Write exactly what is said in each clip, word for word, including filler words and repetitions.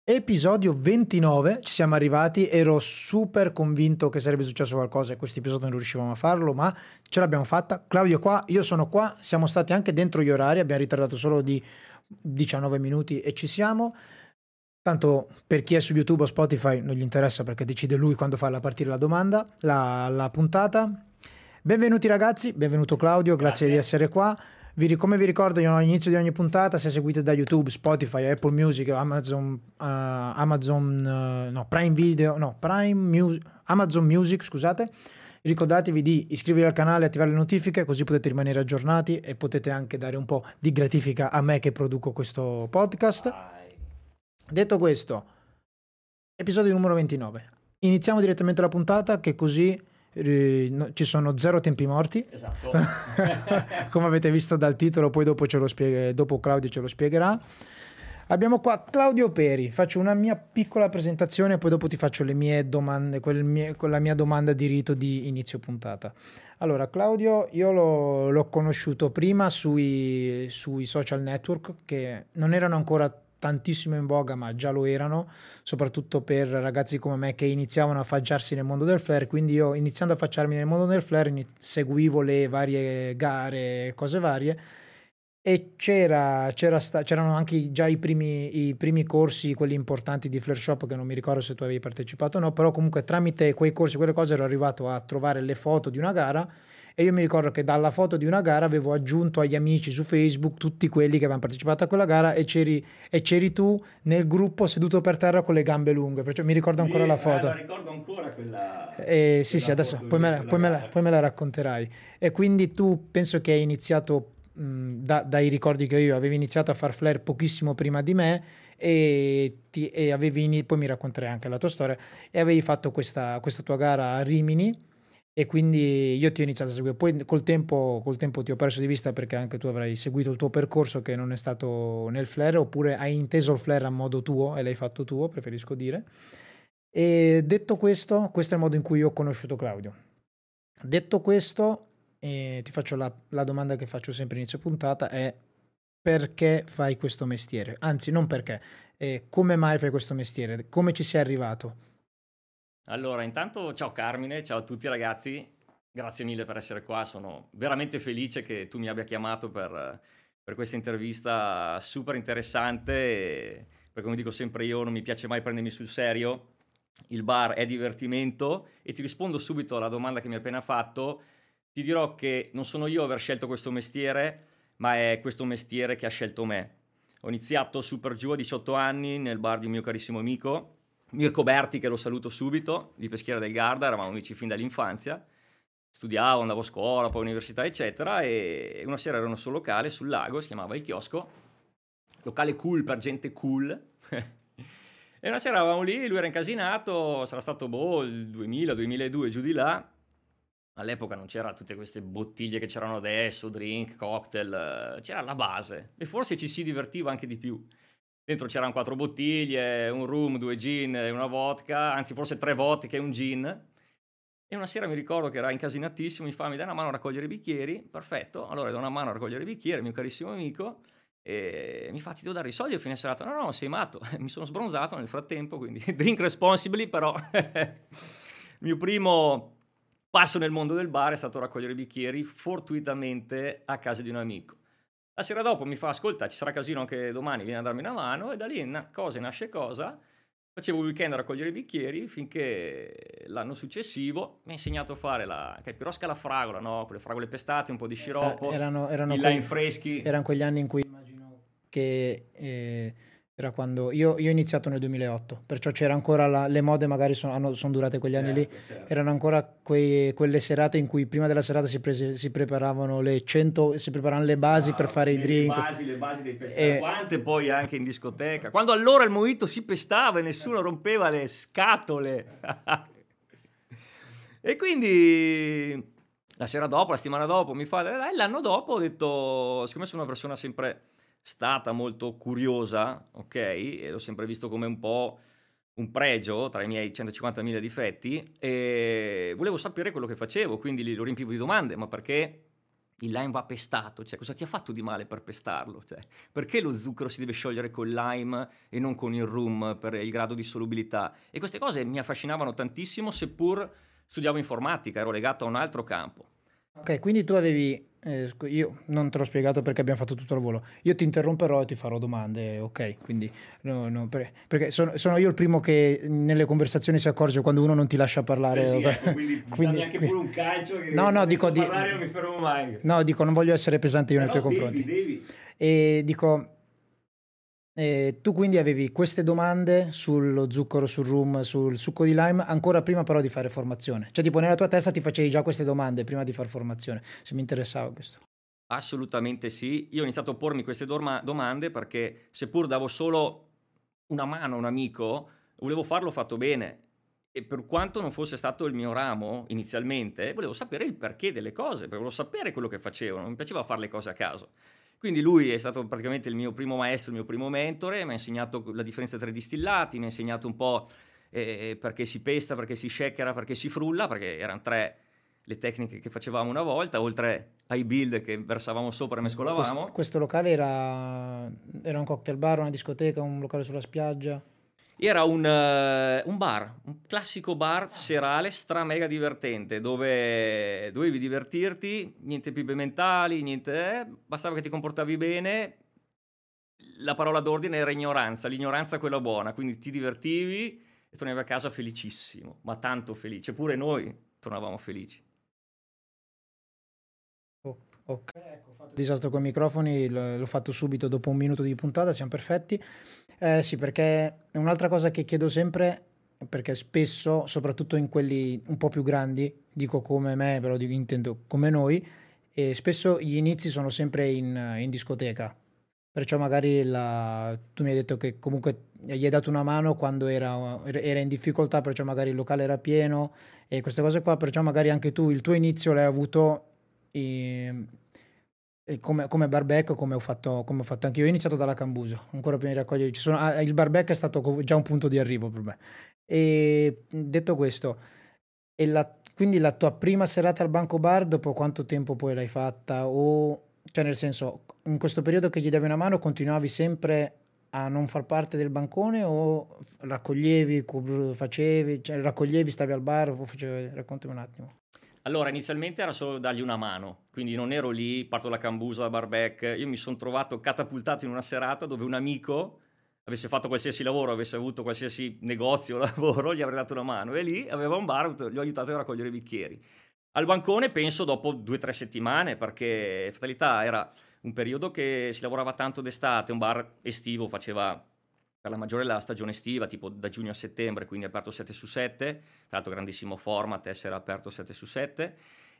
Episodio ventinove, ci siamo arrivati, ero super convinto che sarebbe successo qualcosa e questo episodio non riuscivamo a farlo, ma ce l'abbiamo fatta. Claudio qua, io sono qua, siamo stati anche dentro gli orari, abbiamo ritardato solo di diciannove minuti e ci siamo. Tanto per chi è su YouTube o Spotify non gli interessa perché decide lui quando farla partire la domanda, la, la puntata. Benvenuti ragazzi, benvenuto Claudio, grazie, grazie di essere qua. Vi, come vi ricordo io all'inizio di ogni puntata, se seguite da YouTube, Spotify, Apple Music, Amazon, uh, Amazon uh, no, Prime Video, no, Prime Music, Amazon Music, scusate, ricordatevi di iscrivervi al canale e attivare le notifiche così potete rimanere aggiornati e potete anche dare un po' di gratifica a me che produco questo podcast. Vai. Detto questo, episodio numero ventinove. Iniziamo direttamente la puntata che così ci sono zero tempi morti, esatto. come avete visto dal titolo, poi dopo ce lo spiega, dopo Claudio ce lo spiegherà. Abbiamo qua Claudio Peri, faccio una mia piccola presentazione e poi dopo ti faccio le mie domande, quel mie, quella mia domanda di rito di inizio puntata. Allora Claudio, io l'ho, l'ho conosciuto prima sui, sui social network che non erano ancora tantissimo in voga, ma già lo erano, soprattutto per ragazzi come me che iniziavano a affacciarsi nel mondo del flare. Quindi io, iniziando a affacciarmi nel mondo del flare, seguivo le varie gare, cose varie, e c'era, c'era sta, c'erano anche già i primi, i primi corsi, quelli importanti di Flare Shop, che non mi ricordo se tu avevi partecipato o no, però comunque tramite quei corsi, quelle cose, ero arrivato a trovare le foto di una gara. E io mi ricordo che dalla foto di una gara avevo aggiunto agli amici su Facebook tutti quelli che avevano partecipato a quella gara e c'eri, e c'eri tu nel gruppo seduto per terra con le gambe lunghe, perciò mi ricordo ancora Lì, la foto. Eh, la ricordo ancora quella. Eh, sì, quella sì, adesso poi me, la, poi, me la, poi me la racconterai. E quindi tu penso che hai iniziato, mh, da, dai ricordi che io avevi iniziato a far flare pochissimo prima di me e, ti, e avevi, poi mi racconterai anche la tua storia, e avevi fatto questa, questa tua gara a Rimini. E quindi io ti ho iniziato a seguire, poi col tempo, col tempo ti ho perso di vista perché anche tu avrai seguito il tuo percorso che non è stato nel flare, oppure hai inteso il flare a modo tuo e l'hai fatto tuo, preferisco dire. E detto questo, questo è il modo in cui io ho conosciuto Claudio. Detto questo, eh, ti faccio la, la domanda che faccio sempre inizio puntata, è: perché fai questo mestiere? Anzi, non perché, eh, come mai fai questo mestiere? Come ci sei arrivato? Allora, intanto ciao Carmine, ciao a tutti ragazzi, grazie mille per essere qua, sono veramente felice che tu mi abbia chiamato per, per questa intervista super interessante, e, perché come dico sempre io, non mi piace mai prendermi sul serio, il bar è divertimento, e ti rispondo subito alla domanda che mi hai appena fatto. Ti dirò che non sono io a aver scelto questo mestiere, ma è questo mestiere che ha scelto me. Ho iniziato super giù a diciotto anni nel bar di un mio carissimo amico, Mirko Berti, che lo saluto subito, di Peschiera del Garda, eravamo amici fin dall'infanzia, studiavo, andavo a scuola, poi all'università eccetera, e una sera ero nel suo locale sul lago, si chiamava Il Chiosco, locale cool per gente cool, e una sera eravamo lì, lui era incasinato, sarà stato boh, il duemila duemiladue, giù di là. All'epoca non c'era tutte queste bottiglie che c'erano adesso, drink, cocktail, c'era la base, e forse ci si divertiva anche di più. Dentro c'erano quattro bottiglie, un rum, due gin e una vodka, anzi forse tre vodka e un gin. E una sera mi ricordo che era incasinatissimo, mi fa: mi dai una mano a raccogliere i bicchieri? Perfetto, allora do una mano a raccogliere i bicchieri, il mio carissimo amico, e mi fa: ti devo dare i soldi a fine serata? No, no, sei matto, mi sono sbronzato nel frattempo, quindi drink responsibly, però il mio primo passo nel mondo del bar è stato raccogliere i bicchieri, fortuitamente a casa di un amico. La sera dopo mi fa: ascolta, ci sarà casino anche domani, vieni a darmi una mano. E da lì na- cosa nasce cosa. Facevo il weekend a raccogliere i bicchieri finché l'anno successivo mi ha insegnato a fare la caipirosca alla fragola, no? Con le fragole pestate, un po' di sciroppo, erano, erano i quei, lime freschi. erano quegli anni in cui immagino che eh, era quando io, io ho iniziato nel duemilaotto, perciò c'era ancora la, le mode magari sono son durate quegli anni Certo, lì, certo. erano ancora quei, quelle serate in cui prima della serata si, prese, si preparavano le cento, si preparavano le basi Ah, per fare le, i le drink. basi, le basi dei pestati. E, Quante poi anche in discoteca. Quando allora il mojito si pestava e nessuno rompeva le scatole. E quindi la sera dopo, la settimana dopo, mi fa, dai, l'anno dopo ho detto, siccome sono una persona sempre stata molto curiosa, ok? E l'ho sempre visto come un po' un pregio tra i miei centocinquantamila difetti, e volevo sapere quello che facevo, quindi lo riempivo di domande: ma perché il lime va pestato, cioè cosa ti ha fatto di male per pestarlo? Cioè, perché lo zucchero si deve sciogliere col lime e non con il rum per il grado di solubilità? E queste cose mi affascinavano tantissimo, seppur studiavo informatica, ero legato a un altro campo. Ok, quindi tu avevi, eh, scu- io non te l'ho spiegato perché abbiamo fatto tutto al volo, io ti interromperò e ti farò domande, ok? Quindi, no, no, per- perché sono, sono io il primo che nelle conversazioni si accorge quando uno non ti lascia parlare. Eh sì, ok? ecco, quindi, Quindi- dammi anche qui- pure un calcio che No, no, inizio dico a di- parlare non mi fermo mai. No, dico, non voglio essere pesante io nei Però tuoi devi, confronti. devi. E dico, eh, tu quindi avevi queste domande sullo zucchero, sul rum, sul succo di lime, ancora prima però di fare formazione. Cioè, tipo, nella tua testa ti facevi già queste domande prima di fare formazione, se mi interessava questo. Assolutamente sì. Io ho iniziato a pormi queste dorma- domande perché seppur davo solo una mano a un amico, volevo farlo fatto bene. E per quanto non fosse stato il mio ramo inizialmente, volevo sapere il perché delle cose, perché volevo sapere quello che facevano, non mi piaceva fare le cose a caso. Quindi lui è stato praticamente il mio primo maestro, il mio primo mentore, mi ha insegnato la differenza tra i distillati, mi ha insegnato un po' eh, perché si pesta, perché si shakera, perché si frulla, perché erano tre le tecniche che facevamo una volta, oltre ai build che versavamo sopra e mescolavamo. Questo, questo locale era, era un cocktail bar, una discoteca, un locale sulla spiaggia? Era un, eh, un bar, un classico bar serale stra mega divertente dove dovevi divertirti, niente pippe mentali, niente, eh, bastava che ti comportavi bene. La parola d'ordine era ignoranza, l'ignoranza quella buona, quindi ti divertivi e tornavi a casa felicissimo, ma tanto felice, pure noi tornavamo felici. Oh, ok, ecco, ho fatto disastro con i microfoni, l- l'ho fatto subito dopo un minuto di puntata, siamo perfetti. Eh sì, perché è un'altra cosa che chiedo sempre, perché spesso, soprattutto in quelli un po' più grandi, dico come me, però dico- intendo come noi, e spesso gli inizi sono sempre in, in discoteca. Perciò magari la- tu mi hai detto che comunque gli hai dato una mano quando era, era in difficoltà, perciò magari il locale era pieno e queste cose qua, perciò magari anche tu il tuo inizio l'hai avuto e, e come, come barback, come ho fatto, come ho fatto anche io. Ho iniziato dalla Cambusa, ancora prima di raccogliere. Ci sono, ah, il barback è stato co- già un punto di arrivo per me. E detto questo, e la- quindi la tua prima serata al banco bar, dopo quanto tempo poi l'hai fatta? O, cioè, nel senso, in questo periodo che gli davi una mano, continuavi sempre a non far parte del bancone o raccoglievi, co- facevi, cioè raccoglievi, stavi al bar o facevi, raccontami un attimo. Allora, inizialmente era solo dargli una mano, quindi non ero lì, parto da Cambusa, da Barbec, io mi sono trovato catapultato in una serata dove un amico avesse fatto qualsiasi lavoro, avesse avuto qualsiasi negozio o lavoro, gli avrei dato una mano e lì aveva un bar, gli ho aiutato a raccogliere i bicchieri. Al bancone penso dopo due o tre settimane, perché fatalità era un periodo che si lavorava tanto d'estate, un bar estivo faceva per la maggiore la stagione estiva, tipo da giugno a settembre, quindi aperto sette su sette, tra l'altro grandissimo format, essere aperto sette su sette,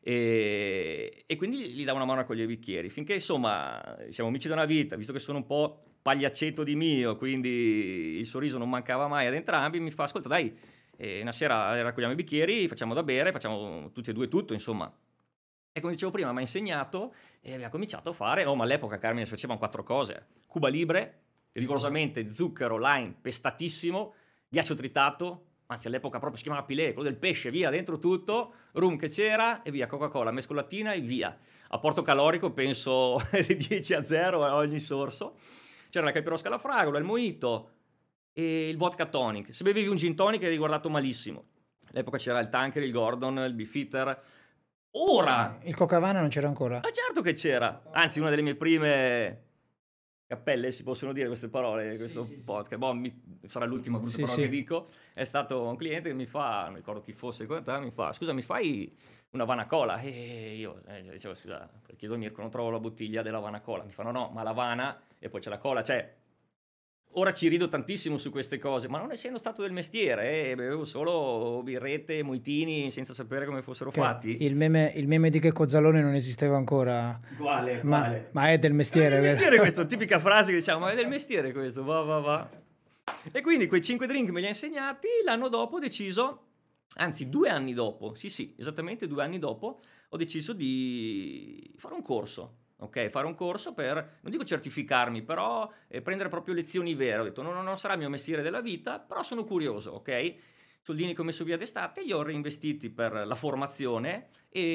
e, e quindi gli davo una mano a cogliere i bicchieri, finché insomma siamo amici da una vita, visto che sono un po' pagliaccetto di mio, quindi il sorriso non mancava mai ad entrambi, mi fa, ascolta dai, eh, una sera raccogliamo i bicchieri, facciamo da bere, facciamo tutti e due tutto, insomma. E come dicevo prima, mi ha insegnato e abbiamo cominciato a fare, oh ma all'epoca Carmine si facevano quattro cose, Cuba Libre, rigorosamente zucchero, lime, pestatissimo, ghiaccio tritato, anzi all'epoca proprio si chiamava Pilé, quello del pesce, via, dentro tutto, rum che c'era e via, Coca-Cola, mescolatina e via. Apporto calorico penso di dieci a zero a ogni sorso. C'era la caipirosca alla fragola, il mojito e il vodka tonic. Se bevevi un gin tonic eri guardato malissimo. All'epoca c'era il Tanker, il Gordon, il Beefeater. Ora! Il Cocavana non c'era ancora? Ma certo che c'era! Anzi, una delle mie prime cappelle, si possono dire queste parole, questo sì, sì. podcast. Boh, mi- sarà l'ultima brutta Sì, parola sì. che dico. È stato un cliente che mi fa, non ricordo chi fosse, mi fa, scusa, mi fai una Havana Cola? E io eh, dicevo, scusa, chiedo a Mirko, non trovo la bottiglia della Havana Cola. Mi fanno, no, ma la Havana e poi c'è la cola, cioè... Ora ci rido tantissimo su queste cose, ma non essendo stato del mestiere, eh, bevevo solo birrette, moitini, senza sapere come fossero Ok, fatti. Il meme, il meme di Checco Zalone non esisteva ancora, Quale? ma, Quale? ma è del È mestiere, del vero? mestiere questo, tipica frase che diciamo, ma è del mestiere questo, va va va. E quindi quei cinque drink me li ha insegnati, l'anno dopo ho deciso, anzi due anni dopo, sì sì, esattamente due anni dopo, ho deciso di fare un corso. Ok, fare un corso per, non dico certificarmi, però eh, prendere proprio lezioni vere. Ho detto, no, no, non sarà il mio mestiere della vita, però sono curioso, ok? soldini che ho messo via d'estate li ho reinvestiti per la formazione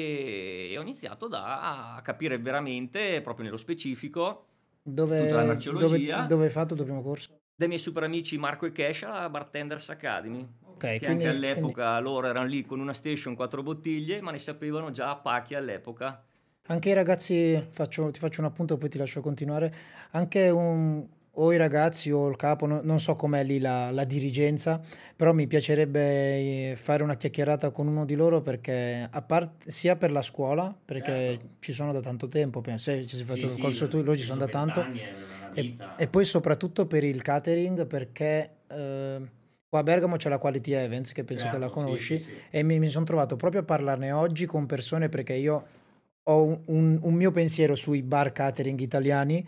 e ho iniziato da, a capire veramente, proprio nello specifico, tutta la Dove, dove, merceologia dove hai fatto il tuo primo corso? dai miei super amici Marco e Cash alla Bartenders Academy, Ok, che anche quindi, quindi all'epoca loro erano lì con una station, quattro bottiglie, ma ne sapevano già a pacchi all'epoca. anche i ragazzi, faccio- ti faccio un appunto, poi ti lascio continuare. Anche un- o i ragazzi o il capo, no- non so com'è lì la, la dirigenza, però mi piacerebbe eh, fare una chiacchierata con uno di loro perché, a parte, sia per la scuola, perché Certo. ci sono da tanto tempo, penso, se ci sei Sì, fatto il sì, corso tu, loro ci ci sono sono da tanto, vent'anni, è una e, vita. e poi soprattutto per il catering, perché eh, qua a Bergamo c'è la Quality Events, che penso che la Certo, sì, sì, conosci, sì. e mi, mi sono trovato proprio a parlarne oggi con persone perché io ho un, un- un mio pensiero sui bar catering italiani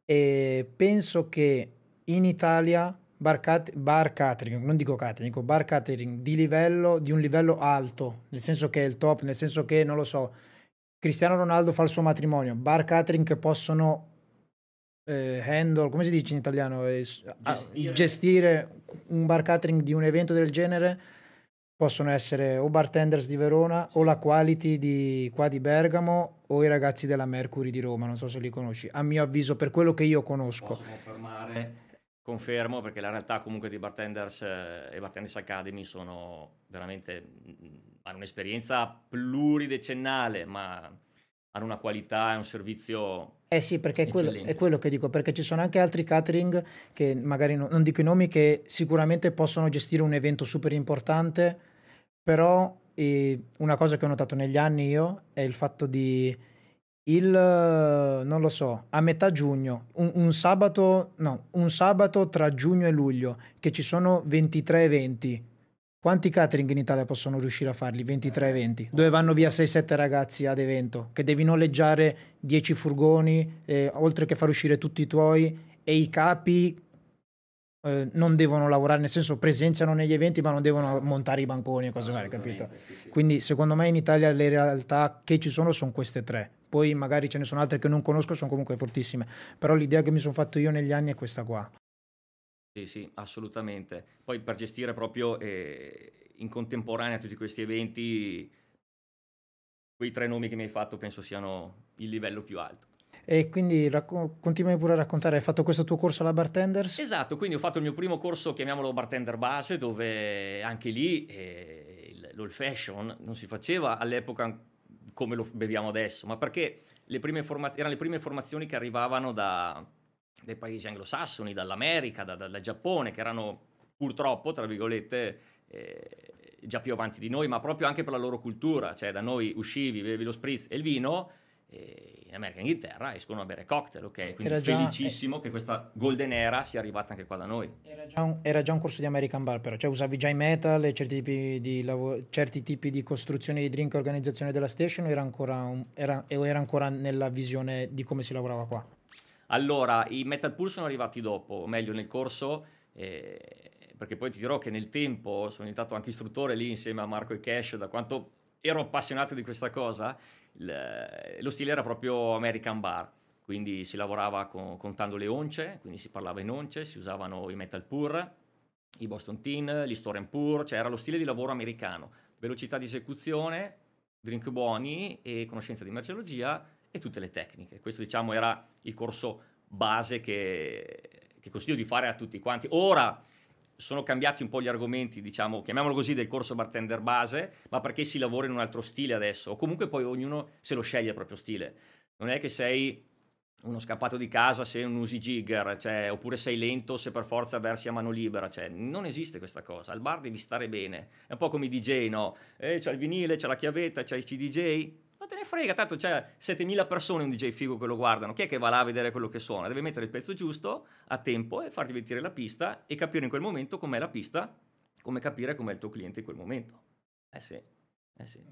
e penso che in Italia bar, cat- bar catering, non dico catering, dico bar catering di livello, di un livello alto, nel senso che è il top, nel senso che, non lo so, Cristiano Ronaldo fa il suo matrimonio, bar catering che possono eh, handle, come si dice in italiano, Eh, s- a- Gestire. gestire un bar catering di un evento del genere possono essere o Bartenders di Verona o Sì. la Quality di qua di Bergamo o i ragazzi della Mercury di Roma, non so se li conosci. A mio avviso, per quello che io conosco. Posso confermare, confermo perché la realtà comunque di Bartenders eh, e Bartenders Academy sono veramente, mm, hanno un'esperienza pluridecennale, ma hanno una qualità e un servizio Eh sì, perché è quello, è eccellente, sì. quello che dico, perché ci sono anche altri catering che magari no- non dico i nomi, che sicuramente possono gestire un evento super importante, però eh, una cosa che ho notato negli anni io è il fatto di il, eh, non lo so, a metà giugno, un, un sabato, no, un sabato tra giugno e luglio, che ci sono ventitré eventi. Quanti catering in Italia possono riuscire a farli? ventitré Eh, eventi, dove pochi, vanno via pochi. sei sette ragazzi ad evento, che devi noleggiare dieci furgoni, eh, oltre che far uscire tutti i tuoi, e i capi eh, non devono lavorare, nel senso presenziano negli eventi, ma non devono Certo, montare i banconi e cose varie, capito? assolutamente, sì, sì. Quindi secondo me in Italia le realtà che ci sono sono queste tre. Poi magari ce ne sono altre che non conosco, sono comunque fortissime. Però l'idea che mi sono fatto io negli anni è questa qua. Sì, sì, assolutamente. Poi per gestire proprio eh, in contemporanea tutti questi eventi, quei tre nomi che mi hai fatto penso siano il livello più alto. E quindi racco- continuami pure a raccontare, hai fatto questo tuo corso alla Bartenders? Esatto, quindi ho fatto il mio primo corso, chiamiamolo bartender base, dove anche lì eh, il- l'old fashion non si faceva all'epoca come lo beviamo adesso, ma perché le prime forma- erano le prime formazioni che arrivavano da, dai paesi anglosassoni, dall'America, da- da- dal Giappone, che erano purtroppo, tra virgolette, eh, già più avanti di noi, ma proprio anche per la loro cultura, cioè da noi uscivi, bevi lo spritz e il vino, e in America e Inghilterra escono a bere cocktail, ok? Quindi Era già, eh, felicissimo che questa golden era sia arrivata anche qua da noi. era già un, era già un corso di American Bar, però, cioè usavi già i metal e certi tipi di, lavo- certi tipi di costruzione di drink e organizzazione della station, o era ancora, un- era, o era ancora nella visione di come si lavorava qua? Allora, i Metal Pool sono arrivati dopo, o meglio nel corso, eh, perché poi ti dirò che nel tempo sono diventato anche istruttore lì insieme a Marco e Cash, da quanto ero appassionato di questa cosa, il- lo stile era proprio American Bar, quindi si lavorava con- contando le once, quindi si parlava in once, si usavano i Metal Pour, i Boston Teen, gli Store and Pour, cioè era lo stile di lavoro americano, velocità di esecuzione, drink buoni e conoscenza di merceologia e tutte le tecniche. Questo diciamo era il corso base che, che consiglio di fare a tutti quanti. Ora sono cambiati un po' gli argomenti, diciamo, chiamiamolo così, del corso bartender base, ma perché si lavora in un altro stile adesso, o comunque poi ognuno se lo sceglie il proprio stile. Non è che sei uno scappato di casa se non usi jigger, cioè, oppure sei lento se per forza versi a mano libera, cioè, non esiste questa cosa. Al bar devi stare bene. È un po' come i D J, no? Eh, c'è il vinile, c'è la chiavetta, c'è i C D J. Ma te ne frega, tanto c'è settemila persone un D J figo che lo guardano. Chi è che va là a vedere quello che suona? Deve mettere il pezzo giusto a tempo e far divertire la pista e capire in quel momento com'è la pista, come capire com'è il tuo cliente in quel momento. Eh sì, eh sì.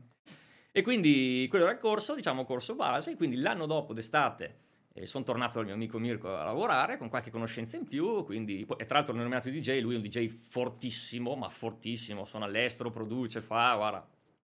E quindi quello era il corso, diciamo corso base, quindi l'anno dopo d'estate eh, sono tornato dal mio amico Mirko a lavorare con qualche conoscenza in più, quindi, poi- e tra l'altro l'ho nominato D J, lui è un D J fortissimo, ma fortissimo, suona all'estero, produce, fa, guarda,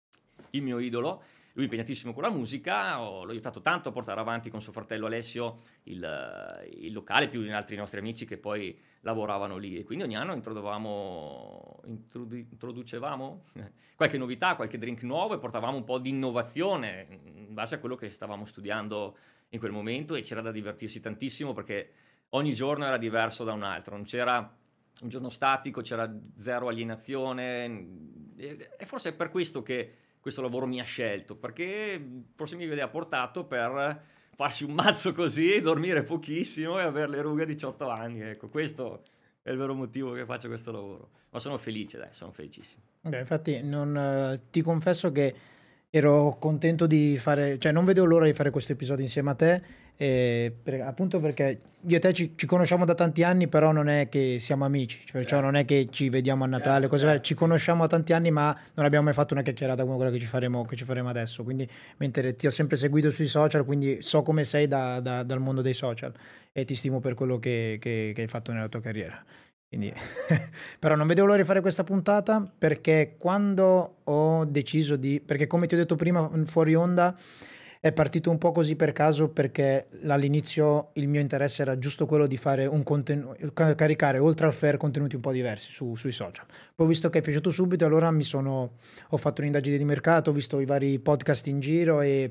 il mio idolo, lui è impegnatissimo con la musica, ho- l'ho aiutato tanto a portare avanti con suo fratello Alessio il, eh, il locale, più di altri nostri amici che poi lavoravano lì, e quindi ogni anno introdurravamo introdu- introducevamo qualche novità, qualche drink nuovo e portavamo un po' di innovazione in base a quello che stavamo studiando in quel momento, e c'era da divertirsi tantissimo perché ogni giorno era diverso da un altro, non c'era un giorno statico, c'era zero alienazione, e forse è per questo che questo lavoro mi ha scelto, perché forse mi aveva portato per farsi un mazzo così, dormire pochissimo e avere le rughe a diciotto anni, ecco, questo è il vero motivo che faccio questo lavoro, ma sono felice, dai, sono felicissimo. Beh, infatti non, eh, ti confesso che ero contento di fare, cioè non vedevo l'ora di fare questo episodio insieme a te, eh, per- appunto perché io e te ci, ci conosciamo da tanti anni, però non è che siamo amici, cioè, perciò Certo. non è che ci vediamo a Natale, Certo, cose varie. certo, Ci sì. conosciamo da tanti anni, ma non abbiamo mai fatto una chiacchierata come quella che ci faremo, che ci faremo adesso. Quindi, mentre ti ho sempre seguito sui social, quindi so come sei da- da- dal mondo dei social e ti stimo per quello che, che- che hai fatto nella tua carriera. Quindi, però non vedevo l'ora di fare questa puntata perché quando ho deciso di, perché come ti ho detto prima fuori onda, è partito un po' così per caso perché all'inizio il mio interesse era giusto quello di fare un contenuto, caricare oltre al fair contenuti un po' diversi su- sui social. Poi ho visto che è piaciuto subito, allora mi sono, ho fatto un'indagine di mercato, ho visto i vari podcast in giro e,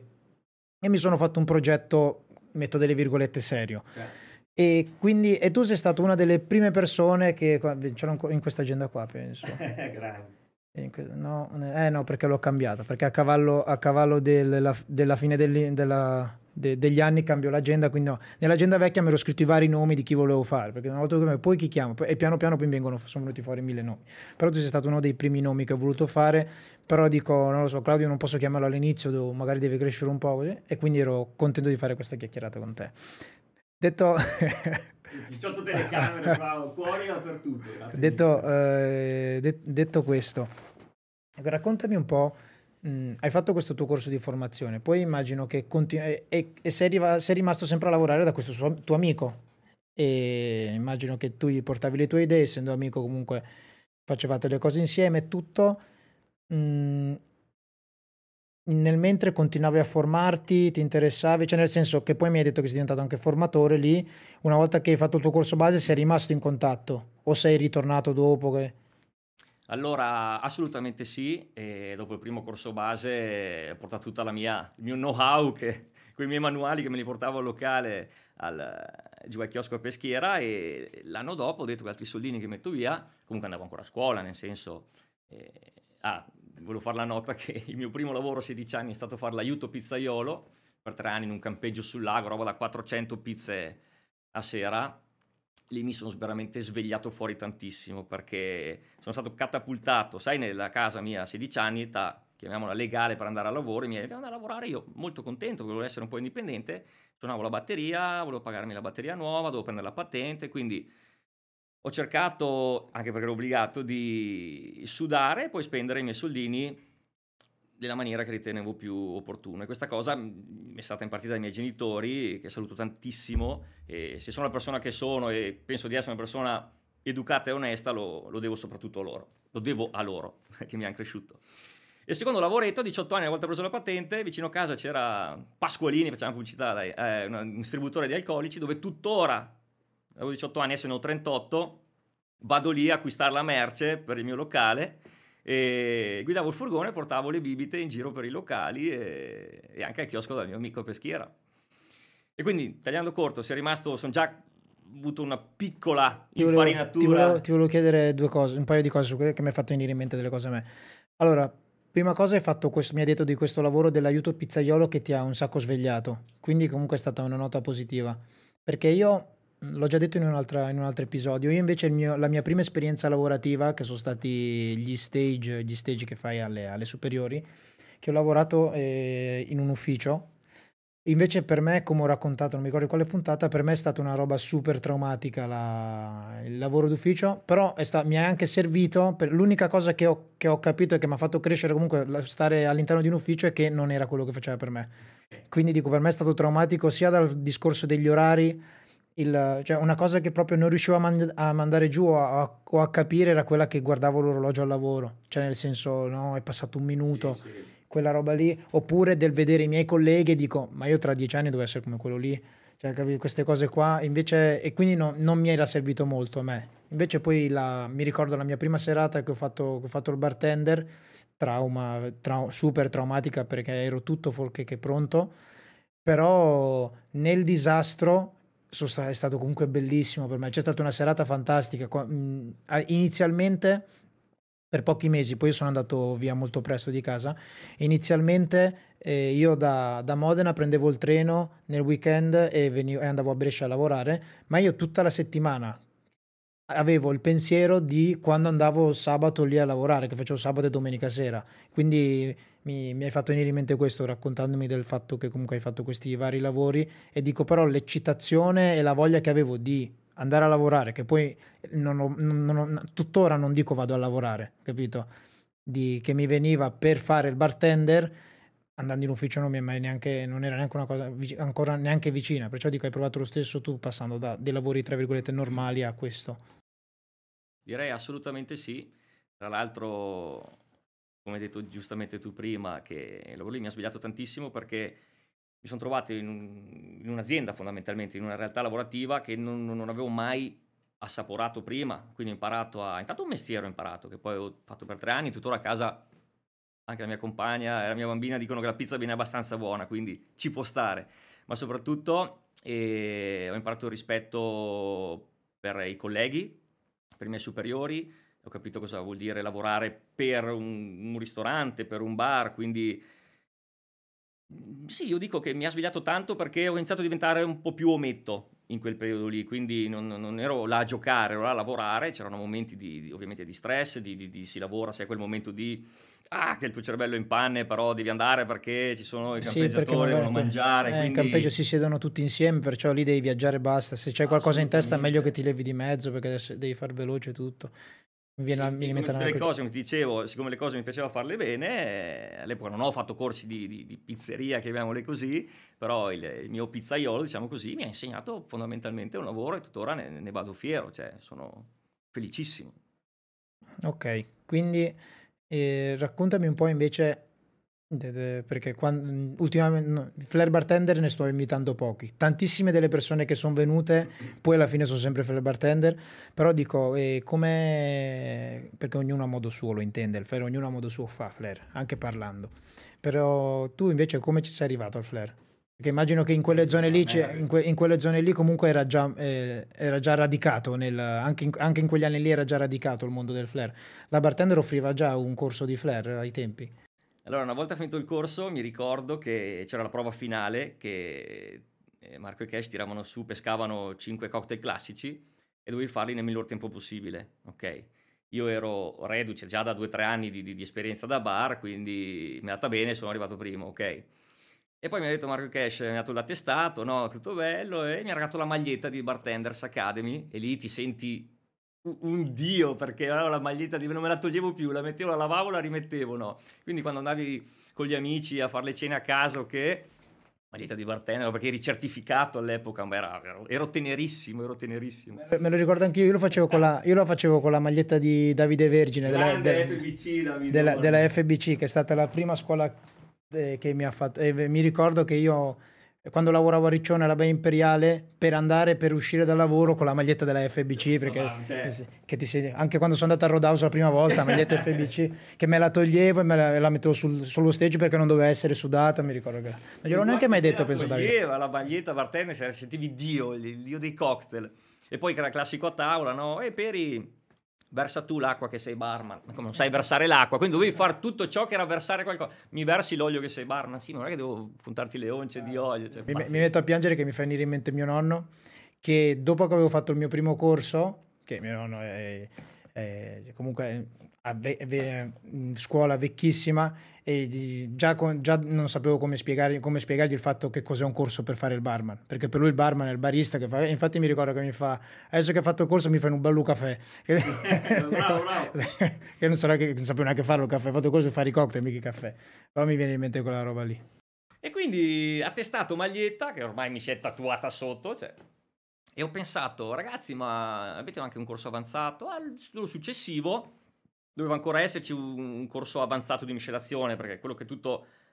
e mi sono fatto un progetto, metto delle virgolette, serio. Certo. E quindi e tu sei stato una delle prime persone che qua- ce l'ho ancora in questa agenda qua, penso. Grande. In que- No, eh no, perché l'ho cambiata, perché a cavallo, a cavallo della, della fine degli, della- de- degli anni cambio l'agenda, quindi no. Nell'agenda vecchia mi ero scritto i vari nomi di chi volevo fare, perché una volta che poi chi chiamo, Poi- e piano piano poi mi vengono, sono venuti fuori mille nomi. Però tu sei stato uno dei primi nomi che ho voluto fare, però dico, non lo so, Claudio non posso chiamarlo all'inizio, devo- magari deve crescere un po' così, e quindi ero contento di fare questa chiacchierata con te. Detto... diciotto telecamere qua fuori dappertutto, grazie Detto, mille. eh, det- detto questo, ecco, raccontami un po', mh, hai fatto questo tuo corso di formazione, poi immagino che continui, e, e- e sei, riva- sei rimasto sempre a lavorare da questo suo- tuo amico, e immagino che tu gli portavi le tue idee, essendo amico comunque facevate le cose insieme e tutto. mh, Nel mentre continuavi a formarti, ti interessavi, cioè nel senso che poi mi hai detto che sei diventato anche formatore lì, una volta che hai fatto il tuo corso base sei rimasto in contatto o sei ritornato dopo che... Allora, assolutamente sì, e dopo il primo corso base ho portato tutta la mia, il mio know-how, che, con i miei manuali che me li portavo al locale, al, giù al chiosco a Peschiera, e l'anno dopo ho detto che altri soldini che metto via, comunque andavo ancora a scuola, nel senso... eh, ah, volevo fare la nota che il mio primo lavoro a sedici anni è stato fare l'aiuto pizzaiolo, per tre anni in un campeggio sul lago, roba da quattrocento pizze a sera. Lì mi sono veramente svegliato fuori tantissimo perché sono stato catapultato, sai, nella casa mia a sedici anni, età, chiamiamola legale, per andare a lavoro, e mi devo andare a lavorare, io molto contento, volevo essere un po' indipendente, suonavo la batteria, volevo pagarmi la batteria nuova, dovevo prendere la patente, quindi ho cercato, anche perché ero obbligato, di sudare e poi spendere i miei soldini della maniera che ritenevo più opportuna. E questa cosa mh, è stata impartita dai miei genitori, che saluto tantissimo, e se sono la persona che sono e penso di essere una persona educata e onesta, lo, lo devo soprattutto a loro. Lo devo a loro, che mi hanno cresciuto. E il secondo lavoretto, a diciotto anni, una volta preso la patente, vicino a casa c'era Pasqualini, facciamo pubblicità, dai, eh, un distributore di alcolici, dove tuttora, avevo diciotto anni, adesso ne ho trentotto, vado lì a acquistare la merce per il mio locale, e guidavo il furgone e portavo le bibite in giro per i locali e, e anche al chiosco dal mio amico Peschiera. E quindi, tagliando corto, si è rimasto, sono già avuto una piccola Ti volevo, ti infarinatura. volevo- ti volevo chiedere due cose, un paio di cose su que- che mi hai fatto venire in mente delle cose a me. Allora, prima cosa hai fatto questo, mi hai detto di questo lavoro dell'aiuto pizzaiolo che ti ha un sacco svegliato, quindi comunque è stata una nota positiva. Perché io, mh, l'ho già detto in un'altra- in un altro episodio, io invece il mio- la mia prima esperienza lavorativa, che sono stati gli stage, gli stage che fai alle, alle superiori, che ho lavorato eh, in un ufficio. Invece per me, come ho raccontato, non mi ricordo quale puntata, per me è stata una roba super traumatica la- il lavoro d'ufficio, però è sta- mi è anche servito, per, l'unica cosa che ho, che ho capito e che mi ha fatto crescere comunque la- stare all'interno di un ufficio è che non era quello che faceva per me. Quindi dico, per me è stato traumatico sia dal discorso degli orari, il- cioè una cosa che proprio non riuscivo a, man- a mandare giù o a, o a capire era quella che guardavo l'orologio al lavoro, cioè nel senso, no, è passato un minuto, Sì, sì. quella roba lì, oppure del vedere i miei colleghi e dico, ma io tra dieci anni devo essere come quello lì, Cioè, capi, queste cose qua, invece, e quindi no- non mi era servito molto a me. Invece poi la- mi ricordo la mia prima serata che ho fatto, che ho fatto il bartender, trauma, trau- super traumatica perché ero tutto fuorché che pronto, però nel disastro sono sta- è stato comunque bellissimo per me. C'è stata una serata fantastica. qua- mh, a- Inizialmente per pochi mesi, poi io sono andato via molto presto di casa. Inizialmente eh, io da, da Modena prendevo il treno nel weekend e, venivo, e andavo a Brescia a lavorare, ma io tutta la settimana avevo il pensiero di quando andavo sabato lì a lavorare, che facevo sabato e domenica sera. Quindi mi, mi hai fatto venire in mente questo raccontandomi del fatto che comunque hai fatto questi vari lavori e dico però l'eccitazione e la voglia che avevo di andare a lavorare, che poi non ho- non- non ho- tuttora non dico vado a lavorare, capito? Di, che mi veniva per fare il bartender, andando in ufficio non mi è mai neanche, non era neanche una cosa vic- ancora neanche vicina, perciò dico hai provato lo stesso tu passando da dei lavori tra virgolette normali a questo. Direi assolutamente sì. Tra l'altro, come hai detto giustamente tu prima, che il lavoro lì mi ha svegliato tantissimo perché mi sono trovato in, un- in un'azienda fondamentalmente, in una realtà lavorativa che non, non avevo mai assaporato prima. Quindi ho imparato a... Intanto un mestiere ho imparato, che poi ho fatto per tre anni, tuttora a casa anche la mia compagna e la mia bambina dicono che la pizza viene abbastanza buona, quindi ci può stare. Ma soprattutto eh, ho imparato il rispetto per i colleghi, per i miei superiori, ho capito cosa vuol dire lavorare per un, un ristorante, per un bar, quindi mm, sì, io dico che mi ha svegliato tanto perché ho iniziato a diventare un po' più ometto in quel periodo lì, quindi non, non ero là a giocare, ero là a lavorare, c'erano momenti di, di- ovviamente di stress, di, di- di- si lavora, se è quel momento di ah, che il tuo cervello è in panne, però devi andare perché ci sono i Sì, perché campeggiatori, magari devono que- mangiare, eh, in campeggio quindi si siedono tutti insieme, perciò lì devi viaggiare e basta. Se c'è qualcosa in testa è meglio che assolutamente. ti levi di mezzo perché adesso devi far veloce tutto. Mi viene, la- E, mi e viene in come mente tutte una le croce. cose, come ti dicevo, siccome le cose mi piaceva farle bene, eh, all'epoca non ho fatto corsi di, di- di pizzeria, chiamiamole così, però il, il mio pizzaiolo, diciamo così, mi ha insegnato fondamentalmente un lavoro e tuttora ne, ne vado fiero, cioè sono felicissimo. Ok, quindi eh, raccontami un po' invece, de- de- perché quan- ultimamente no, Flair Bartender ne sto invitando pochi. Tantissime delle persone che sono venute, poi alla fine sono sempre Flair Bartender, però dico, eh, come... perché ognuno a modo suo lo intende, il Flair, ognuno a modo suo fa Flair, anche parlando. Però tu invece come ci sei arrivato al Flair? Perché immagino che in quelle zone Ma a lì, me c'è- in, que- in quelle zone lì comunque era già, eh, era già radicato, nel, anche, in, anche in quegli anni lì era già radicato il mondo del Flair. La bartender offriva già un corso di Flair ai tempi. Allora, una volta finito il corso, mi ricordo che c'era la prova finale che eh, Marco e Cash tiravano su, pescavano cinque cocktail classici e dovevi farli nel miglior tempo possibile, ok? Io ero reduce già da due o tre anni di, di- di esperienza da bar, quindi mi è andata bene, sono arrivato primo, ok? E poi mi ha detto Marco Cash, mi ha dato l'attestato, no, tutto bello, e mi ha regalato la maglietta di Bartenders Academy e lì ti senti un un dio perché allora la maglietta di- non me la toglievo più, la mettevo, la lavavo, la rimettevo, no? Quindi quando andavi con gli amici a fare le cene a caso che maglietta di bartender perché eri certificato all'epoca, ma era- ero, ero tenerissimo, ero tenerissimo. Me lo ricordo anch'io, io lo facevo con la, io lo facevo con la maglietta di Davide Vergine della, Grande della- F B C da della- della Vidone. F B C, che è stata la prima scuola eh, che mi ha fatto. E mi ricordo che io, eh, quando lavoravo a Riccione alla Bay Imperiale, per andare, per uscire dal lavoro con la maglietta della F B C, Ma perché va, eh cioè, sì, che ti sei- anche quando sono andato a Roadhouse la prima volta, maglietta F B C, che me la toglievo e me la, la mettevo sul- sullo stage perché non doveva essere sudata, mi ricordo che... Non gliel'ho neanche mai infatti te detto, la penso Davide. toglieva la maglietta bartender, se- sentivi Dio, il il dio dei cocktail. E poi che era classico a tavola, no? E Peri, versa tu l'acqua che sei barman. Ma come non sai versare l'acqua? Quindi dovevi fare tutto ciò che era versare qualcosa. Mi versi l'olio che sei barman? Sì, ma non è che devo puntarti le once di olio, cioè Mi, mi pazzesco. metto a piangere che mi fa venire in mente mio nonno, che dopo che avevo fatto il mio primo corso, che mio nonno è, è comunque a ve- ve- in scuola vecchissima, e di- già, con- già non sapevo come spiegare, come spiegargli il fatto che cos'è un corso per fare il barman, perché per lui il barman è il barista che fa, infatti mi ricordo che mi fa, adesso che hai fatto il corso mi fai un bello caffè, Bravo, bravo. che non so neanche, non sapevo neanche farlo il caffè, ho fatto il corso per fare i cocktail, mica i caffè, però mi viene in mente quella roba lì. E quindi attestato maglietta, che ormai mi si è tatuata sotto, cioè, e ho pensato, ragazzi, ma avete anche un corso avanzato? Al giorno successivo doveva ancora esserci un, un corso avanzato di miscelazione, perché quello che tutto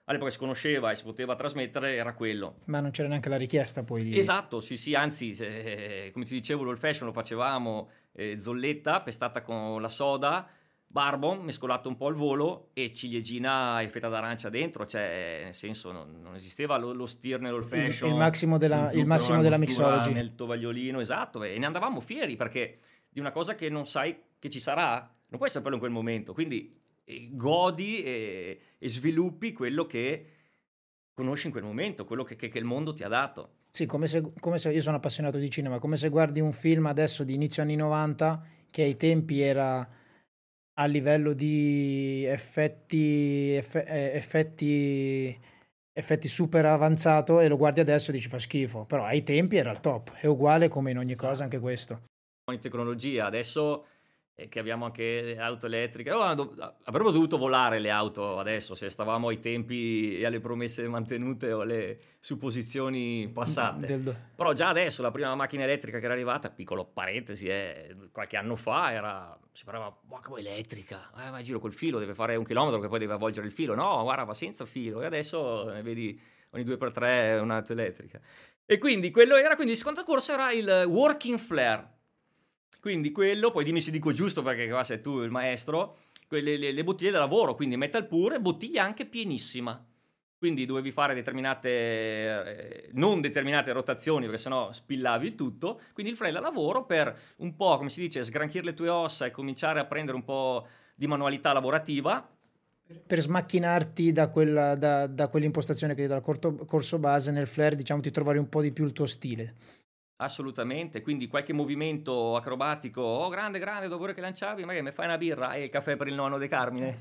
all'epoca si conosceva e si poteva trasmettere, era quello. Ma non c'era neanche la richiesta poi di... Esatto, sì sì, anzi, se, come ti dicevo, l'old fashion lo facevamo eh, zolletta, pestata con la soda, barbon, mescolato un po' al volo e ciliegina e feta d'arancia dentro, cioè nel senso non, non esisteva lo, lo stir nell'old il, fashion, il massimo della, lo il zucchero, massimo la della angostura mixology. nel tovagliolino, esatto, e ne andavamo fieri perché di una cosa che non sai che ci sarà, non puoi saperlo in quel momento, quindi eh, godi e, e sviluppi quello che conosci in quel momento, quello che, che, che il mondo ti ha dato. Sì, come se, come se io sono appassionato di cinema, come se guardi un film adesso di inizio anni novanta che ai tempi era a livello di effetti, effe- eh, effetti, effetti super avanzato e lo guardi adesso e dici fa schifo, però ai tempi era il top, è uguale come in ogni cosa Esatto. anche questo. Ogni tecnologia, adesso eh, che abbiamo anche le auto elettriche, oh, do- avremmo dovuto volare le auto adesso se stavamo ai tempi e alle promesse mantenute o alle supposizioni passate. Del- Però già adesso la prima macchina elettrica che era arrivata, piccolo parentesi, eh, qualche anno fa era, sembrava, ma che vuoi elettrica? Eh, va in giro col filo, deve fare un chilometro che poi deve avvolgere il filo. No, guarda, va senza filo. E adesso ne vedi ogni due per tre un'auto elettrica. E quindi quello era, quindi il secondo corso era il working flare. Quindi quello, poi dimmi se dico giusto perché qua sei tu il maestro, quelle, le, le bottiglie da lavoro, quindi metal pure, bottiglia anche pienissima. Quindi dovevi fare determinate, eh, non determinate rotazioni perché sennò spillavi il tutto. Quindi il flare da lavoro per un po', come si dice, sgranchire le tue ossa e cominciare a prendere un po' di manualità lavorativa. Per smacchinarti da, quella, da, da quell'impostazione che dal corto, corso base nel flare, diciamo, ti trovari un po' di più il tuo stile. Assolutamente, quindi qualche movimento acrobatico, oh grande grande, dopo ore che lanciavi, magari mi fai una birra e il caffè per il nonno De Carmine.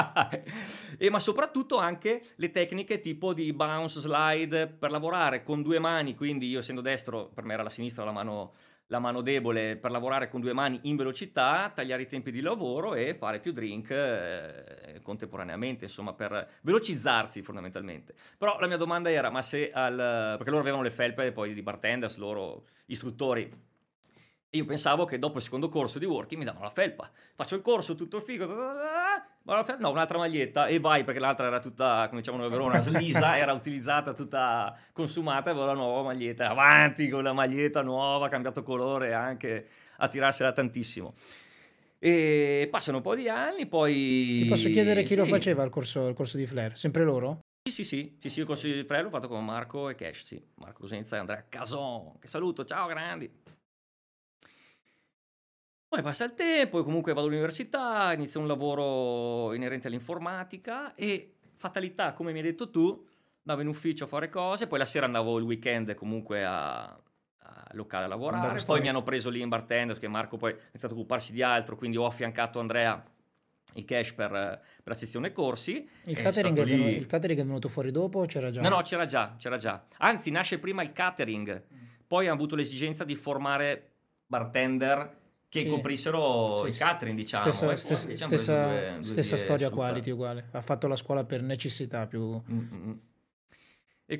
E ma soprattutto anche le tecniche tipo di bounce, slide, per lavorare con due mani, quindi io essendo destro, per me era la sinistra la mano, la mano debole, per lavorare con due mani in velocità, tagliare i tempi di lavoro e fare più drink eh, contemporaneamente, insomma, per velocizzarsi fondamentalmente. Però la mia domanda era, ma se al... perché loro avevano le felpe poi di bartenders, loro istruttori, e io pensavo che dopo il secondo corso di working mi davano la felpa. Faccio il corso tutto figo, ma la felpa, no, un'altra maglietta e vai, perché l'altra era tutta, come diciamo noi a Verona, slisa, era utilizzata, tutta consumata, e avevo la nuova maglietta, avanti con la maglietta nuova, cambiato colore, anche a tirarsela tantissimo. E passano un po' di anni, poi... Ti posso chiedere chi sì. lo faceva il corso, il corso di flare? Sempre loro? Sì, sì, sì, sì, sì, il corso di flare l'ho fatto con Marco e Cash, sì, Marco Cosenza e Andrea Cason, che saluto, ciao grandi. Poi passa il tempo e comunque vado all'università, inizio un lavoro inerente all'informatica e fatalità, come mi hai detto tu, andavo in ufficio a fare cose, poi la sera andavo il weekend comunque a, a locale a lavorare, Andavo poi sto- mi hanno preso lì in bartender perché Marco poi ha iniziato a occuparsi di altro, quindi ho affiancato Andrea il cash per, per la sezione corsi. Il È catering, stato è venuto, lì- il catering è venuto fuori dopo o c'era già? No, no, c'era già, c'era già. Anzi, nasce prima il catering, poi hanno avuto l'esigenza di formare bartender che Sì. coprissero Sì, il sì. catering, diciamo. Stessa, e poi stessa- ci hanno preso stessa- due- due stessa vie storia super. quality uguale. Ha fatto la scuola per necessità più... Mm, mm, mm. E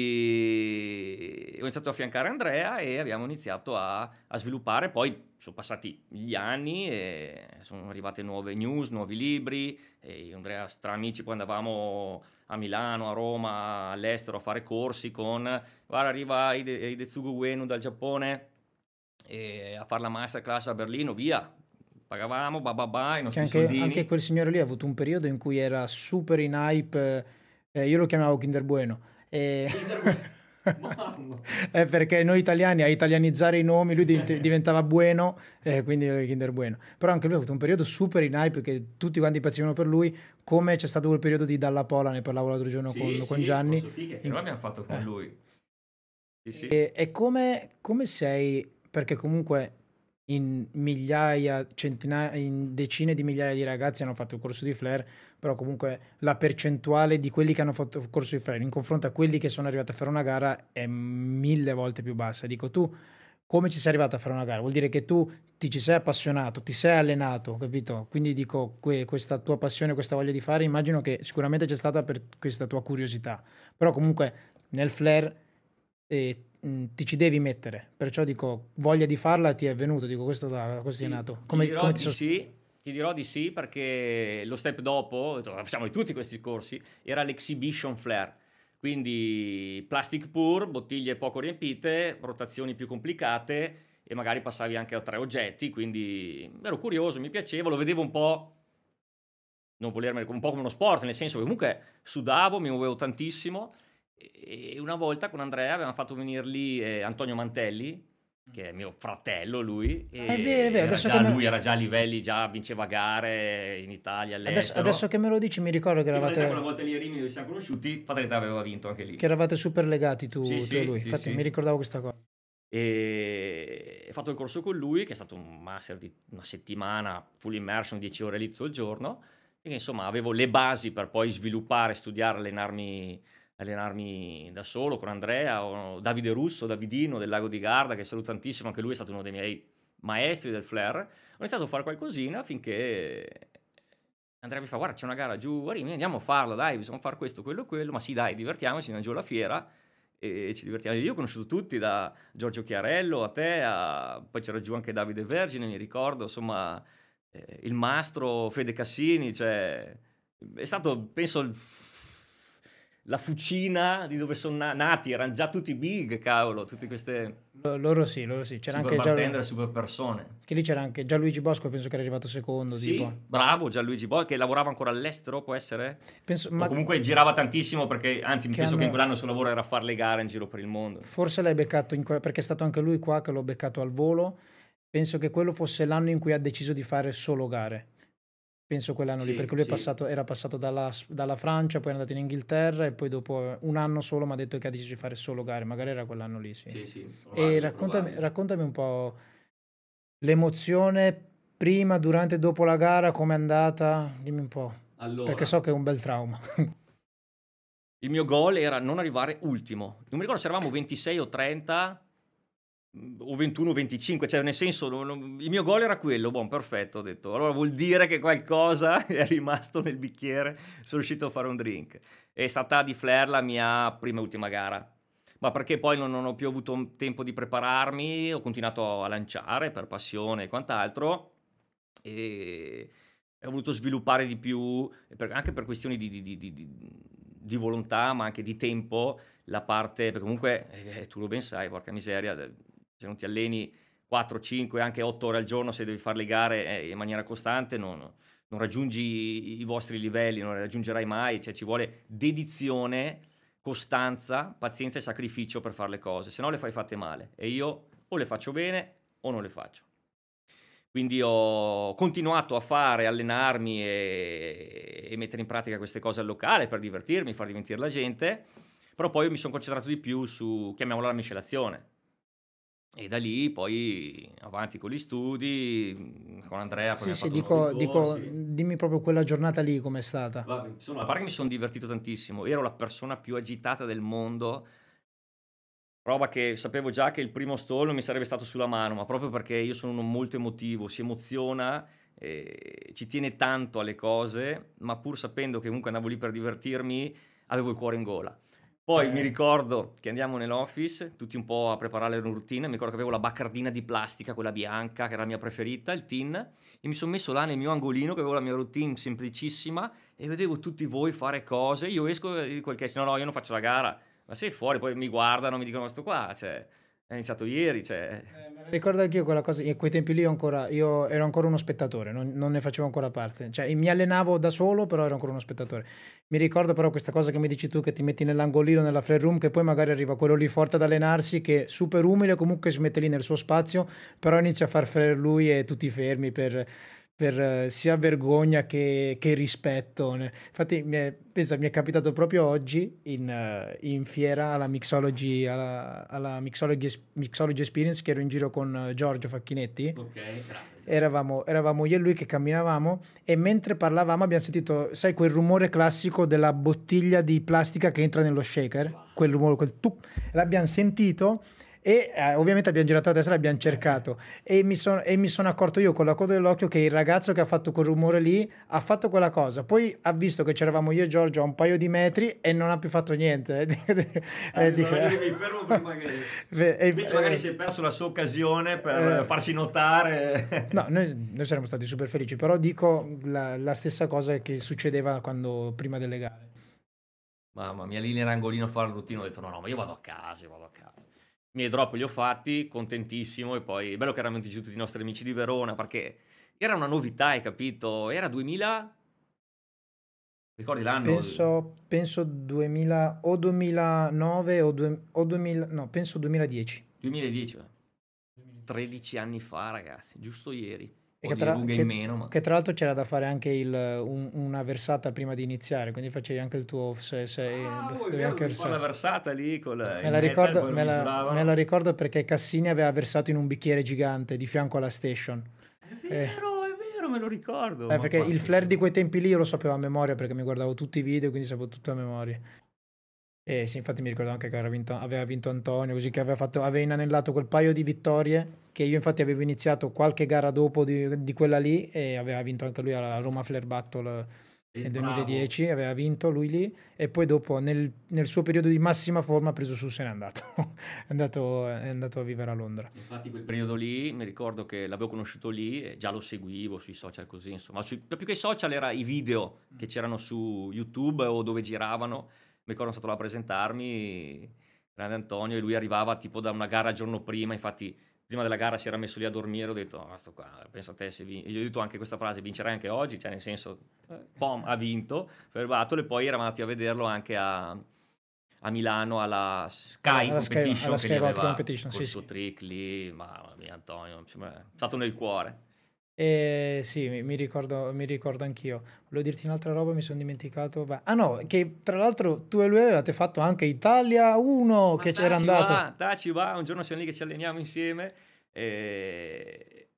quindi ho iniziato a affiancare Andrea e abbiamo iniziato a, a sviluppare. Poi sono passati gli anni e sono arrivate nuove news, nuovi libri. E io e Andrea, tra amici, poi andavamo a Milano, a Roma, all'estero a fare corsi con... Guarda, arriva Hide, Hidetsugu Ueno dal Giappone e a fare la masterclass a Berlino, via. Pagavamo, bababà, i Che nostri anche, soldini. anche quel signore lì ha avuto un periodo in cui era super in hype. eh, io lo chiamavo Kinder Bueno. eh, Mamma. eh, perché noi italiani a italianizzare i nomi lui divent- diventava Bueno, eh, quindi Kinder Bueno. Però anche lui ha avuto un periodo super in hype che tutti quanti impazzivano per lui, come c'è stato quel periodo di Dalla Pola, ne parlavo l'altro giorno Sì, con, sì, con Gianni. corso Fiche, che In- noi abbiamo fatto con eh. lui. Sì, sì. E, e come, come sei, perché comunque in migliaia, centinaia, in decine di migliaia di ragazzi hanno fatto il corso di flare, però comunque la percentuale di quelli che hanno fatto il corso di flare in confronto a quelli che sono arrivati a fare una gara è mille volte più bassa. Dico, tu come ci sei arrivato a fare una gara? Vuol dire che tu ti ci sei appassionato, ti sei allenato, capito? Quindi dico, que- questa tua passione, questa voglia di fare, immagino che sicuramente c'è stata per questa tua curiosità, però comunque nel flare e mh, ti ci devi mettere, perciò dico voglia di farla ti è venuto, dico questo da questo è Ti, nato. ti Come, dirò come di ti sos- sì, ti Ti dirò di sì, perché lo step dopo, facciamo tutti questi corsi, era l'exhibition flare. Quindi plastic pour, bottiglie poco riempite, rotazioni più complicate e magari passavi anche a tre oggetti, quindi ero curioso, mi piaceva, lo vedevo un po', non volermene, un po' come uno sport, nel senso che comunque sudavo, mi muovevo tantissimo, e una volta con Andrea avevamo fatto venire lì eh, Antonio Mantelli, che è mio fratello lui, e È vero, è vero, era adesso già, che me- lui era già a livelli, già vinceva gare in Italia, Adesso, all'estero. adesso che me lo dici mi ricordo che Che Fatalità quella eravate, volta lì a Rimini dove siamo conosciuti, Fatalità aveva vinto anche lì. che eravate super legati tu, Sì, tu sì, e lui. sì, Infatti sì. mi ricordavo questa cosa. E ho fatto il corso con lui, che è stato un master di una settimana, full immersion, dieci ore lì tutto il giorno, e che, insomma avevo le basi per poi sviluppare, studiare, allenarmi, allenarmi da solo con Andrea, o Davide Russo, Davidino del Lago di Garda, che saluto tantissimo, anche lui è stato uno dei miei maestri del flare. Ho iniziato a fare qualcosina finché Andrea mi fa: guarda, c'è una gara giù a Rimini, andiamo a farla, dai, bisogna fare questo, quello, quello. Ma sì, dai, divertiamoci, andiamo giù alla fiera e ci divertiamo. Io ho conosciuto tutti, da Giorgio Chiarello a te, a... poi c'era giù anche Davide Vergine, mi ricordo, insomma, eh, il mastro Fede Cassini, cioè è stato, penso, il f- la fucina di dove sono na- nati, erano già tutti big, cavolo, tutte queste Lo- Loro sì, loro sì. C'era super anche Gia- bartender, super persone. che lì c'era anche Gianluigi Bosco, penso che era arrivato secondo, Sì, tipo. bravo Gianluigi Boll, che lavorava ancora all'estero, può essere? Penso, O ma comunque girava tantissimo, perché anzi, Che penso che hanno- in quell'anno il suo lavoro era fare le gare in giro per il mondo. forse l'hai beccato in que- perché è stato anche lui qua che l'ho beccato al volo. Penso che quello fosse l'anno in cui ha deciso di fare solo gare. Penso quell'anno lì, Sì, perché lui è sì. passato, era passato dalla, dalla Francia, poi è andato in Inghilterra e poi dopo un anno solo mi ha detto che ha deciso di fare solo gare. Magari era quell'anno lì, sì. Sì, sì, E probabile, raccontami, probabile. raccontami un po' l'emozione prima, durante e dopo la gara, com'è andata? Dimmi un po', Allora, perché so che è un bel trauma. il mio goal era non arrivare ultimo. Non mi ricordo se eravamo ventisei o trenta mh, o ventuno o venticinque, cioè nel senso, non- non- il mio goal era quello, buon, perfetto, ho detto. Allora vuol dire che qualcosa è rimasto nel bicchiere, sono riuscito a fare un drink. È stata di Flair la mia prima e ultima gara. Ma perché poi non, non ho più avuto tempo di prepararmi, ho continuato a lanciare per passione e quant'altro, e ho voluto sviluppare di più, e per- anche per questioni di, di- di- di- di- di volontà, ma anche di tempo, la parte, perché comunque eh, tu lo ben sai, porca miseria, eh, se non ti alleni quattro, cinque, anche otto ore al giorno, se devi fare le gare eh, in maniera costante, non, non raggiungi i vostri livelli, non li raggiungerai mai, cioè ci vuole dedizione, costanza, pazienza e sacrificio per fare le cose, se no le fai fatte male, e io o le faccio bene o non le faccio. Quindi ho continuato a fare, allenarmi e, e mettere in pratica queste cose al locale per divertirmi, far divertire la gente, però poi mi sono concentrato di più su, chiamiamola, la miscelazione. E da lì poi avanti con gli studi, con Andrea poi Sì, abbiamo sì, fatto nuovi dico, dico, corsi. dimmi proprio quella giornata lì com'è stata. Vabbè, insomma, a parte che mi sono divertito tantissimo, ero la persona più agitata del mondo, roba che sapevo già che il primo stall non mi sarebbe stato sulla mano, ma proprio perché io sono uno molto emotivo, si emoziona, eh, ci tiene tanto alle cose, ma pur sapendo che comunque andavo lì per divertirmi, avevo il cuore in gola. Poi Eh. mi ricordo che andiamo nell'office, tutti un po' a preparare la routine, mi ricordo che avevo la baccardina di plastica, quella bianca, che era la mia preferita, il tin, e mi sono messo là nel mio angolino, che avevo la mia routine semplicissima, e vedevo tutti voi fare cose, io esco e dico al catch, no no, io non faccio la gara, ma sei fuori, poi mi guardano, mi dicono, ma sto qua, cioè, è iniziato ieri, cioè... Ricordo anch'io quella cosa, e quei tempi lì io, ancora, io ero ancora uno spettatore, non, non ne facevo ancora parte, cioè mi allenavo da solo, però ero ancora uno spettatore. Mi ricordo però questa cosa che mi dici tu, che ti metti nell'angolino, nella flare room, che poi magari arriva quello lì forte ad allenarsi, che super umile comunque si mette lì nel suo spazio, però inizia a far flare lui e tutti fermi per... per eh, sia vergogna che, che rispetto. Ne- Infatti, mi è, pensa, mi è capitato proprio oggi in, eh, in fiera alla Mixology, alla, alla Mixology, Es- Mixology Experience, che ero in giro con eh, Giorgio Facchinetti. Ok, grazie. Eravamo, eravamo io e lui che camminavamo e mentre parlavamo abbiamo sentito, sai, quel rumore classico della bottiglia di plastica che entra nello shaker, quel rumore, quel tup, l'abbiamo sentito E eh, ovviamente abbiamo girato a destra e abbiamo cercato e mi, son- e mi sono accorto io con la coda dell'occhio che il ragazzo che ha fatto quel rumore lì ha fatto quella cosa, poi ha visto che c'eravamo io e Giorgio a un paio di metri e non ha più fatto niente. Ah, E dico, io mi fermo prima che... e- Invece magari eh, si è perso la sua occasione per eh, farsi notare. no, noi, noi saremmo stati super felici, però dico la, la stessa cosa che succedeva quando prima delle gare. Mamma mia, lì nell'angolino a fare il routine ho detto no, no, ma io vado a casa, io vado a casa. I miei drop li ho fatti, contentissimo, e poi è bello che erano tutti i nostri amici di Verona, perché era una novità, hai capito? Era duemila... Ricordi l'anno? Penso, penso duemila o duemilanove o, due- o duemila, no, penso duemiladieci. duemiladieci, tredici anni fa, ragazzi, giusto ieri. E Un po' che di tra, rughe in che- meno, ma... che tra l'altro c'era da fare anche il, un- una versata prima di iniziare, quindi facevi anche il tuo, se, se- Ah, oh, è dovevi vero, anche devi fare la versare. versata lì con Me il la metal, ricordo, poi lo me la, me la misuravano. ricordo perché Cassini aveva versato in un bicchiere gigante di fianco alla station. È Eh, vero, è vero, me lo ricordo. eh, Ma perché il quanti flair di soldi. quei tempi lì io lo sapevo a memoria perché mi guardavo tutti i video, quindi sapevo tutto a memoria. E sì, infatti mi ricordo anche che aveva vinto, aveva vinto Antonio, così che aveva, fatto, aveva inanellato quel paio di vittorie che io infatti avevo iniziato qualche gara dopo di, di quella lì e aveva vinto anche lui alla Roma Flair Battle Eh, nel bravo. duemiladieci, aveva vinto lui lì e poi dopo nel, nel suo periodo di massima forma ha preso su se n'è andato. È andato, è andato a vivere a Londra. Infatti quel periodo lì mi ricordo che l'avevo conosciuto lì e già lo seguivo sui social così, insomma, sui- più che i social era i video che c'erano su YouTube o dove giravano. Mi ricordo sono stato là a presentarmi, grande Antonio, e lui arrivava tipo da una gara il giorno prima, infatti prima della gara si era messo lì a dormire, ho detto, "Ah, sto qua, pensa a te se vinci", gli ho detto anche questa frase, vincerai anche oggi, cioè nel senso, eh, pom, ha vinto per Battle, e poi eravamo andati a vederlo anche a, a Milano alla Alla, Sky alla Sky, alla Competition che gli Sky Vote aveva Competition, col sì, sì. suo trick lì, mamma mia Antonio, insomma, è stato nel cuore. E sì, mi, mi ricordo, mi ricordo anch'io. Volevo dirti un'altra roba, mi sono dimenticato. Beh, ah no, che tra l'altro tu e lui avevate fatto anche Italia uno, Ma che c'era taci andato. va, taci va, un giorno siamo lì che ci alleniamo insieme e,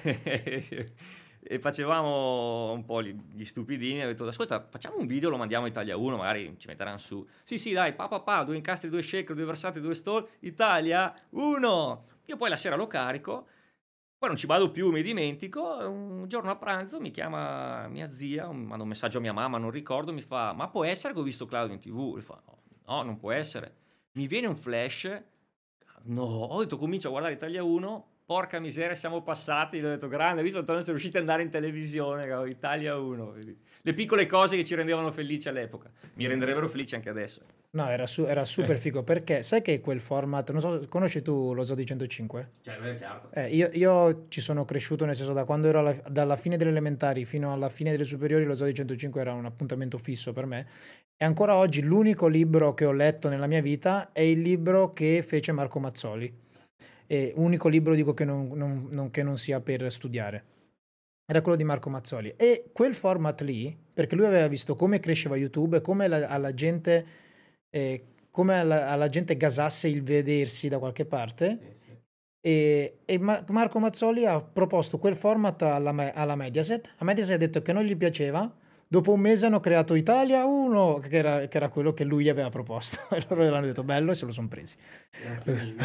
e facevamo un po' gli, gli stupidini. Ho detto, ascolta, facciamo un video, lo mandiamo a Italia uno, magari ci metteranno su. Sì, sì, dai, pa, pa, pa, due incastri, due shaker, due versati, due stall, Italia uno. Io poi la sera lo carico, poi non ci vado più, mi dimentico. Un giorno a pranzo mi chiama mia zia, mi manda un messaggio a mia mamma, non ricordo, mi fa, ma può essere che ho visto Claudio in tivù? Mi fa, no, no, non può essere. Mi viene un flash, no, ho detto comincio a guardare Italia uno, porca miseria siamo passati, ho detto grande, ho visto Antonio siamo riusciti ad andare in televisione, cavolo, Italia uno, le piccole cose che ci rendevano felici all'epoca, mi renderebbero felici anche adesso. No, era, su- era super figo perché sai che quel format, non so, conosci tu lo Zodi centocinque? Cioè, beh, certo. Eh, io, io ci sono cresciuto nel senso da quando ero alla- dalla fine delle elementari fino alla fine delle superiori, lo Zodi centocinque era un appuntamento fisso per me. E ancora oggi l'unico libro che ho letto nella mia vita è il libro che fece Marco Mazzoli. E unico libro dico che non, non- non- che non sia per studiare. Era quello di Marco Mazzoli. E quel format lì, perché lui aveva visto come cresceva YouTube, come la- alla gente, eh, come alla, alla gente gasasse il vedersi da qualche parte. Sì, sì. E, e Ma- Marco Mazzoli ha proposto quel format alla, Me- alla Mediaset. A Mediaset ha detto che non gli piaceva. Dopo un mese hanno creato Italia uno, che era, che era quello che lui aveva proposto. E loro gli hanno detto bello e se lo sono presi. Grazie mille.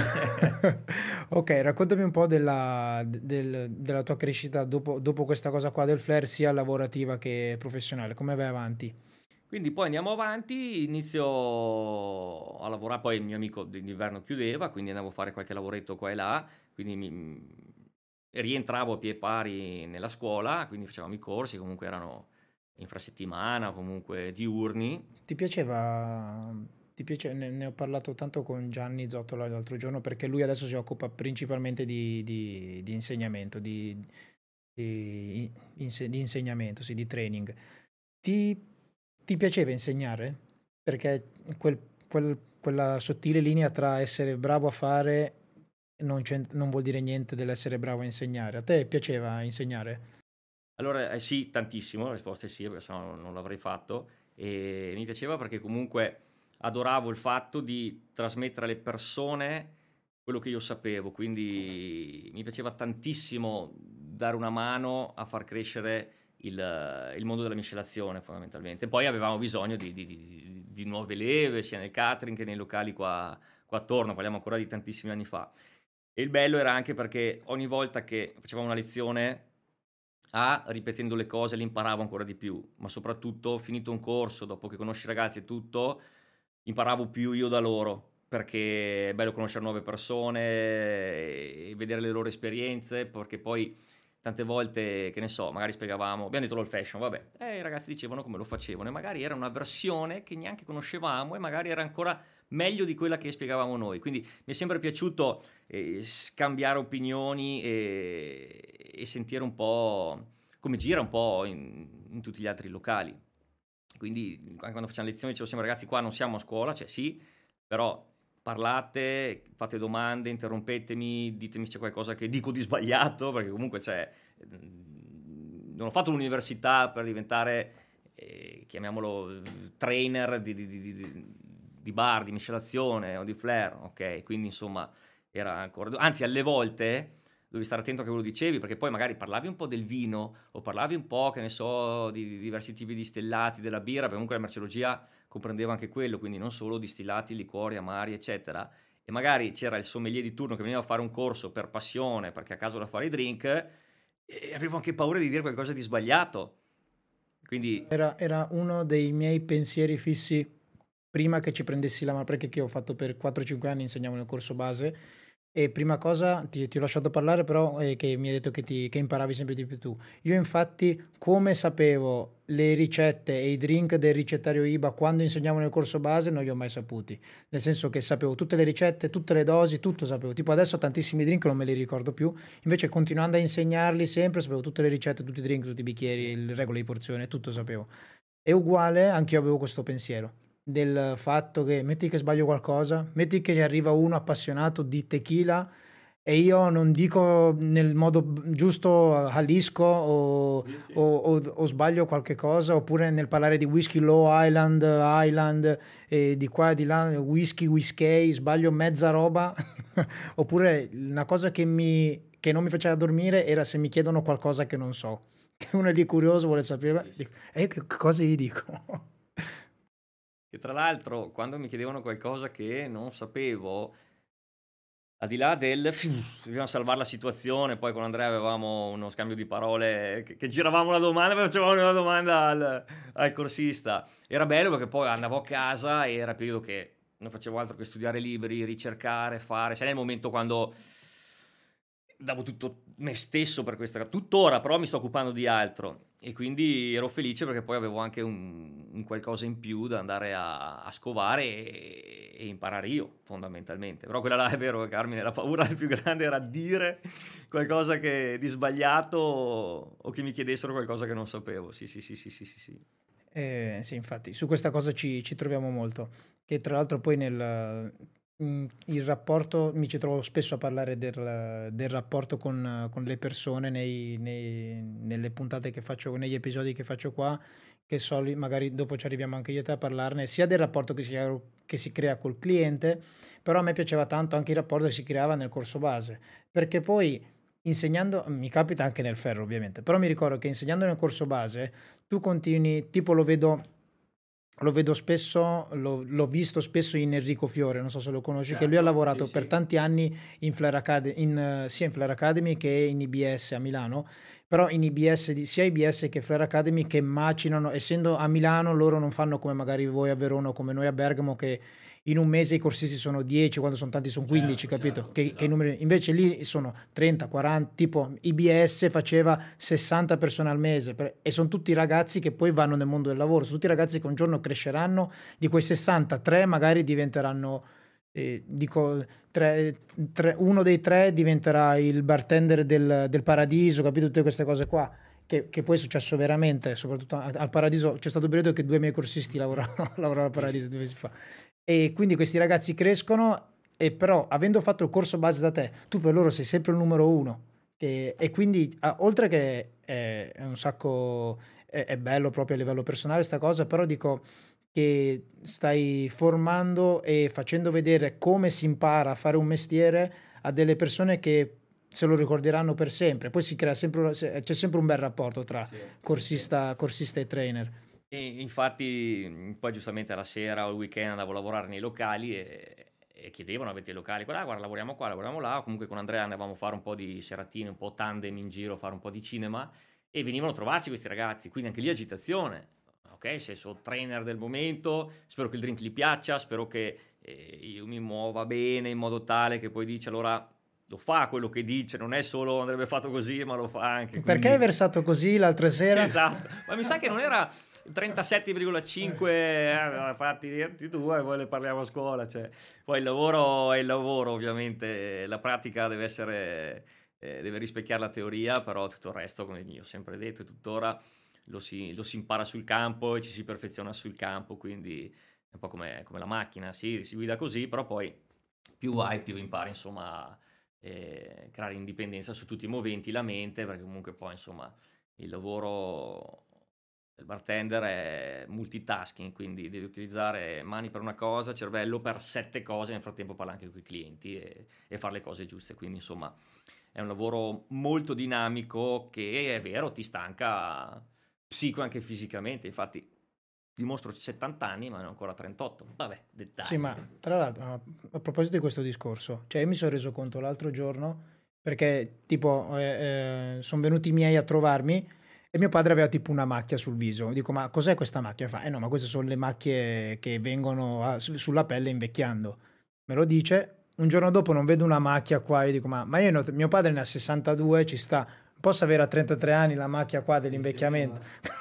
Ok, raccontami un po' della, del- della tua crescita dopo, dopo questa cosa qua del flair, sia lavorativa che professionale. Come vai avanti? Quindi poi andiamo avanti, inizio a lavorare, poi il mio amico d'inverno chiudeva, quindi andavo a fare qualche lavoretto qua e là, quindi mi- rientravo a pie pari nella scuola, quindi facevamo i corsi, comunque erano infrasettimana, comunque diurni. Ti piaceva, ti piace- ne, ne ho parlato tanto con Gianni Zottola l'altro giorno perché lui adesso si occupa principalmente di, di- di insegnamento, di, di, inse- di insegnamento, sì, di training. Ti, ti piaceva insegnare? Perché quel- quel- quella sottile linea tra essere bravo a fare non, c'ent- non vuol dire niente dell'essere bravo a insegnare. A te piaceva insegnare? Allora, eh, sì, tantissimo, la risposta è sì, perché sennò non, non l'avrei fatto. E mi piaceva perché comunque adoravo il fatto di trasmettere alle persone quello che io sapevo, quindi mi piaceva tantissimo dare una mano a far crescere il, il mondo della miscelazione, fondamentalmente. Poi avevamo bisogno di, di- di- di nuove leve, sia nel catering che nei locali qua, qua attorno, parliamo ancora di tantissimi anni fa. E il bello era anche perché ogni volta che facevamo una lezione, A, ripetendo le cose le imparavo ancora di più, ma soprattutto finito un corso, dopo che conosci i ragazzi e tutto, imparavo più io da loro, perché è bello conoscere nuove persone e vedere le loro esperienze, perché poi tante volte, che ne so, magari spiegavamo, abbiamo detto l'old fashion, vabbè, e i ragazzi dicevano come lo facevano, e magari era una versione che neanche conoscevamo e magari era ancora meglio di quella che spiegavamo noi. Quindi mi è sempre piaciuto eh, scambiare opinioni e, e sentire un po' come gira un po' in, in tutti gli altri locali. Quindi anche quando facciamo lezioni dicevo sempre, ragazzi, qua non siamo a scuola, cioè sì, però parlate, fate domande, interrompetemi, ditemi se c'è qualcosa che dico di sbagliato, perché comunque c'è, non ho fatto l'università per diventare, eh, chiamiamolo, trainer di, di, di, di, di bar, di miscelazione o di flair, ok? Quindi insomma era ancora, anzi alle volte devi stare attento a che lo dicevi, perché poi magari parlavi un po' del vino o parlavi un po', che ne so, di, di diversi tipi di stellati, della birra, perché comunque la merceologia comprendeva anche quello, quindi non solo distillati, liquori, amari, eccetera. E magari c'era il sommelier di turno che veniva a fare un corso per passione, perché a caso da fare i drink, e avevo anche paura di dire qualcosa di sbagliato. Quindi Era, era uno dei miei pensieri fissi prima che ci prendessi la mano, perché che ho fatto per quattro cinque anni, insegnavo nel corso base, e prima cosa, ti, ti ho lasciato parlare però, eh, che mi hai detto che, ti, che imparavi sempre di più tu. Io infatti, come sapevo le ricette e i drink del ricettario I B A quando insegnavo nel corso base, non li ho mai saputi. Nel senso che sapevo tutte le ricette, tutte le dosi, tutto sapevo. Tipo adesso tantissimi drink non me li ricordo più, invece continuando a insegnarli sempre, sapevo tutte le ricette, tutti i drink, tutti i bicchieri, le regole di porzione, tutto sapevo. E uguale, anche io avevo questo pensiero del fatto che metti che sbaglio qualcosa, metti che arriva uno appassionato di tequila e io non dico nel modo b- giusto Jalisco o, sì, sì. o- o- o sbaglio qualche cosa, oppure nel parlare di whisky Low Island, Island e di qua e di là, whisky, whisky, sbaglio mezza roba, oppure una cosa che, mi, che non mi faceva dormire era se mi chiedono qualcosa che non so, che uno è lì curioso, vuole sapere, Sì, sì. dico, e che cosa gli dico? E tra l'altro, quando mi chiedevano qualcosa che non sapevo, al di là del dobbiamo salvare la situazione, poi con Andrea avevamo uno scambio di parole che, che giravamo la domanda, poi facevamo una domanda al, al corsista. Era bello perché poi andavo a casa e era il periodo che non facevo altro che studiare libri, ricercare, fare. Sai, nel momento quando davo tutto me stesso per questa cosa. Tuttora però mi sto occupando di altro e quindi ero felice perché poi avevo anche un, un qualcosa in più da andare a, a scovare e, e imparare io fondamentalmente. Però quella là è vero, Carmine, la paura più grande era dire qualcosa che, di sbagliato o, o che mi chiedessero qualcosa che non sapevo. Sì, sì, sì, sì, sì, sì, sì. Eh, sì, infatti, su questa cosa ci, ci troviamo molto. Che tra l'altro poi nel mm, il rapporto, mi ci trovo spesso a parlare del, del rapporto con, con le persone nei- nei- nelle puntate che faccio, negli episodi che faccio qua, che soli, magari dopo ci arriviamo anche io e te a parlarne, sia del rapporto che si, che si crea col cliente, però a me piaceva tanto anche il rapporto che si creava nel corso base, perché poi insegnando, mi capita anche nel ferro ovviamente, però mi ricordo che insegnando nel corso base tu continui, tipo lo vedo, lo vedo spesso, l'ho, l'ho visto spesso in Enrico Fiore, non so se lo conosci, che lui ha Certo, sì, lavorato per sì. tanti anni in Flair Academy, in, eh, sia in Flair Academy che in I B S a Milano, però in I B S, di- sia I B S che Flair Academy che macinano, essendo a Milano loro non fanno come magari voi a Verona o come noi a Bergamo che in un mese i corsisti sono dieci, quando sono tanti sono quindici, Certo, capito? certo, Che, che i esatto. numeri, invece lì sono trenta, quaranta, tipo I B S faceva sessanta persone al mese per- e sono tutti ragazzi che poi vanno nel mondo del lavoro, sono tutti ragazzi che un giorno cresceranno, di quei sessanta, tre magari diventeranno, eh, dico, tre- tre- uno dei tre diventerà il bartender del, del Paradiso, capito? Tutte queste cose qua. Che, che poi è successo veramente, soprattutto a- al Paradiso. C'è stato un periodo che due miei corsisti lavoravano, lavoravano al Vedi? Paradiso due mesi fa. E quindi questi ragazzi crescono, e però avendo fatto il corso base da te, tu per loro sei sempre il numero uno. E, e quindi, ah, oltre che è, è un sacco, è, è bello proprio a livello personale sta cosa, però dico che stai formando e facendo vedere come si impara a fare un mestiere a delle persone che se lo ricorderanno per sempre. Poi si crea sempre, c'è sempre un bel rapporto tra Sì, sì, sì. corsista, corsista e trainer. E infatti, mh, poi giustamente la sera o il weekend andavo a lavorare nei locali e, e chiedevano, avete i locali qua, guarda, lavoriamo qua, lavoriamo là, o comunque con Andrea andavamo a fare un po' di seratine, un po' tandem in giro, a fare un po' di cinema, e venivano a trovarci questi ragazzi, quindi anche lì agitazione. Ok, se sono trainer del momento, spero che il drink gli piaccia, spero che eh, io mi muova bene in modo tale che poi dice allora lo fa quello che dice, non è solo andrebbe fatto così, ma lo fa anche. Perché quindi... hai versato così l'altra sera? Esatto, ma mi sa che non era trentasette virgola cinque, eh, fatti dirti tu e poi ne parliamo a scuola, cioè, poi il lavoro è il lavoro, ovviamente la pratica deve essere, eh, deve rispecchiare la teoria, però tutto il resto, come io ho sempre detto e tuttora, lo si, lo si impara sul campo e ci si perfeziona sul campo, quindi è un po' come, come la macchina, sì, si guida così, però poi più vai più impari, insomma, eh, creare indipendenza su tutti i moventi, la mente, perché comunque poi, insomma, il lavoro del bartender è multitasking, quindi devi utilizzare mani per una cosa, cervello per sette cose, nel frattempo parla anche con i clienti e, e fare le cose giuste, quindi insomma è un lavoro molto dinamico che è vero, ti stanca psico anche fisicamente, infatti dimostro settanta anni ma ne ho ancora trentotto, vabbè, dettagli. Sì, ma tra l'altro, a proposito di questo discorso, cioè io mi sono reso conto l'altro giorno, perché tipo eh, eh, sono venuti i miei a trovarmi e mio padre aveva tipo una macchia sul viso. Dico, ma cos'è questa macchia? Fa, eh no, ma queste sono le macchie che vengono a- su- sulla pelle invecchiando. Me lo dice, un giorno dopo non vedo una macchia qua e dico, ma, ma io no- mio padre ne ha sessantadue, ci sta. Posso avere a trentatré anni la macchia qua dell'invecchiamento?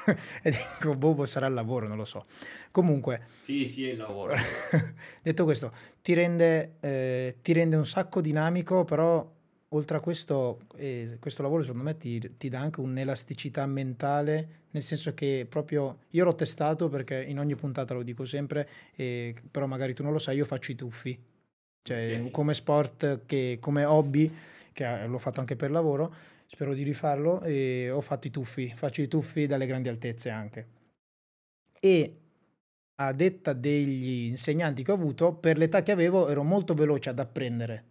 E dico, boh, sarà il lavoro, non lo so. Comunque, Sì, sì, è il lavoro. detto questo, ti rende, eh, ti rende un sacco dinamico, però oltre a questo, eh, questo lavoro secondo me ti, ti dà anche un'elasticità mentale, nel senso che proprio io l'ho testato perché in ogni puntata lo dico sempre, eh, però magari tu non lo sai, io faccio i tuffi, cioè Ok. come sport, che, come hobby, che eh, l'ho fatto anche per lavoro, spero di rifarlo, e ho fatto i tuffi, faccio i tuffi dalle grandi altezze anche. E a detta degli insegnanti che ho avuto, per l'età che avevo ero molto veloce ad apprendere.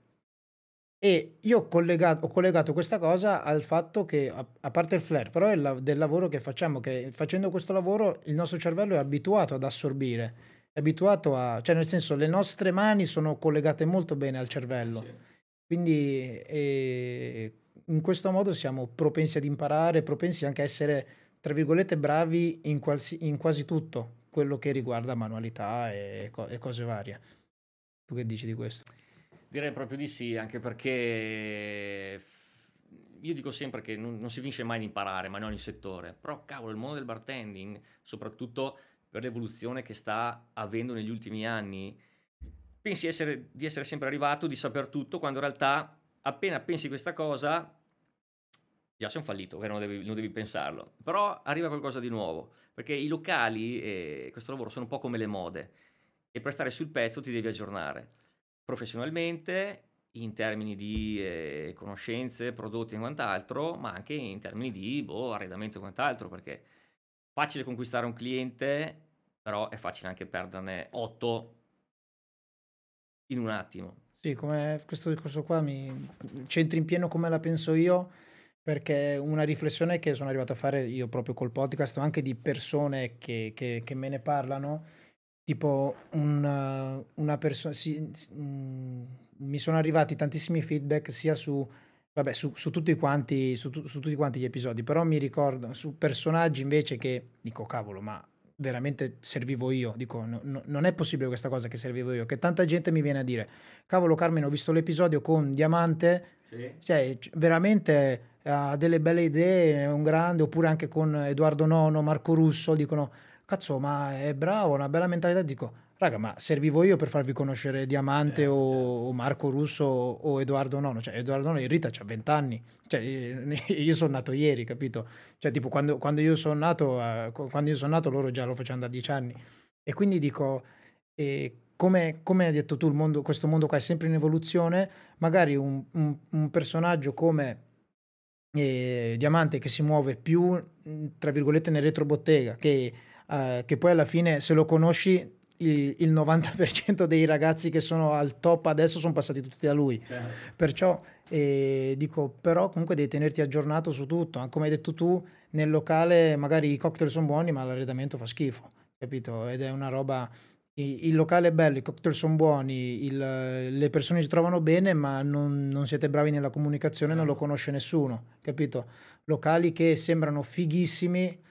E io ho collegato, ho collegato questa cosa al fatto che, a, a parte il flair, però è la- del lavoro che facciamo, che facendo questo lavoro il nostro cervello è abituato ad assorbire, è abituato a, cioè nel senso le nostre mani sono collegate molto bene al cervello. Sì. Quindi eh, in questo modo siamo propensi ad imparare, propensi anche a essere, tra virgolette, bravi in, qualsi- in quasi tutto quello che riguarda manualità e, co- e cose varie. Tu che dici di questo? Direi proprio di sì, anche perché io dico sempre che non, non si finisce mai di imparare, ma in ogni settore. Però, cavolo, il mondo del bartending, soprattutto per l'evoluzione che sta avendo negli ultimi anni, pensi essere- di essere sempre arrivato, di saper tutto, quando in realtà, appena pensi questa cosa, già sei un fallito, che non devi, non devi pensarlo. Però arriva qualcosa di nuovo, perché i locali e questo lavoro sono un po' come le mode, e per stare sul pezzo ti devi aggiornare professionalmente, in termini di eh, conoscenze, prodotti e quant'altro, ma anche in termini di boh, arredamento e quant'altro, perché è facile conquistare un cliente, però è facile anche perderne otto in un attimo. Sì, come questo discorso qua mi c'entri in pieno come la penso io, perché una riflessione che sono arrivato a fare io proprio col podcast, o anche di persone che, che- che me ne parlano, tipo un, una persona, mi sono arrivati tantissimi feedback sia su, vabbè, su, su tutti quanti, su, tu- su tutti quanti gli episodi, però mi ricordo su personaggi invece che dico, cavolo, ma veramente servivo io, dico, no- no- non è possibile questa cosa che servivo io, che tanta gente mi viene a dire, cavolo Carmine, ho visto l'episodio con Diamante, Sì. cioè c- veramente ha delle belle idee, è un grande, oppure anche con Edoardo Nono, Marco Russo, dicono, cazzo, ma è bravo, ha una bella mentalità, dico, raga, ma servivo io per farvi conoscere Diamante Certo, certo. o, o Marco Russo o Edoardo Nono, cioè Edoardo Nono in Rita c'ha venti anni, cioè eh, io sono nato ieri, capito? Cioè tipo quando, quando io sono nato, eh, qu- quando io sono nato loro già lo facevano da dieci anni. E quindi dico, eh, come, come hai detto tu, il mondo, questo mondo qua è sempre in evoluzione, magari un, un- un personaggio come eh, Diamante che si muove più, mh, tra virgolette, nel retrobottega, che, eh, che poi alla fine se lo conosci il, il novanta per cento dei ragazzi che sono al top adesso sono passati tutti da lui. Certo. Perciò eh, dico, però comunque devi tenerti aggiornato su tutto, anche come hai detto tu, nel locale magari i cocktail sono buoni ma l'arredamento fa schifo, capito? Ed è una roba i- il locale è bello, i cocktail sono buoni, il- le persone si trovano bene, ma non, non siete bravi nella comunicazione, non lo conosce nessuno, capito? Locali che sembrano fighissimi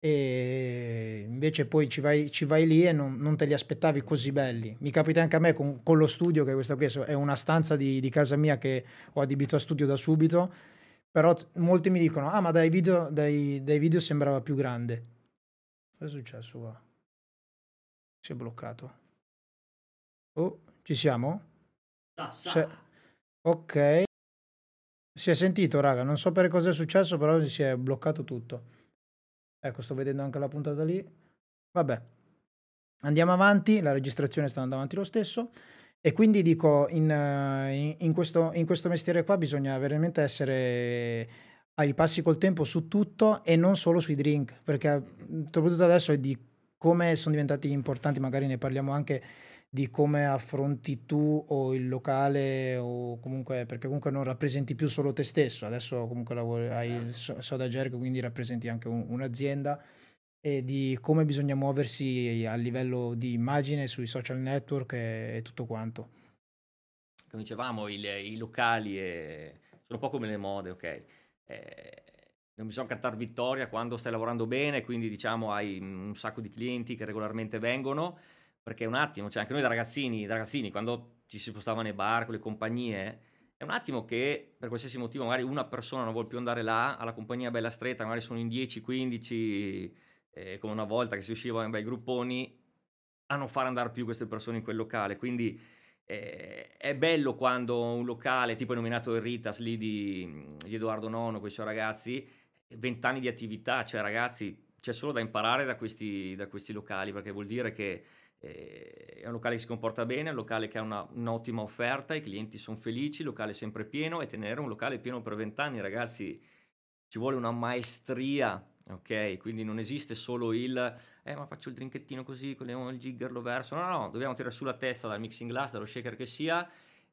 e invece poi ci vai, ci vai lì e non, non te li aspettavi così belli. Mi capita anche a me con, con lo studio, che questa qui è una stanza di, di casa mia che ho adibito a studio da subito, però t- molti mi dicono, ah, ma dai video, dai, dai video sembrava più grande. Cosa è successo qua? Si è bloccato. Oh, ci siamo? Sa, Se- sa. Ok, si è sentito, raga. Non so per cosa è successo, però si è bloccato tutto. Ecco, sto vedendo anche la puntata lì. Vabbè, andiamo avanti. La registrazione sta andando avanti lo stesso. E quindi dico, in, eh, in- in questo, in questo mestiere qua bisogna veramente essere ai passi col tempo su tutto e non solo sui drink, perché Mhm. mh, soprattutto adesso è di come sono diventati importanti, magari ne parliamo anche di come affronti tu o il locale o comunque, perché comunque non rappresenti più solo te stesso, adesso comunque lavori, hai il Certo. So- Soda Jerk, quindi rappresenti anche un- un'azienda e di come bisogna muoversi a livello di immagine sui social network e, e tutto quanto. Come dicevamo, il- i locali eh, sono un po' come le mode, ok? Eh, non bisogna cantare vittoria quando stai lavorando bene, quindi diciamo hai un sacco di clienti che regolarmente vengono, perché un attimo, cioè anche noi da ragazzini, da ragazzini quando ci si spostava nei bar con le compagnie, è un attimo che per qualsiasi motivo magari una persona non vuole più andare là, alla compagnia bella stretta, magari sono in dieci quindici, eh, come una volta che si usciva in bei grupponi, a non far andare più queste persone in quel locale. Quindi eh, è bello quando un locale, tipo hai nominato il Ritas lì di, di Edoardo Nono con i suoi ragazzi, venti anni di attività, cioè ragazzi, c'è solo da imparare da questi, da questi locali, perché vuol dire che eh, è un locale che si comporta bene, è un locale che ha una, un'ottima offerta, i clienti sono felici, il locale è sempre pieno e tenere un locale pieno per venti anni, ragazzi, ci vuole una maestria, ok? Quindi non esiste solo il eh, ma faccio il drinkettino così, con le- il jigger lo verso. No, no, no, dobbiamo tirare su la testa dal mixing glass, dallo shaker che sia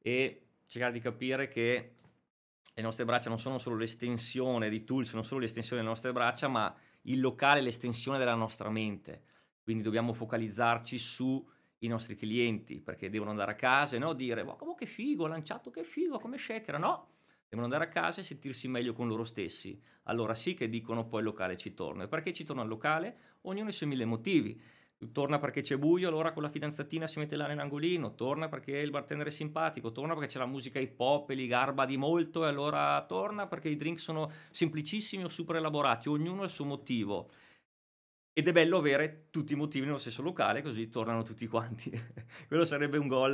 e cercare di capire che le nostre braccia non sono solo l'estensione di tools, non solo l'estensione delle nostre braccia, ma il locale è l'estensione della nostra mente. Quindi dobbiamo focalizzarci sui nostri clienti perché devono andare a casa e no dire, ma come che figo, ho lanciato che figo come shaker. No, devono andare a casa e sentirsi meglio con loro stessi. Allora sì che dicono poi il locale ci torna. E perché ci torna al locale? Ognuno ha i suoi mille motivi. Torna perché c'è buio, allora con la fidanzatina si mette là nell'angolino, torna perché il bartender è simpatico, torna perché c'è la musica hip hop e li garba di molto e allora torna perché i drink sono semplicissimi o super elaborati, ognuno ha il suo motivo. Ed è bello avere tutti i motivi nello stesso locale, così tornano tutti quanti. Quello sarebbe un gol,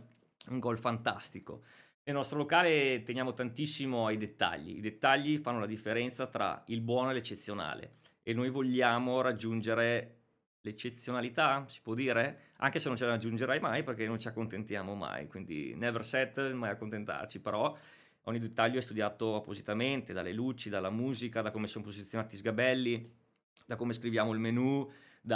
un gol fantastico. Nel nostro locale teniamo tantissimo ai dettagli. I dettagli fanno la differenza tra il buono e l'eccezionale. E noi vogliamo raggiungere l'eccezionalità, si può dire? Anche se non ce la raggiungerai mai perché non ci accontentiamo mai. Quindi never settle, mai accontentarci. Però ogni dettaglio è studiato appositamente, dalle luci, dalla musica, da come sono posizionati i sgabelli, da come scriviamo il menu,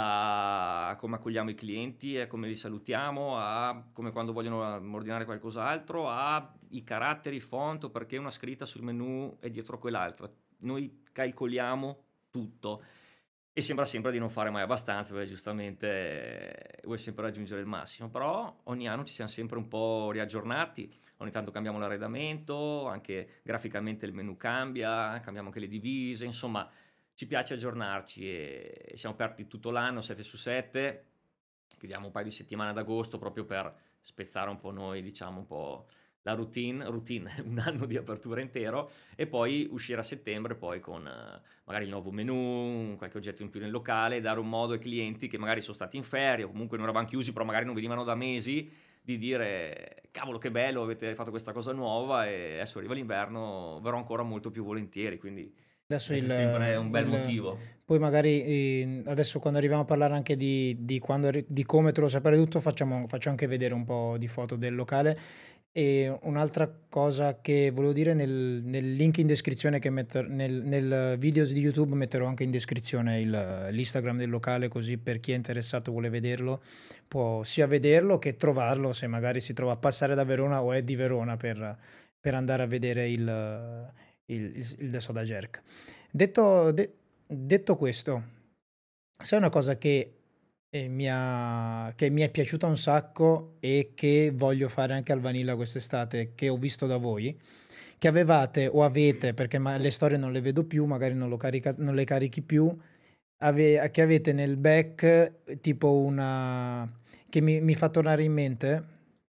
da come accogliamo i clienti e come li salutiamo, a come quando vogliono ordinare qualcos'altro, a i caratteri, i font, o perché una scritta sul menu è dietro quell'altra. Noi calcoliamo tutto e sembra sempre di non fare mai abbastanza, perché giustamente eh, vuoi sempre raggiungere il massimo, però ogni anno ci siamo sempre un po' riaggiornati, ogni tanto cambiamo l'arredamento, anche graficamente il menu cambia, cambiamo anche le divise, insomma ci piace aggiornarci e siamo aperti tutto l'anno, sette su sette, chiudiamo un paio di settimane ad agosto proprio per spezzare un po' noi, diciamo un po' la routine, routine, un anno di apertura intero e poi uscire a settembre poi con eh, magari il nuovo menu, qualche oggetto in più nel locale, dare un modo ai clienti che magari sono stati in ferie o comunque non eravamo chiusi però magari non venivano da mesi di dire cavolo che bello avete fatto questa cosa nuova e adesso arriva l'inverno verrò ancora molto più volentieri, quindi Adesso questo è sempre un il, bel il- motivo. poi magari eh, adesso quando arriviamo a parlare anche di, di quando, ri- di come te lo sapere tutto, facciamo, faccio anche vedere un po' di foto del locale. E un'altra cosa che volevo dire nel, nel link in descrizione che metto nel, nel video di YouTube metterò anche in descrizione il- l'Instagram del locale, così per chi è interessato vuole vederlo può sia vederlo che trovarlo se magari si trova a passare da Verona o è di Verona per, per andare a vedere il, il, il, il The Soda Jerk. Detto, de- detto questo, sai una cosa che e mi ha- che mi è piaciuta un sacco e che voglio fare anche al Vanilla quest'estate, che ho visto da voi, che avevate o avete, perché ma- le storie non le vedo più, magari non, lo carica- non le carichi più, ave- che avete nel back eh, tipo una... che mi, mi fa tornare in mente,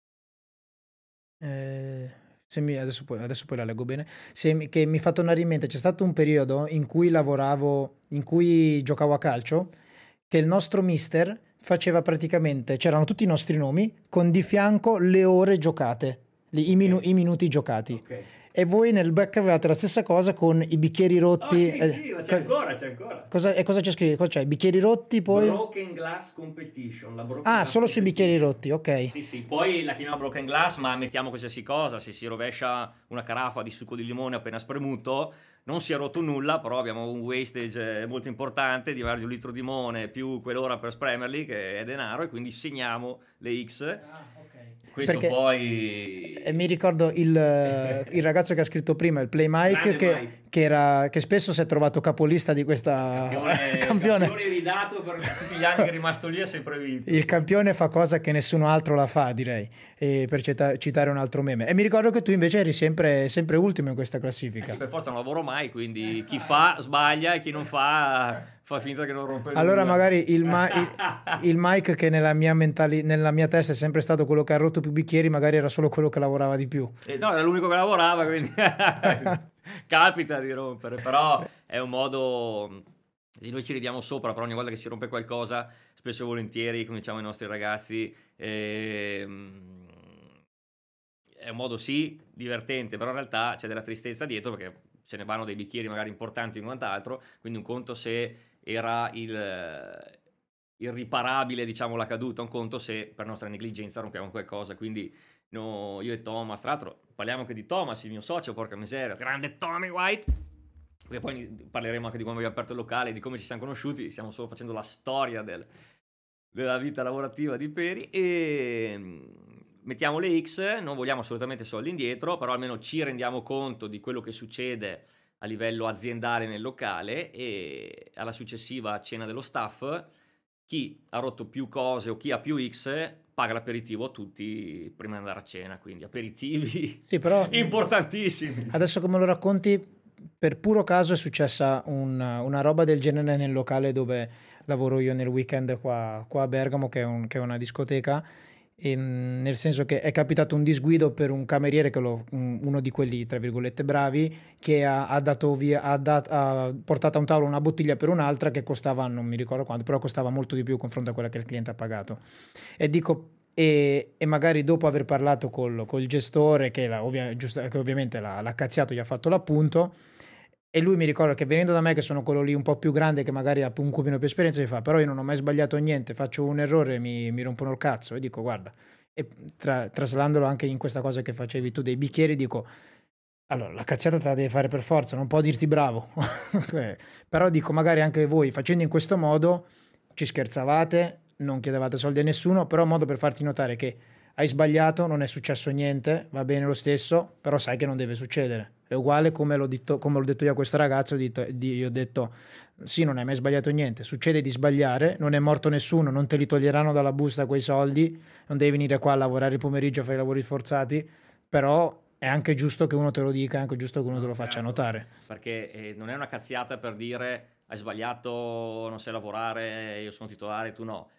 eh, se mi- adesso, poi, adesso poi la leggo bene, se mi- che mi fa tornare in mente, c'è stato un periodo in cui lavoravo, in cui giocavo a calcio, che il nostro mister faceva praticamente, c'erano tutti i nostri nomi, con di fianco le ore giocate, li- i, minu- Ok, i minuti giocati. ok. E voi nel back avevate la stessa cosa con i bicchieri Oh rotti. sì, eh, sì, ma c'è co- ancora, c'è ancora. cosa, e cosa c'è scritto? Cosa c'è? I bicchieri rotti poi? Broken Glass Competition, la Broken Ah, Glass solo sui bicchieri Competition. rotti, ok. Sì, sì, poi la chiamiamo Broken Glass, ma mettiamo qualsiasi cosa, se si rovescia una carafa di succo di limone appena spremuto, non si è rotto nulla, però abbiamo un wastage eh, molto importante di magari un litro di limone più quell'ora per spremerli, che è denaro, e quindi segniamo le X. Questo Perché eh, mi poi... ricordo il, eh, il ragazzo che ha scritto prima, il Play Mike, Grande che, Mike. che era, che spesso si è trovato capolista di questa Campione, campione. campione iridato per tutti gli anni che è rimasto lì, ha sempre vinto. Il campione fa cosa che nessuno altro la fa, direi, e per cita- citare un altro meme. E mi ricordo che tu invece eri sempre, sempre ultimo in questa Eh sì, classifica. per forza non lavoro mai, quindi chi fa sbaglia e chi non fa fa finta che non rompe Allora nulla. magari il, ma- il- il Mike che nella mia, mentali- nella mia testa è sempre stato quello che ha rotto più bicchieri, magari era solo quello che lavorava di più. Eh, no, era l'unico che lavorava, quindi capita di rompere, però è un modo... sì, noi ci ridiamo sopra, però ogni volta che si rompe qualcosa, spesso e volentieri, come diciamo ai nostri ragazzi, ehm, è un modo sì divertente, però in realtà c'è della tristezza dietro perché ce ne vanno dei bicchieri magari importanti in quant'altro, quindi un conto se era il irriparabile, diciamo, la caduta, un conto se per nostra negligenza rompiamo qualcosa, quindi no, io e Thomas, tra l'altro parliamo anche di Thomas, il mio socio, porca miseria, grande Tommy White, perché poi parleremo anche di come abbiamo aperto il locale, di come ci siamo conosciuti, stiamo solo facendo la storia del, della vita lavorativa di Peri e mm, mettiamo le X, non vogliamo assolutamente soldi indietro, però almeno ci rendiamo conto di quello che succede a livello aziendale nel locale e alla successiva cena dello staff chi ha rotto più cose o chi ha più X paga l'aperitivo a tutti prima di andare a cena, quindi aperitivi Sì, però importantissimi. adesso come lo racconti, per puro caso è successa un- una roba del genere nel locale dove lavoro io nel weekend qua, qua a Bergamo, che è, un- che è una discoteca, e, mh, nel senso che è capitato un disguido per un cameriere, che lo- un- uno di quelli, tra virgolette, bravi, che ha, ha dato via, ha, dat- ha portato a un tavolo una bottiglia per un'altra che costava, non mi ricordo quanto, però costava molto di più confronto a quella che il cliente ha pagato. E dico, e, e magari dopo aver parlato col, col gestore, che, la- ovvia- giusto- che ovviamente l'ha, l'ha cazziato, gli ha fatto l'appunto, e lui mi ricorda che venendo da me, che sono quello lì un po' più grande, che magari ha un pochino più esperienza, mi fa, però io non ho mai sbagliato niente, faccio un errore e mi, mi rompono il cazzo. E dico, guarda, e tra- traslandolo anche in questa cosa che facevi tu dei bicchieri, dico, allora, la cazziata te la devi fare per forza, non può dirti bravo. Eh, Però dico, magari anche voi facendo in questo modo ci scherzavate, non chiedevate soldi a nessuno, però è un modo per farti notare che hai sbagliato, non è successo niente, va bene lo stesso, però sai che non deve succedere. È uguale come l'ho detto, come l'ho detto io a questo ragazzo, dito- di- gli ho detto, sì, non hai mai sbagliato niente, succede di sbagliare, non è morto nessuno, non te li toglieranno dalla busta quei soldi, non devi venire qua a lavorare il pomeriggio a fare i lavori forzati, però è anche giusto che uno te lo dica, è anche giusto che uno te No, lo faccia certo, notare. perché eh, non è una cazziata per dire hai sbagliato, non sai lavorare, io sono titolare, tu no.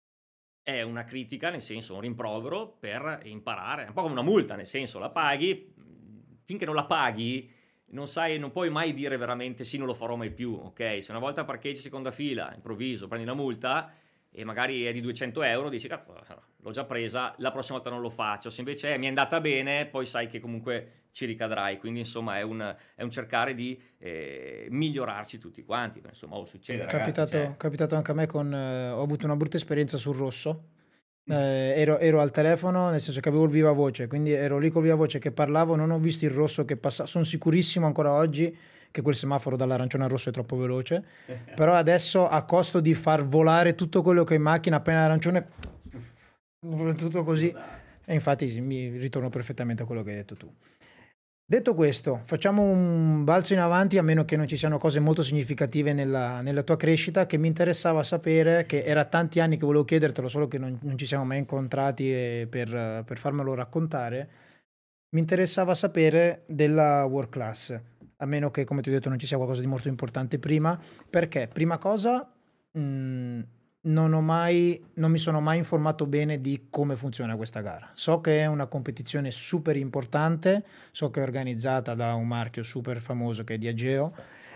È una critica, nel senso un rimprovero per imparare, è un po' come una multa, nel senso la paghi, finché non la paghi non sai, non puoi mai dire veramente sì, non lo farò mai più, ok? Se una volta parcheggi seconda fila, improvviso, prendi la multa e magari è di duecento euro, dici cazzo, l'ho già presa, la prossima volta non lo faccio. Se invece eh, mi è andata bene, poi sai che comunque ci ricadrai, quindi insomma è un, è un cercare di eh, migliorarci tutti quanti, insomma, oh, succede È ragazzi, capitato, cioè. capitato anche a me con... eh, ho avuto una brutta esperienza sul rosso. Eh, ero, ero al telefono, nel senso che avevo il viva voce, quindi ero lì col viva voce che parlavo, non ho visto il rosso che passava. Sono sicurissimo ancora oggi che quel semaforo dall'arancione al rosso è troppo veloce, però adesso a costo di far volare tutto quello che è in macchina appena l'arancione, tutto così, e infatti sì, mi ritorno perfettamente a quello che hai detto tu. Detto questo, facciamo un balzo in avanti, a meno che non ci siano cose molto significative nella, nella tua crescita, che mi interessava sapere, che era tanti anni che volevo chiedertelo, solo che non, non ci siamo mai incontrati e per, per farmelo raccontare. Mi interessava sapere della world class, a meno che, come ti ho detto, non ci sia qualcosa di molto importante prima, perché, prima cosa, mh, non ho mai, non mi sono mai informato bene di come funziona questa gara. So che è una competizione super importante, so che è organizzata da un marchio super famoso che è Diageo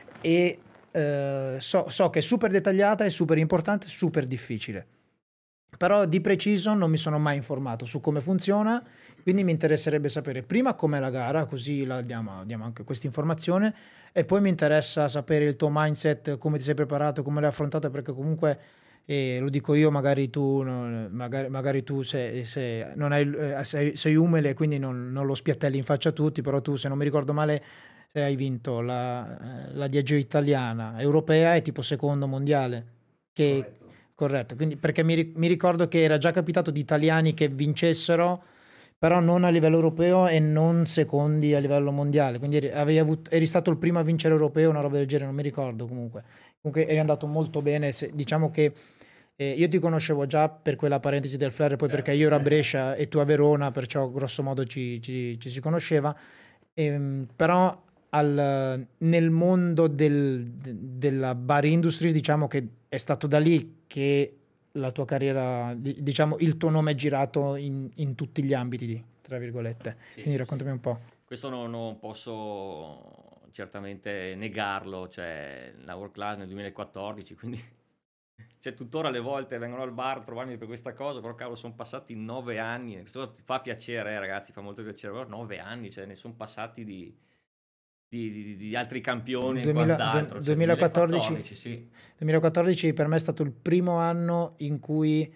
e eh, so, so che è super dettagliata, è super importante, super difficile. Però di preciso non mi sono mai informato su come funziona, quindi mi interesserebbe sapere prima com'è la gara, così la diamo, diamo anche questa informazione, e poi mi interessa sapere il tuo mindset, come ti sei preparato, come l'hai affrontato, perché comunque, eh, lo dico io, magari tu, non- magari, magari tu se, se non hai, eh, sei, sei umile, quindi non, non lo spiattelli in faccia a tutti, però tu, se non mi ricordo male, eh, hai vinto la, eh, la Diageo italiana, europea e tipo secondo mondiale. Che, Corretto. corretto, quindi perché mi, ri- mi ricordo che era già capitato di italiani che vincessero, però non a livello europeo e non secondi a livello mondiale. Quindi eri, avevi avuto- eri stato il primo a vincere europeo, una roba del genere, non mi ricordo comunque. Comunque eri andato molto bene. Se- diciamo che eh, io ti conoscevo già per quella parentesi del flare, poi perché Certo. io ero a Brescia e tu a Verona, perciò grosso modo ci, ci- ci si conosceva. Ehm, però al- nel mondo del- de- della bar industry, diciamo che è stato da lì che la tua carriera, di- diciamo, il tuo nome è girato in, in tutti gli ambiti, tra virgolette. Sì, Quindi sì. raccontami un po'. Questo no- non posso certamente negarlo, cioè la World Class nel duemilaquattordici, quindi cioè, tuttora alle volte vengono al bar a trovarmi per questa cosa, però cavolo, sono passati nove anni. Questo fa piacere, eh, ragazzi, fa molto piacere, però nove anni, cioè ne sono passati di, di- di- di altri campioni e duemila du- quant'altro, cioè duemilaquattordici, duemilaquattordici, sì. duemilaquattordici per me è stato il primo anno in cui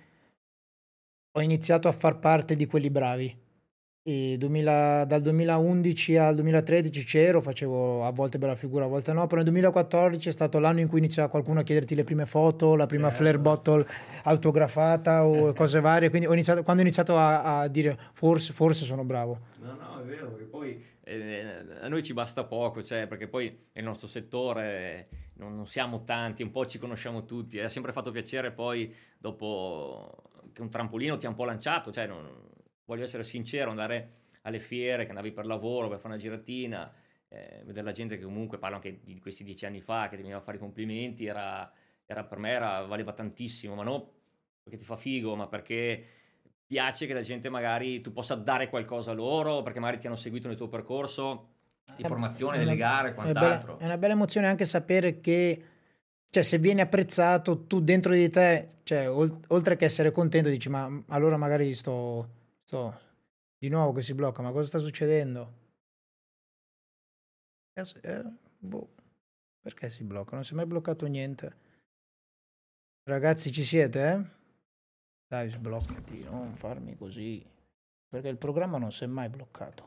ho iniziato a far parte di quelli bravi. E duemila dal duemilaundici al duemilatredici c'ero, facevo a volte bella figura, a volte no, però nel duemilaquattordici è stato l'anno in cui iniziava qualcuno a chiederti le prime foto, la prima flare Certo. bottle autografata o cose varie, quindi ho iniziato, quando ho iniziato a, a dire forse, forse sono bravo. No, no, è vero, che poi eh, a noi ci basta poco, cioè, perché poi nel nostro settore non, non siamo tanti, un po' ci conosciamo tutti, è sempre fatto piacere poi dopo che un trampolino ti ha un po' lanciato, cioè, non- voglio essere sincero, andare alle fiere, che andavi per lavoro, per fare una giratina, eh, vedere la gente che comunque, parlo anche di questi dieci anni fa, che ti veniva a fare i complimenti, era, era- per me era, valeva tantissimo, ma non perché ti fa figo, ma perché piace che la gente magari tu possa dare qualcosa a loro, perché magari ti hanno seguito nel tuo percorso di È, formazione, è nelle una, gare e è una bella, è quant'altro. una bella emozione anche sapere che, cioè, se vieni apprezzato, tu dentro di te, cioè, ol- oltre che essere contento, dici, ma mm, allora magari sto, sto di nuovo che si blocca, ma cosa sta succedendo? Eh, s- eh, boh, perché si blocca? Non si è mai bloccato niente. Ragazzi, ci siete, eh? Dai, sbloccati, non farmi così. Perché il programma non si è mai bloccato.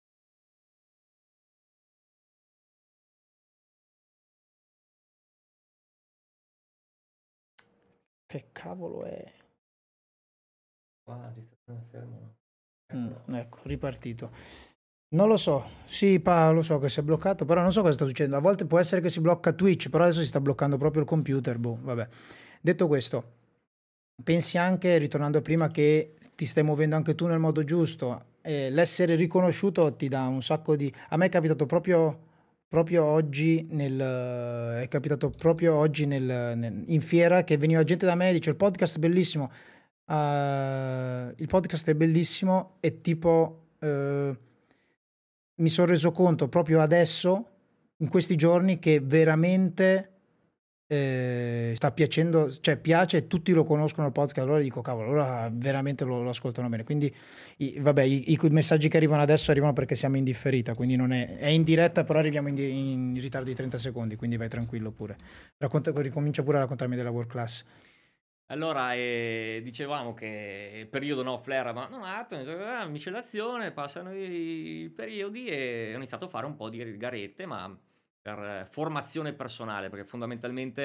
Che cavolo è? Qua, registrazione fermo, no? Mm, Eccolo. ecco, ripartito. Non lo so, sì, pa, lo so che si è bloccato, però non so cosa sta succedendo. A volte può essere che si blocca Twitch, però adesso si sta bloccando proprio il computer. Boh, vabbè. Detto questo, pensi anche, ritornando a prima, che ti stai muovendo anche tu nel modo giusto. Eh, l'essere riconosciuto ti dà un sacco di... A me è capitato proprio, proprio oggi, nel, è capitato proprio oggi nel, nel- in fiera che veniva gente da me e dice il podcast è bellissimo. Uh, il podcast è bellissimo e tipo uh, mi sono reso conto proprio adesso, in questi giorni, che veramente eh, sta piacendo, cioè piace e tutti lo conoscono il podcast, allora dico cavolo, allora veramente lo, lo ascoltano bene. Quindi i, vabbè, i, i messaggi che arrivano adesso arrivano perché siamo in differita, quindi non è, è in diretta, però arriviamo in, di- in ritardo di trenta secondi, quindi vai tranquillo pure. Racconta, ricomincia pure a raccontarmi della world class. Allora, eh, dicevamo che periodo no, flare, ma no, attimo, ah, miscelazione, passano i, i periodi e ho iniziato a fare un po' di garette, ma per eh, formazione personale, perché fondamentalmente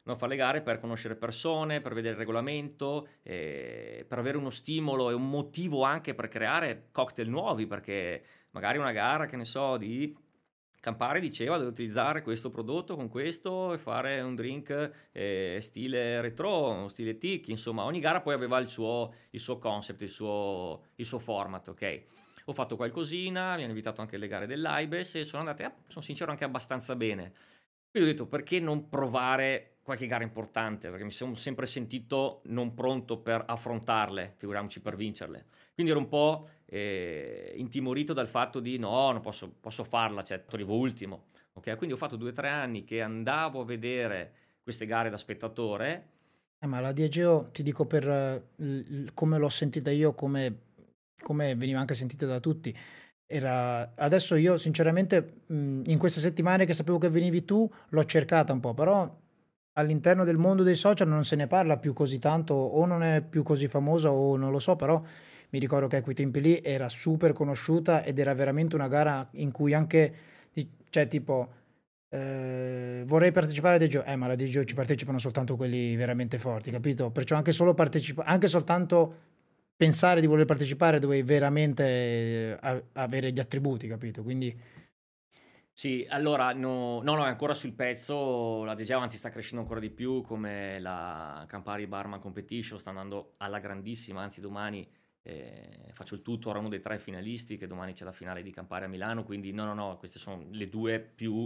no, fare le gare per conoscere persone, per vedere il regolamento, eh, per avere uno stimolo e un motivo anche per creare cocktail nuovi, perché magari una gara, che ne so, di Campari diceva di utilizzare questo prodotto con questo e fare un drink eh, stile retro, stile tiki, insomma ogni gara poi aveva il suo, il suo concept, il suo, il suo format, ok? Ho fatto qualcosina, mi hanno invitato anche alle gare dell'Aibes e sono andate, eh, sono sincero, anche abbastanza bene. Quindi ho detto, perché non provare qualche gara importante? Perché mi sono sempre sentito non pronto per affrontarle, figuriamoci per vincerle. Quindi ero un po' eh, intimorito dal fatto di no, non posso, posso farla, cioè arrivo ultimo. Okay? Quindi ho fatto due o tre anni che andavo a vedere queste gare da spettatore. Eh, ma la Diageo, ti dico per eh, l- l- come l'ho sentita io, come, come veniva anche sentita da tutti. Era, adesso io sinceramente mh, in queste settimane che sapevo che venivi tu l'ho cercata un po', però all'interno del mondo dei social non se ne parla più così tanto, o non è più così famosa o non lo so, però mi ricordo che a quei tempi lì era super conosciuta ed era veramente una gara in cui anche, di- cioè tipo, eh, vorrei partecipare a dei giochi, eh ma alla dei giochi ci partecipano soltanto quelli veramente forti, capito? Perciò anche solo partecipa, anche soltanto pensare di voler partecipare dovevi veramente eh, a- avere gli attributi, capito? Quindi Sì, allora no, no, no, è ancora sul pezzo, la Degeo anzi sta crescendo ancora di più, come la Campari Barman Competition, sta andando alla grandissima, anzi domani eh, faccio il tutto, ora uno dei tre finalisti, che domani c'è la finale di Campari a Milano, quindi no, no, no, queste sono le due più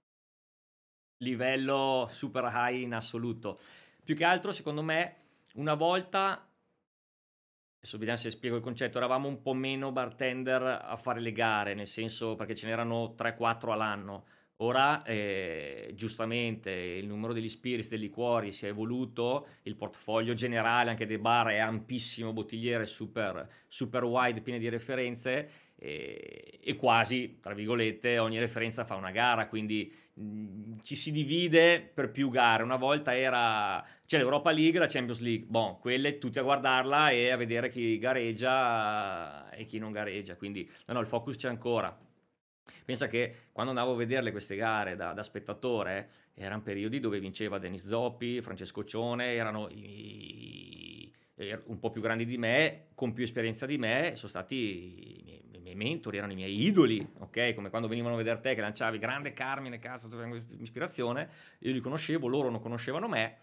livello super high in assoluto. Più che altro, secondo me, una volta, adesso vediamo se spiego il concetto, eravamo un po' meno bartender a fare le gare, nel senso perché ce n'erano tre quattro all'anno. Ora, eh, giustamente, il numero degli spirits, dei liquori si è evoluto, il portfolio generale anche dei bar è ampissimo, bottigliere super, super wide, piene di referenze e, e quasi, tra virgolette, ogni referenza fa una gara, quindi mh, ci si divide per più gare. Una volta era c'è l'Europa League e la Champions League, bon, quelle tutti a guardarla e a vedere chi gareggia e chi non gareggia, quindi no, no, il focus c'è ancora. Pensa che quando andavo a vederle queste gare da, da spettatore, erano periodi dove vinceva Denis Zoppi, Francesco Cione, erano i, i, un po' più grandi di me, con più esperienza di me, sono stati i miei, i miei mentori, erano i miei idoli, ok? Come quando venivano a vedere te che lanciavi grande Carmine, cazzo, tu vengo ispirazione, io li conoscevo, loro non conoscevano me.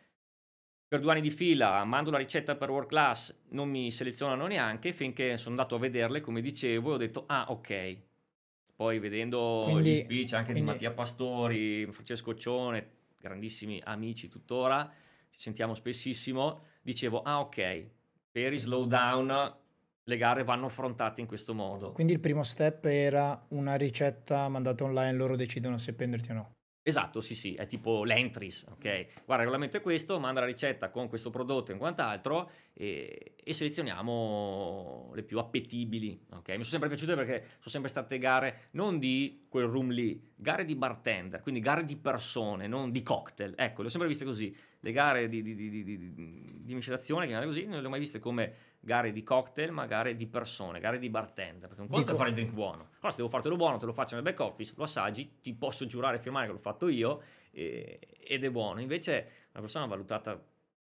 Per due anni di fila mando la ricetta per World Class, non mi selezionano neanche, finché sono andato a vederle, come dicevo, e ho detto, ah, ok. Poi vedendo gli quindi speech anche di quindi Mattia Pastori, Francesco Cione, grandissimi amici tuttora, ci sentiamo spessissimo, dicevo, ah, ok, per i slowdown le gare vanno affrontate in questo modo. quindi il primo step era una ricetta mandata online, loro decidono se prenderti o no. Esatto, sì, sì, è tipo l'entries, ok? Guarda, il regolamento è questo, manda la ricetta con questo prodotto e quant'altro e, e selezioniamo le più appetibili, ok? Mi sono sempre piaciute perché sono sempre state gare non di quel room lì, gare di bartender, quindi gare di persone, non di cocktail. Ecco, le ho sempre viste così. Le gare di, di, di, di, di, di miscelazione, chiamate così, non le ho mai viste come gare di cocktail, ma gare di persone, gare di bartender, perché un conto è Dico, fare il drink buono. Allora, se devo fartelo buono, te lo faccio nel back office, lo assaggi, ti posso giurare e firmare che l'ho fatto io e- ed è buono. Invece una persona valutata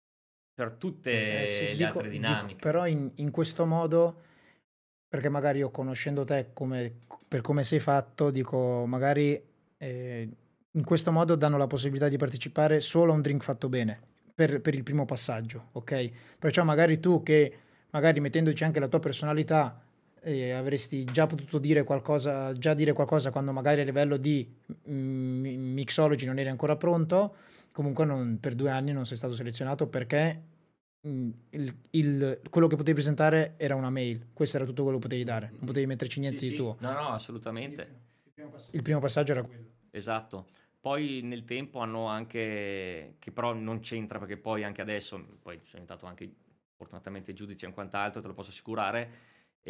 per eh tutte sì, le dico, altre dico, dinamiche. però in, in questo modo, perché magari io conoscendo te come, per come sei fatto, dico, magari eh, in questo modo danno la possibilità di partecipare solo a un drink fatto bene, per, per il primo passaggio, ok? Perciò magari tu che, magari mettendoci anche la tua personalità, eh, avresti già potuto dire qualcosa, già dire qualcosa quando magari a livello di mm, mixology non eri ancora pronto, comunque non- per due anni non sei stato selezionato perché mm, il- il- quello che potevi presentare era una mail, questo era tutto quello che potevi Mm, dare, mm, non mm. potevi metterci Sì, niente di sì, tuo. no, no, Quindi il assolutamente. primo, il primo pass- il primo passaggio era quello. Esatto. Poi nel tempo hanno anche, che però non c'entra perché poi anche adesso, poi sono diventato anche fortunatamente giudice e quant'altro, te lo posso assicurare,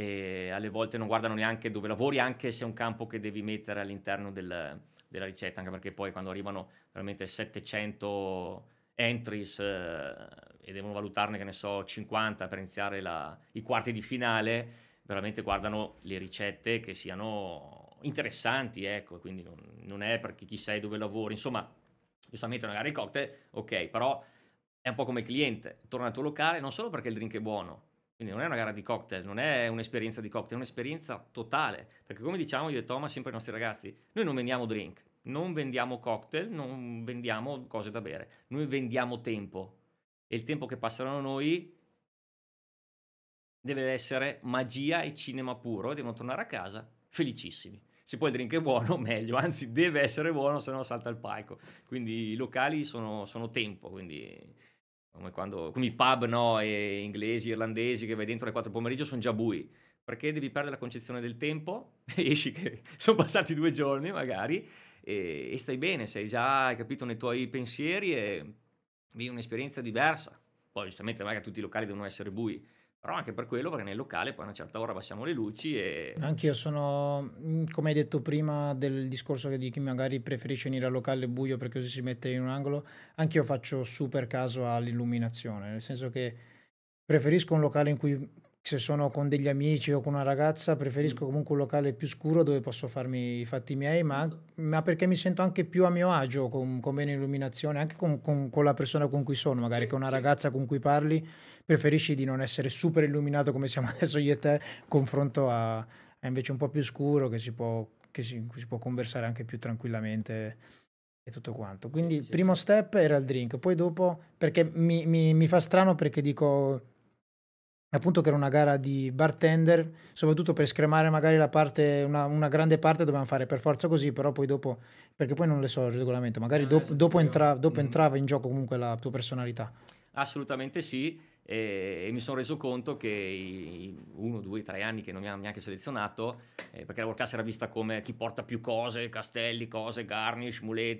e alle volte non guardano neanche dove lavori, anche se è un campo che devi mettere all'interno del- della ricetta, anche perché poi quando arrivano veramente settecento entries eh, e devono valutarne, che ne so, cinquanta per iniziare la- i quarti di finale, veramente guardano le ricette che siano interessanti, ecco, quindi non, non è perché chi sei dove lavori, insomma, giustamente una gara di cocktail, ok, però è un po' come il cliente, torna al tuo locale non solo perché il drink è buono, quindi non è una gara di cocktail, non è un'esperienza di cocktail, è un'esperienza totale, perché come diciamo io e Thomas sempre ai nostri ragazzi, noi non vendiamo drink, non vendiamo cocktail, non vendiamo cose da bere, noi vendiamo tempo, e il tempo che passeranno noi deve essere magia e cinema puro, e devono tornare a casa felicissimi. Se poi il drink è buono, meglio, anzi deve essere buono, se no salta il palco. Quindi i locali sono, sono tempo, quindi come quando come i pub, no, e inglesi, irlandesi che vai dentro alle quattro pomeriggio sono già bui, perché devi perdere la concezione del tempo, esci che sono passati due giorni magari e, e stai bene, sei già, hai capito, nei tuoi pensieri e vivi un'esperienza diversa. Poi giustamente magari tutti i locali devono essere bui, però anche per quello, perché nel locale poi a una certa ora abbassiamo le luci e... Anch'io sono, mm, come hai detto prima del discorso che di chi magari preferisce venire al locale buio perché così si mette in un angolo, anch'io faccio super caso all'illuminazione, nel senso che preferisco un locale in cui, se sono con degli amici o con una ragazza, preferisco Mm, comunque un locale più scuro dove posso farmi i fatti miei, ma, giusto. ma perché mi sento anche più a mio agio con, con meno illuminazione, anche con, con- con la persona con cui sono, magari Sì, con una sì. ragazza con cui parli, preferisci di non essere super illuminato come siamo adesso io e te, confronto a, è invece un po' più scuro che si può, che si, in cui si può conversare anche più tranquillamente e tutto quanto. Quindi Sì, il sì, primo sì. step era il drink, poi dopo, perché mi, mi- mi fa strano perché dico appunto che era una gara di bartender, soprattutto per scremare magari la parte, una, una grande parte dovevamo fare per forza così, però poi dopo, perché poi non le so il regolamento, magari Non ne dopo, so dopo, neanch'io. entra- dopo Mhm. entrava in gioco comunque la tua personalità. Assolutamente sì, e, e mi sono reso conto che i, i uno, due, tre anni che non mi hanno neanche selezionato, eh, perché la World Class era vista come chi porta più cose, castelli, cose, garnish,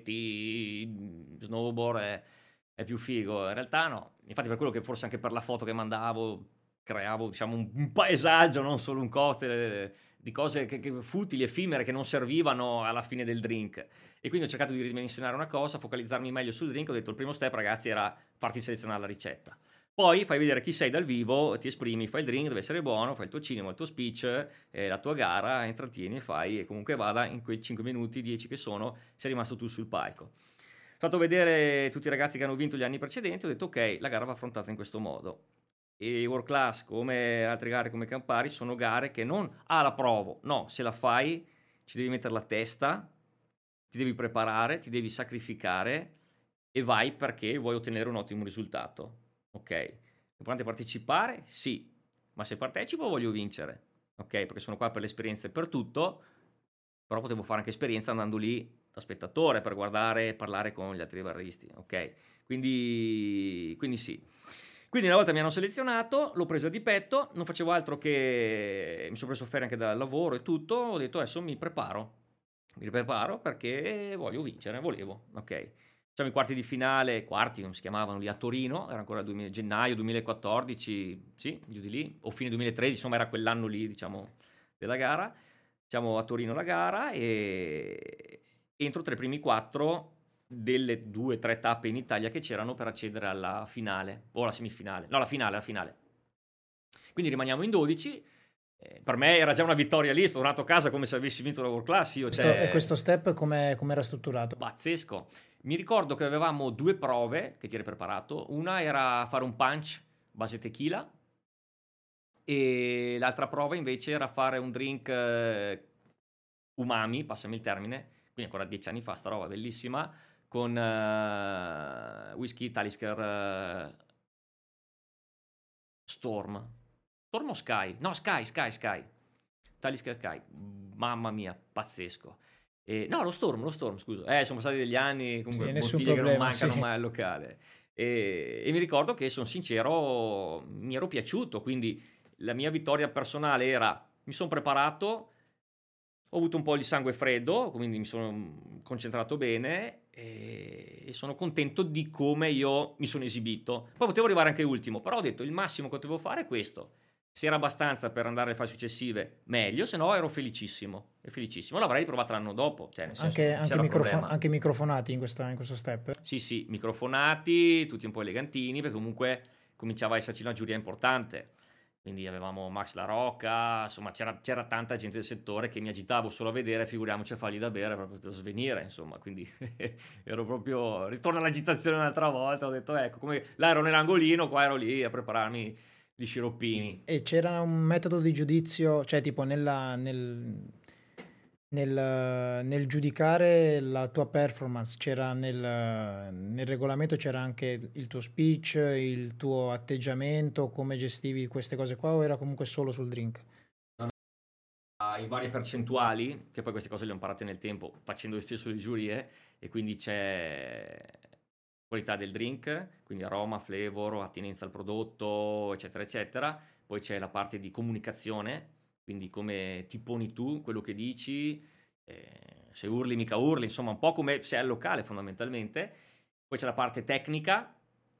muletti, snowboard, è, è più figo. In realtà no, infatti per quello che forse anche per la foto che mandavo creavo diciamo un, un paesaggio, non solo un cocktail, eh, di cose che, che futili, effimere, che non servivano alla fine del drink. E quindi ho cercato di ridimensionare una cosa, focalizzarmi meglio sul drink. Ho detto il primo step, ragazzi, era farti selezionare la ricetta. Poi fai vedere chi sei dal vivo, ti esprimi, fai il drink, deve essere buono, fai il tuo cinema, il tuo speech, eh, la tua gara, intrattieni e fai, e comunque vada, in quei cinque minuti, dieci che sono, sei rimasto tu sul palco. Ho fatto vedere tutti i ragazzi che hanno vinto gli anni precedenti, ho detto ok, la gara va affrontata in questo modo. E World Class, come altre gare come Campari, sono gare che non, ah la provo, no, se la fai ci devi mettere la testa, ti devi preparare, ti devi sacrificare e vai perché vuoi ottenere un ottimo risultato. Ok? È importante partecipare? Sì, ma se partecipo voglio vincere. Ok? Perché sono qua per l'esperienza e per tutto, però potevo fare anche esperienza andando lì da spettatore per guardare e parlare con gli altri barristi. Ok? Quindi, quindi sì. Quindi una volta mi hanno selezionato, l'ho presa di petto, non facevo altro che mi sono preso ferie anche dal lavoro e tutto, ho detto adesso mi preparo, mi preparo perché voglio vincere, volevo, ok. Siamo i quarti di finale, quarti non si chiamavano lì a Torino, era ancora duemila gennaio duemilaquattordici, sì, giù di lì, o fine duemilatredici, insomma era quell'anno lì, diciamo, della gara. Siamo a Torino la gara e entro tra i primi quattro delle due o tre tappe in Italia che c'erano per accedere alla finale, o alla semifinale, no, la finale, la finale. Quindi rimaniamo in dodici. Eh, per me era già una vittoria lì, sono tornato a casa come se avessi vinto la World Class, io Questo, e te questo step come era strutturato? pazzesco. Mi ricordo che avevamo due prove che ti eri preparato, una era fare un punch base tequila e l'altra prova invece era fare un drink eh, umami, passami il termine, quindi ancora dieci anni fa, sta roba bellissima, con eh, whisky Talisker eh, Storm. Storm o Sky? No, Sky, Sky, Sky. Talisker Sky. Mamma mia, pazzesco. E, no, lo Storm, lo Storm, scusa. Eh, sono passati degli anni, comunque Sì, nessun bottiglie che non problema, sì. mancano mai al locale. E, e mi ricordo che, sono sincero, mi ero piaciuto, quindi la mia vittoria personale era, mi sono preparato, ho avuto un po' di sangue freddo, quindi mi sono concentrato bene e, e sono contento di come io mi sono esibito. Poi potevo arrivare anche ultimo, però ho detto il massimo che potevo fare è questo. Se era abbastanza per andare alle fasi successive, meglio, se no ero felicissimo. E felicissimo. L'avrei riprovata l'anno dopo, cioè nel senso Anche, non anche, c'era microfo- problema. anche microfonati in, questa- in questo step? Sì, sì, microfonati, tutti un po' elegantini, perché comunque cominciava a esserci una giuria importante. quindi avevamo Max La Rocca, insomma c'era, c'era tanta gente del settore che mi agitavo solo a vedere, figuriamoci a fargli da bere proprio per svenire, insomma, quindi ero proprio, ritorno all'agitazione un'altra volta, ho detto ecco, come là ero nell'angolino, qua ero lì a prepararmi gli sciroppini. E c'era un metodo di giudizio, cioè tipo nella, nel, nel, nel giudicare la tua performance, c'era nel, nel regolamento c'era anche il tuo speech, il tuo atteggiamento, come gestivi queste cose qua, o era comunque solo sul drink? I varie percentuali, che poi queste cose le ho imparate nel tempo facendo io stesso le giurie, e quindi c'è qualità del drink, quindi aroma, flavor, attinenza al prodotto, eccetera, eccetera. Poi c'è la parte di comunicazione, quindi come ti poni tu, quello che dici, eh, se urli mica urli, insomma un po' come se è al locale fondamentalmente. Poi c'è la parte tecnica,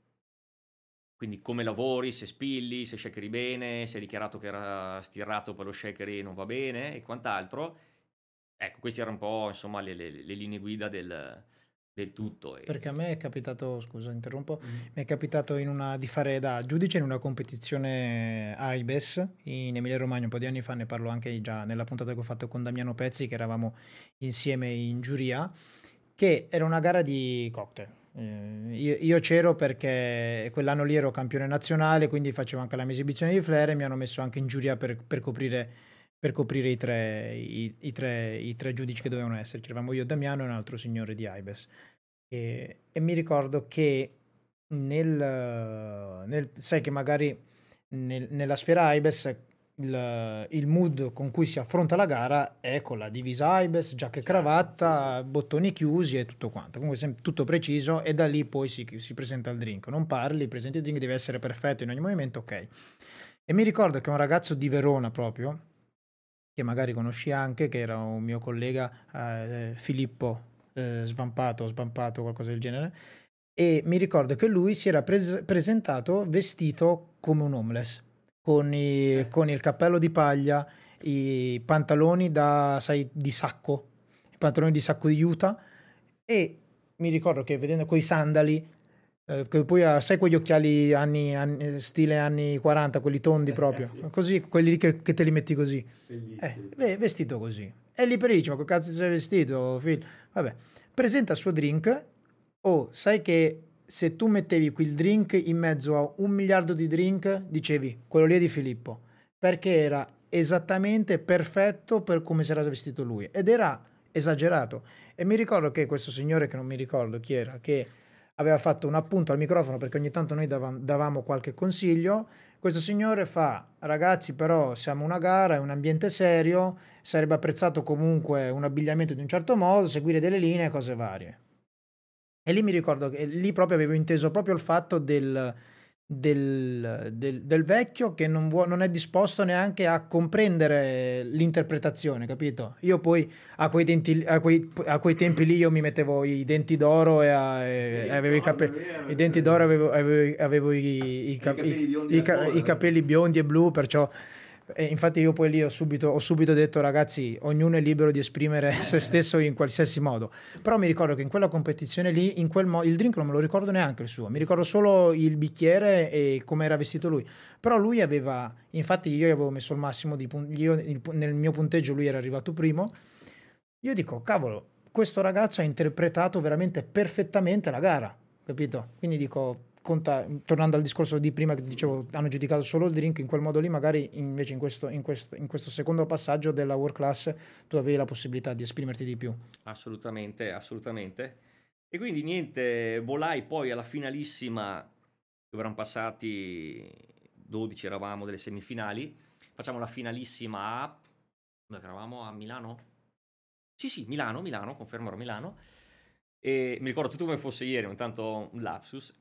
quindi come lavori, se spilli, se shakeri bene, se hai dichiarato che era stirrato per lo shaker non va bene e quant'altro. Ecco, queste erano un po' insomma le, le- le linee guida del, del tutto. Perché a E... me è capitato, scusa, interrompo, Mm. mi è capitato in una, di fare da giudice in una competizione AIBES in Emilia Romagna un po' di anni fa, ne parlo anche già nella puntata che ho fatto con Damiano Pezzi, che eravamo insieme in giuria, che era una gara di cocktail. Eh, io, io c'ero perché quell'anno lì ero campione nazionale, quindi facevo anche la mia esibizione di flair e mi hanno messo anche in giuria per, per coprire, per coprire i, tre, i, i tre, i tre giudici che dovevano esserci. Eravamo io, Damiano e un altro signore di AIBES. E, e mi ricordo che nel, nel- sai che magari nel- nella sfera AIBES il, il mood con cui si affronta la gara è con la divisa AIBES, giacca e Certo, cravatta, sì, bottoni chiusi e tutto quanto. Comunque sem- tutto preciso e da lì poi si, si presenta il drink. Non parli, presenti il drink, deve essere perfetto in ogni movimento, ok. E mi ricordo che un ragazzo di Verona proprio, che magari conosci anche, che era un mio collega, eh, Filippo, eh, Svampato, Svampato, qualcosa del genere, e mi ricordo che lui si era pres- presentato vestito come un homeless, con, sì. i- con il cappello di paglia, i pantaloni da, sai, di sacco, i pantaloni di sacco di Utah, e mi ricordo che vedendo quei sandali, eh, che poi ha, sai quegli occhiali anni, anni- stile anni quaranta, quelli tondi proprio, Sì, così, quelli lì che, che te li metti così, eh, bellissimo. ve- vestito così. E lì per lì dice, ma che cazzo sei vestito, Phil? Vabbè, presenta il suo drink. Oh, sai che se tu mettevi quel drink in mezzo a un miliardo di drink, dicevi, quello lì è di Filippo, perché era esattamente perfetto per come si era vestito lui, ed era esagerato. E mi ricordo che questo signore, che non mi ricordo chi era, che aveva fatto un appunto al microfono, perché ogni tanto noi davam- davamo qualche consiglio, questo signore fa, ragazzi, però siamo una gara, è un ambiente serio, sarebbe apprezzato comunque un abbigliamento di un certo modo, seguire delle linee, cose varie. E lì mi ricordo che lì proprio avevo inteso proprio il fatto del, del, del- del vecchio che non, vuo- non è disposto neanche a comprendere l'interpretazione, capito? Io poi a quei, denti- a quei- a quei tempi lì io mi mettevo i denti d'oro e, a- e Sì, avevo i, no, è cape- i vero, denti cioè, d'oro, avevo, avevo- avevo i, i hai i cap- i- capelli biondi i ca- i ancora. capelli biondi e blu, perciò e infatti io poi lì ho subito, ho subito detto ragazzi, ognuno è libero di esprimere se stesso in qualsiasi modo. Però mi ricordo che in quella competizione lì, in quel mo- il drink non me lo ricordo neanche il suo, mi ricordo solo il bicchiere e come era vestito lui. Però lui aveva, infatti io gli avevo messo il massimo di punti, nel mio punteggio lui era arrivato primo. Io dico, cavolo, questo ragazzo ha interpretato veramente perfettamente la gara, capito? Quindi dico, conta, tornando al discorso di prima che dicevo, hanno giudicato solo il drink, in quel modo lì magari invece in questo, in questo, in questo secondo passaggio della world class tu avevi la possibilità di esprimerti di più. Assolutamente, assolutamente. E quindi niente, volai poi alla finalissima, dove erano passati dodici, eravamo delle semifinali. Facciamo la finalissima a... dove eravamo? A Milano? Sì, sì, Milano, Milano, confermerò Milano. E mi ricordo tutto come fosse ieri, ogni tanto un lapsus.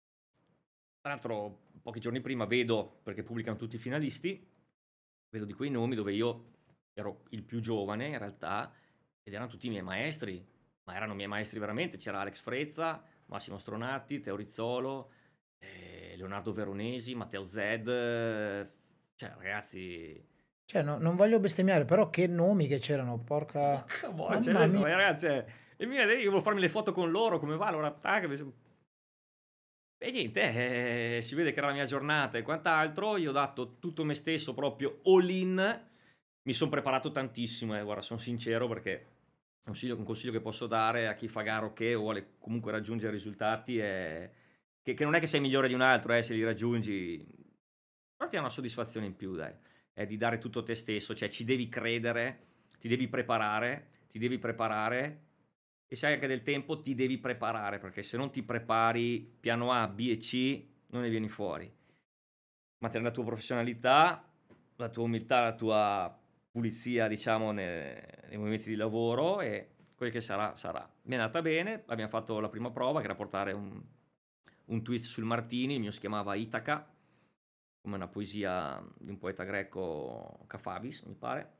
Tra l'altro, pochi giorni prima vedo, perché pubblicano tutti i finalisti, vedo di quei nomi dove io ero il più giovane in realtà, ed erano tutti i miei maestri, ma erano miei maestri veramente. C'era Alex Frezza, Massimo Stronatti, Teo Rizzolo, eh, Leonardo Veronesi, Matteo Zed, eh, cioè ragazzi... Cioè, no- non voglio bestemmiare, però che nomi che c'erano, porca... Porca boia, cioè, ho Mamma detto, mia. "Eh, ragazzi, eh, e mi io volevo farmi le foto con loro, come va? Allora, tac, E niente, eh, si vede che era la mia giornata e quant'altro, io ho dato tutto me stesso proprio all in, mi sono preparato tantissimo, eh, guarda, sono sincero, perché un consiglio, un consiglio che posso dare a chi fa gara o che vuole comunque raggiungere risultati è che, che non è che sei migliore di un altro, eh, se li raggiungi, però ti ha una soddisfazione in più, dai, è di dare tutto te stesso, cioè ci devi credere, ti devi preparare, ti devi preparare e se hai anche del tempo ti devi preparare, perché se non ti prepari piano A, B e C non ne vieni fuori. Mantenere la tua professionalità, la tua umiltà, la tua pulizia, diciamo, nei, nei momenti di lavoro, e quel che sarà, sarà. Mi è andata bene, abbiamo fatto la prima prova, che era portare un, un twist sul Martini, il mio si chiamava Itaca, come una poesia di un poeta greco, Kafabis, mi pare.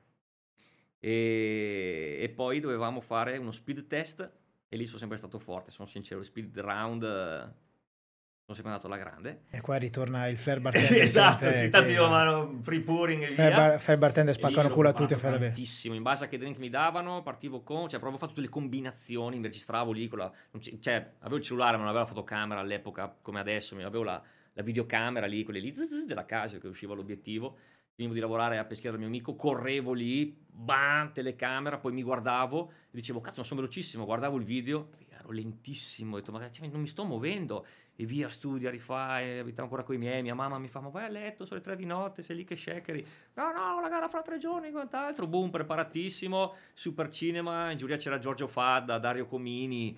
E, e poi dovevamo fare uno speed test e lì sono sempre stato forte, sono sincero, speed round sono sempre andato alla grande. E qua ritorna il fair bartender. Esatto, te, sì, tanti dico, mano, free pouring e fair via. Bar, fair bartender spaccano culo a tutti e fa da bene. Tantissimo, in base a che drink mi davano, partivo con, cioè proprio fatto tutte le combinazioni, mi registravo lì con la, cioè avevo il cellulare ma non avevo la fotocamera all'epoca come adesso, avevo la, la videocamera lì, quelle lì della casa che usciva l'obiettivo. Finivo di lavorare a peschiera del mio amico, correvo lì, bam, telecamera, poi mi guardavo e dicevo, cazzo, ma sono velocissimo, guardavo il video, ero lentissimo, ho detto, ma cioè, non mi sto muovendo, e via, studia, rifai, abitavo ancora con i miei, mia mamma mi fa, ma vai a letto, sono le tre di notte, sei lì che shakeri, no, no, la gara fra tre giorni, e quant'altro, boom, preparatissimo, super cinema, in giuria c'era Giorgio Fadda, Dario Comini,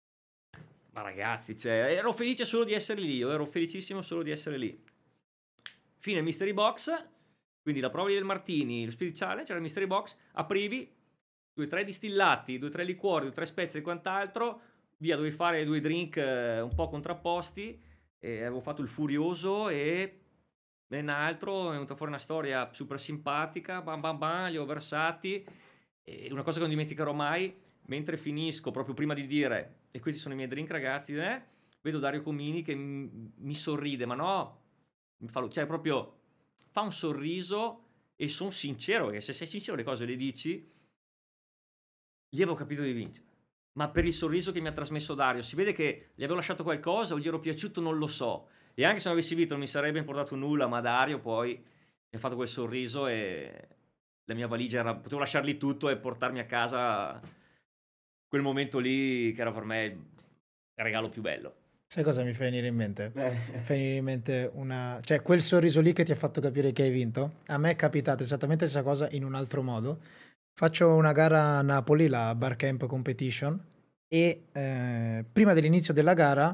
ma ragazzi, cioè, ero felice solo di essere lì, io ero felicissimo solo di essere lì. Fine Mystery Box. Quindi la prova del Martini, lo Spirit Challenge, era il Mystery Box, aprivi, due o tre distillati, due o tre liquori, due o tre spezie e quant'altro, via, dovevi fare due drink eh, un po' contrapposti, e avevo fatto il Furioso e ben altro, è venuta fuori una storia super simpatica, bam bam bam, li ho versati, e una cosa che non dimenticherò mai, mentre finisco, proprio prima di dire, e questi sono i miei drink ragazzi, eh, vedo Dario Comini che m- mi sorride, ma no, mi fa, cioè proprio... fa un sorriso e sono sincero, perché se sei sincero le cose le dici, gli avevo capito di vincere, ma per il sorriso che mi ha trasmesso Dario, si vede che gli avevo lasciato qualcosa o gli ero piaciuto, non lo so, e anche se non avessi vinto non mi sarebbe importato nulla, ma Dario poi mi ha fatto quel sorriso e la mia valigia era, potevo lasciargli tutto e portarmi a casa quel momento lì che era per me il regalo più bello. Sai cosa mi fa venire in mente? Eh. Mi fa venire in mente una... cioè quel sorriso lì che ti ha fatto capire che hai vinto. A me è capitata esattamente la stessa cosa in un altro modo. Faccio una gara a Napoli, la Bar Camp Competition, e eh, prima dell'inizio della gara,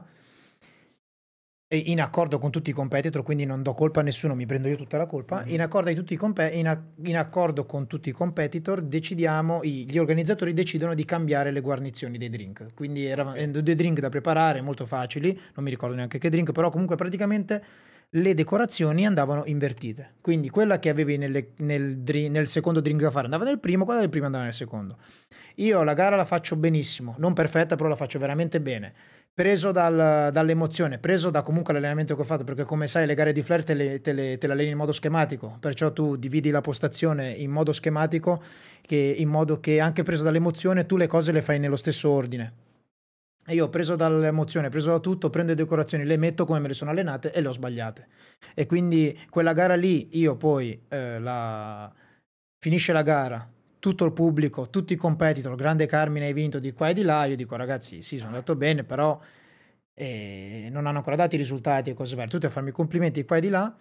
in accordo con tutti i competitor, quindi non do colpa a nessuno, mi prendo io tutta la colpa, in accordo, ai tutti i comp- in, a- in accordo con tutti i competitor decidiamo, i- gli organizzatori decidono di cambiare le guarnizioni dei drink, quindi erano dei drink da preparare molto facili, non mi ricordo neanche che drink, però comunque praticamente le decorazioni andavano invertite, quindi quella che avevi nelle- nel, dri- nel secondo drink da fare andava nel primo, quella del primo andava nel secondo. Io la gara la faccio benissimo, non perfetta, però la faccio veramente bene, preso dal, dall'emozione, preso da comunque l'allenamento che ho fatto, perché come sai le gare di flare te le, te le, te le alleni in modo schematico, perciò tu dividi la postazione in modo schematico, che, in modo che anche preso dall'emozione tu le cose le fai nello stesso ordine. E io ho preso dall'emozione, preso da tutto, prendo le decorazioni, le metto come me le sono allenate e le ho sbagliate. E quindi quella gara lì io poi eh, la... finisce la gara, tutto il pubblico, tutti i competitor, grande Carmine hai vinto di qua e di là, io dico ragazzi sì sono andato bene, però eh, non hanno ancora dato i risultati e cose varie, tutti a farmi complimenti di qua e di là.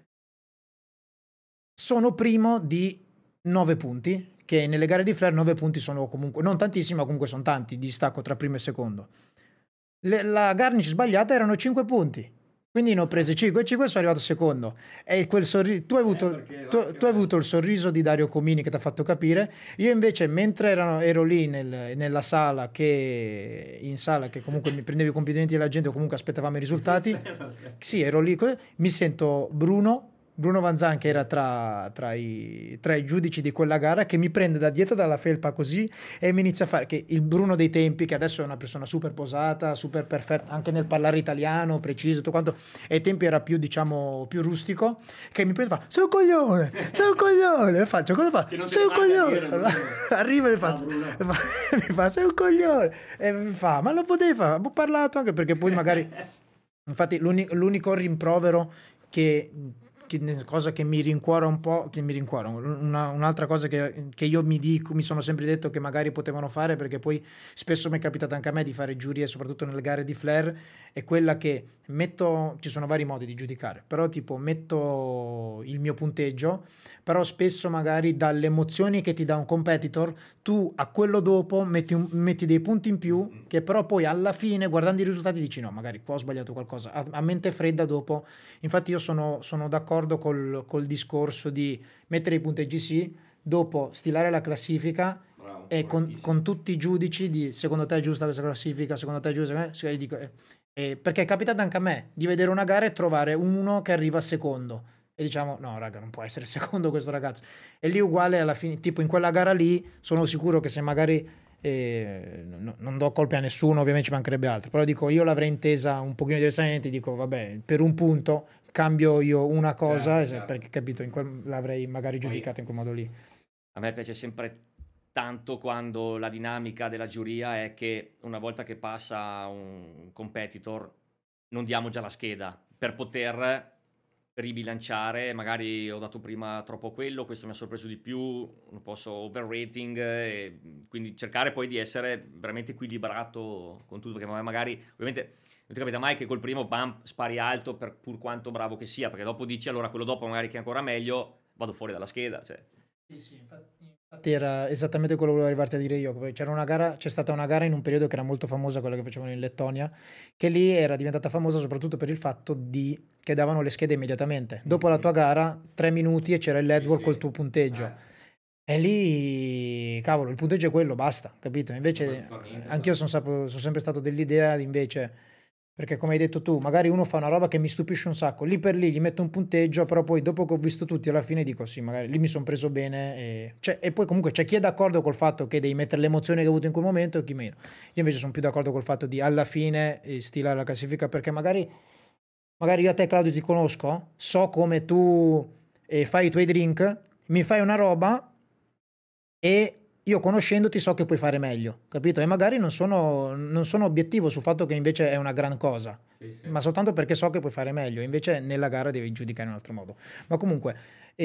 Sono primo di nove punti, che nelle gare di flare nove punti sono comunque non tantissimi, ma comunque sono tanti, distacco tra primo e secondo. Le, la garnish sbagliata erano cinque punti, quindi ne ho prese cinque e cinque, sono arrivato secondo. E quel sorriso, tu hai avuto, eh, perché, tu, tu hai avuto il sorriso di Dario Comini che ti ha fatto capire. Io invece mentre erano, ero lì nel, nella sala che in sala che comunque mi prendevo i complimenti della gente o comunque aspettavamo i risultati, sì ero lì, mi sento Bruno Bruno Vanzan che era tra, tra, i, tra i giudici di quella gara, che mi prende da dietro dalla felpa così e mi inizia a fare, che il Bruno dei tempi, che adesso è una persona super posata, super perfetta anche nel parlare italiano, preciso, tutto quanto, e ai tempi era più diciamo più rustico, che mi prende e fa sei un coglione, sei un coglione, e faccio cosa fa? Sei un coglione, dire, arriva e mi fa, no, mi fa sei un coglione e mi fa ma lo potevi fare, ho parlato anche perché poi magari Infatti l'uni- l'unico rimprovero che, che- cosa che mi rincuora un po', che mi rincuora, una- un'altra cosa che, che io mi dico, mi sono sempre detto che magari potevano fare, perché poi spesso mi è capitato anche a me di fare giurie, soprattutto nelle gare di flare, è quella che metto, ci sono vari modi di giudicare, però tipo metto il mio punteggio, però spesso magari dalle emozioni che ti dà un competitor, tu a quello dopo metti, un- metti dei punti in più, Mm-mm. che però poi alla fine, guardando i risultati, dici no, magari qua ho sbagliato qualcosa. A, a mente fredda dopo, infatti io sono, sono d'accordo col, col discorso di mettere i punteggi sì, dopo stilare la classifica Bravo, e con, correttissimo. con tutti i giudici di secondo te è giusta questa classifica, secondo te è giusta, eh, e dico, eh, eh, perché è capitato anche a me di vedere una gara e trovare uno che arriva secondo. E diciamo, no, raga, non può essere secondo questo ragazzo. E lì uguale alla fine, tipo in quella gara lì, sono sicuro che se magari eh, no- non do colpe a nessuno, ovviamente ci mancherebbe altro, però dico, io l'avrei intesa un pochino diversamente, dico, vabbè, per un punto cambio io una cosa, Certo, e se- certo. perché capito, in quel- l'avrei magari Poi giudicata in quel modo lì. a me piace sempre tanto quando la dinamica della giuria è che una volta che passa un competitor non diamo già la scheda per poter ribilanciare, magari ho dato prima troppo quello, questo mi ha sorpreso di più, non posso overrating, e quindi cercare poi di essere veramente equilibrato con tutto, perché magari ovviamente non ti capita mai che col primo bam spari alto per pur quanto bravo che sia, perché dopo dici allora quello dopo magari che è ancora meglio, vado fuori dalla scheda, cioè. Sì, sì, infatti, infatti era esattamente quello che volevo arrivarti a dire io. Poi C'era una gara, c'è stata una gara in un periodo che era molto famosa, quella che facevano in Lettonia, che lì era diventata famosa soprattutto per il fatto di, che davano le schede immediatamente. Dopo la Mhm. tua gara, tre minuti e c'era il Sì, lead col sì. tuo punteggio. Eh, E lì, cavolo, il punteggio è quello, basta, capito? ma per Invece, totalmente, anch'io certo. sono, sapo- sono sempre stato dell'idea, di invece, perché come hai detto tu, magari uno fa una roba che mi stupisce un sacco, lì per lì gli metto un punteggio, però poi dopo che ho visto tutti alla fine dico sì, magari lì mi sono preso bene. E, cioè, e poi comunque c'è chi è d'accordo col fatto che devi mettere l'emozione che hai avuto in quel momento e chi meno. Io invece sono più d'accordo col fatto di alla fine eh, stilare la classifica, perché magari, magari io a te Claudio ti conosco, so come tu eh, fai i tuoi drink, mi fai una roba e io conoscendoti so che puoi fare meglio, capito? E magari non sono, non sono obiettivo sul fatto che invece è una gran cosa, Sì, sì. ma soltanto perché so che puoi fare meglio, invece nella gara devi giudicare in un altro modo. Ma comunque,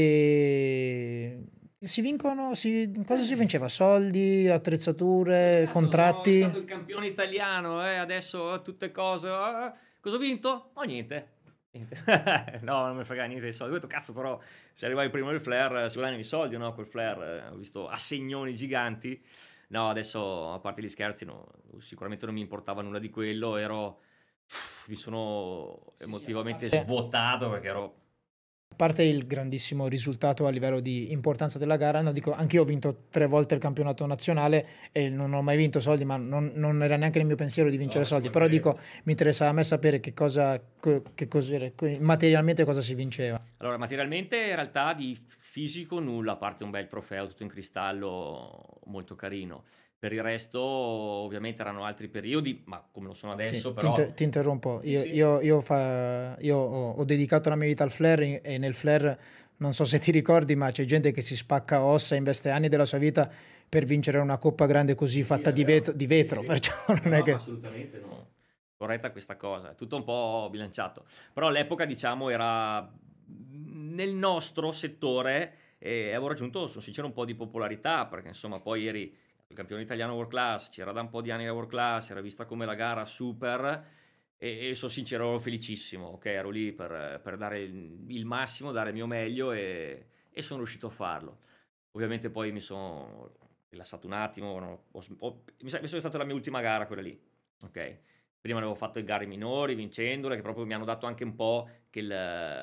eh, si vincono, si, cosa si Eh, vinceva? Soldi, eh, attrezzature, cazzo, sono contratti? stato il campione italiano, eh, adesso eh, tutte cose. eh. Cosa ho vinto? Oh, niente. Niente. No, non mi frega niente dei soldi. Ho detto, cazzo, però, se arrivavi primo del flare, si guadagnano i soldi, no? Col flare, eh, ho visto assegnoni giganti. No, adesso, a parte gli scherzi, no, sicuramente non mi importava nulla di quello. Ero, mi sono Sì, sì, a emotivamente parte, svuotato perché ero. a parte il grandissimo risultato a livello di importanza della gara, no, dico, anch'io ho vinto tre volte il campionato nazionale e non ho mai vinto soldi, ma non, non era neanche nel mio pensiero di No, vincere ma ci soldi, però dico, mancherebbe. mi interessava a me sapere che cosa, co- che cos'era, co- materialmente cosa si vinceva. Allora, materialmente in realtà di fisico nulla, a parte un bel trofeo tutto in cristallo molto carino. Per il resto, ovviamente erano altri periodi, ma come lo sono Sì, adesso, ti, però. inter- ti interrompo. Sì, Io, sì. io- io fa- io ho, ho dedicato la mia vita al flare e nel flare, non so se ti ricordi, ma c'è gente che si spacca ossa, investe anni della sua vita per vincere una coppa grande così Sì, sì, fatta è di, vet- vero. di Sì, vetro, sì. perciò No, non è no, ma che... assolutamente no. Corretta questa cosa, è tutto un po' bilanciato. Però all'epoca, diciamo, era nel nostro settore e avevo raggiunto, sono sincero, un po' di popolarità, perché insomma poi eri il campione italiano World Class, c'era da un po' di anni la World Class, era vista come la gara super e, e sono sincero, ero felicissimo, ok, ero lì per, per dare il, il massimo, dare il mio meglio e, e sono riuscito a farlo. Ovviamente poi mi sono rilassato un attimo, no, ho- ho- mi sa mi sa che è stata la mia ultima gara quella lì, ok? Prima avevo fatto le gare minori vincendole, che proprio mi hanno dato anche un po' che il...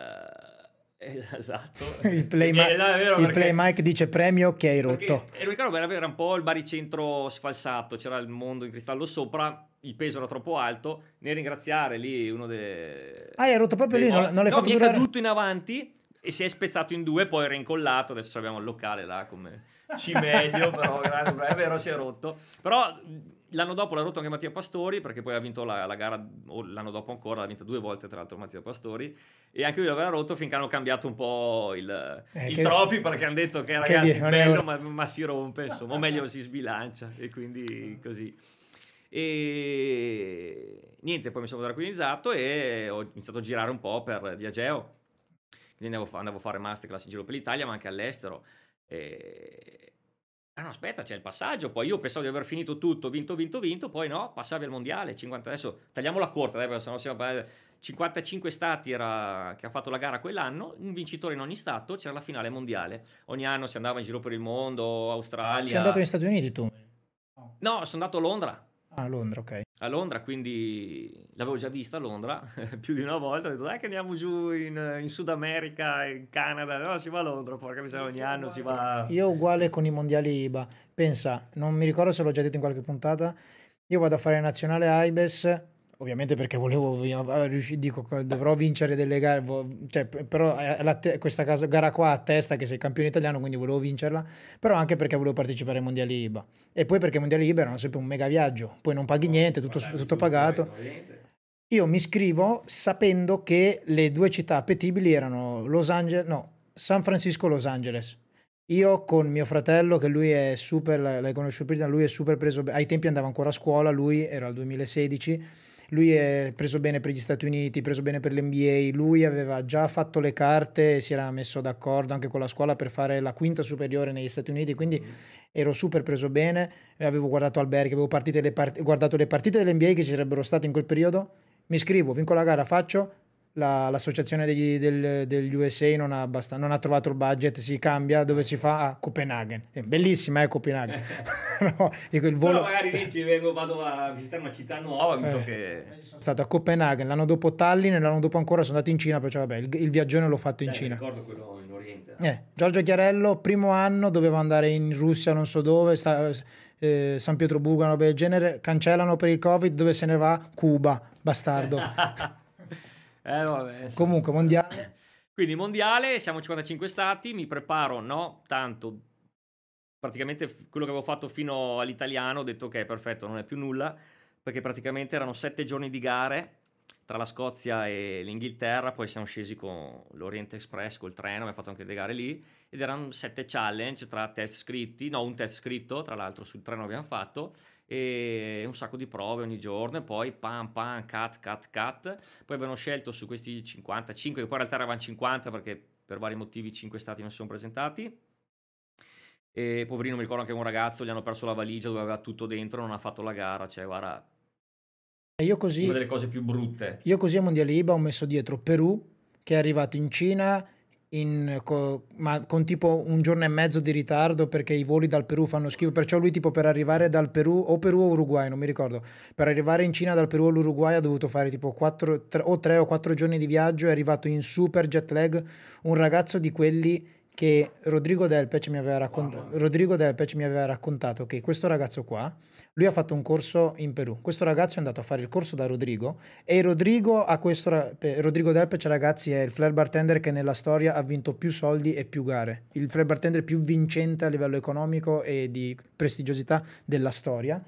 eh, esatto, Il che play, mi è, ma- no, è vero il play perché, mic dice premio che hai rotto. perché ero ricordo era, era un po' il baricentro sfalsato, c'era il mondo in cristallo sopra, il peso era troppo alto, nel ringraziare lì uno dei, Ah, hai rotto proprio dei lì, non, boss, non l'hai no, fatto mi è durare? caduto in avanti e si è spezzato in due, poi era incollato, adesso abbiamo il locale là come cimelio, però grande, è vero, si è rotto. Però mh, l'anno dopo l'ha rotto anche Mattia Pastori, perché poi ha vinto la, la gara, o l'anno dopo ancora, l'ha vinta due volte tra l'altro Mattia Pastori, e anche lui l'aveva rotto finché hanno cambiato un po' il, Eh, il che, trophy, perché hanno detto che che dire, ragazzi non è bello, ora. ma, ma si rompe, insomma, o meglio si sbilancia, e quindi così. E niente, poi mi sono tranquillizzato e ho iniziato a girare un po' per Diageo. Quindi andavo, a- andavo a fare masterclass in giro per l'Italia, ma anche all'estero. E... Ah no, aspetta, c'è il passaggio. Poi io pensavo di aver finito tutto, vinto, vinto, vinto. Poi no, passavi al mondiale. cinquanta Adesso tagliamola corta, dai, perché sennò siamo... cinquantacinque stati era che ha fatto la gara quell'anno, un vincitore in ogni stato, c'era la finale mondiale. Ogni anno si andava in giro per il mondo, Sei andato Australia. negli Stati Uniti tu? No, sono andato a Londra. Ah, a Londra, ok. A Londra, quindi l'avevo già vista a Londra più di una volta. Ho detto, dai, che andiamo giù in, in Sud America, in Canada. No, si va a Londra, porca miseria, ogni anno si va. Io uguale con i mondiali I B A. Pensa, non mi ricordo se l'ho già detto in qualche puntata. Io vado a fare nazionale AIBES, ovviamente perché volevo vi- riusci- dico che dovrò vincere delle gare, vo- cioè, p- però è la te- questa casa- gara qua a testa che sei campione italiano, quindi volevo vincerla, però anche perché volevo partecipare ai mondiali I B A. E poi perché i mondiali I B A erano sempre un mega viaggio, poi non paghi niente, tutto, Guardavi tutto giù poi, pagato. ovviamente. Io mi iscrivo sapendo che le due città appetibili erano Los Angeles, no, San Francisco, Los Angeles. Io con mio fratello, che lui è super, l'hai conosciuto prima, lui è super preso, be- ai tempi andava ancora a scuola, lui era il duemilasedici, lui è preso bene per gli Stati Uniti, preso bene per l'N B A, lui aveva già fatto le carte, si era messo d'accordo anche con la scuola per fare la quinta superiore negli Stati Uniti, quindi Mm. ero super preso bene, e avevo guardato alberghi, avevo partite le part- guardato le partite dell'N B A che ci sarebbero state in quel periodo, mi iscrivo, vinco la gara, faccio, la- l'associazione degli, del- degli U S A non ha, abbast- non ha trovato il budget, si cambia, dove si fa? A Copenaghen. È bellissima, eh, Copenaghen. No, dico, il Però volo... magari dici, vengo, vado a visitare una città nuova, visto Eh, che... sono stato a Copenaghen, l'anno dopo Tallinn e l'anno dopo ancora sono andato in Cina, perciò vabbè, il, il viaggione l'ho fatto in Dai, mi Cina. ricordo quello in Oriente. Eh, Giorgio Chiarello, primo anno, dovevo andare in Russia, non so dove, sta- eh, San Pietroburgo, una roba del genere, cancellano per il Covid, dove se ne va? Cuba, bastardo. Eh, vabbè, insomma. Comunque, mondiale. Quindi mondiale, siamo cinquantacinque stati, mi preparo, no, tanto, praticamente f- quello che avevo fatto fino all'italiano, ho detto ok, perfetto, non è più nulla, perché praticamente erano sette giorni di gare tra la Scozia e l'Inghilterra, poi siamo scesi con l'Oriente Express, col treno, abbiamo fatto anche le gare lì, ed erano sette challenge tra test scritti, no, un test scritto, tra l'altro sul treno abbiamo fatto, e un sacco di prove ogni giorno, e poi pam pam, cut, cut, cut, poi avevano scelto su questi cinquantacinque, che poi in realtà eravamo cinquanta perché per vari motivi cinque stati non si sono presentati. E poverino, mi ricordo anche un ragazzo, gli hanno perso la valigia dove aveva tutto dentro, non ha fatto la gara, cioè guarda, E io una così, delle cose più brutte. io così a Mondiale I B A ho messo dietro Perù, che è arrivato in Cina in, co- ma con tipo un giorno e mezzo di ritardo perché i voli dal Perù fanno schifo. Perciò lui tipo per arrivare dal Perù, o Perù o Uruguay, non mi ricordo, per arrivare in Cina dal Perù all'Uruguay ha dovuto fare tipo quattro, tre, o tre o quattro giorni di viaggio, è arrivato in super jet lag, un ragazzo di quelli che Rodrigo Delpech mi aveva raccontato, Mamma mia. Rodrigo Delpech mi aveva raccontato che questo ragazzo qua, lui ha fatto un corso in Perù. Questo ragazzo è andato a fare il corso da Rodrigo e Rodrigo a questo ra- eh, Rodrigo Delpech, ragazzi, è il flare bartender che nella storia ha vinto più soldi e più gare. Il flare bartender più vincente a livello economico e di prestigiosità della storia.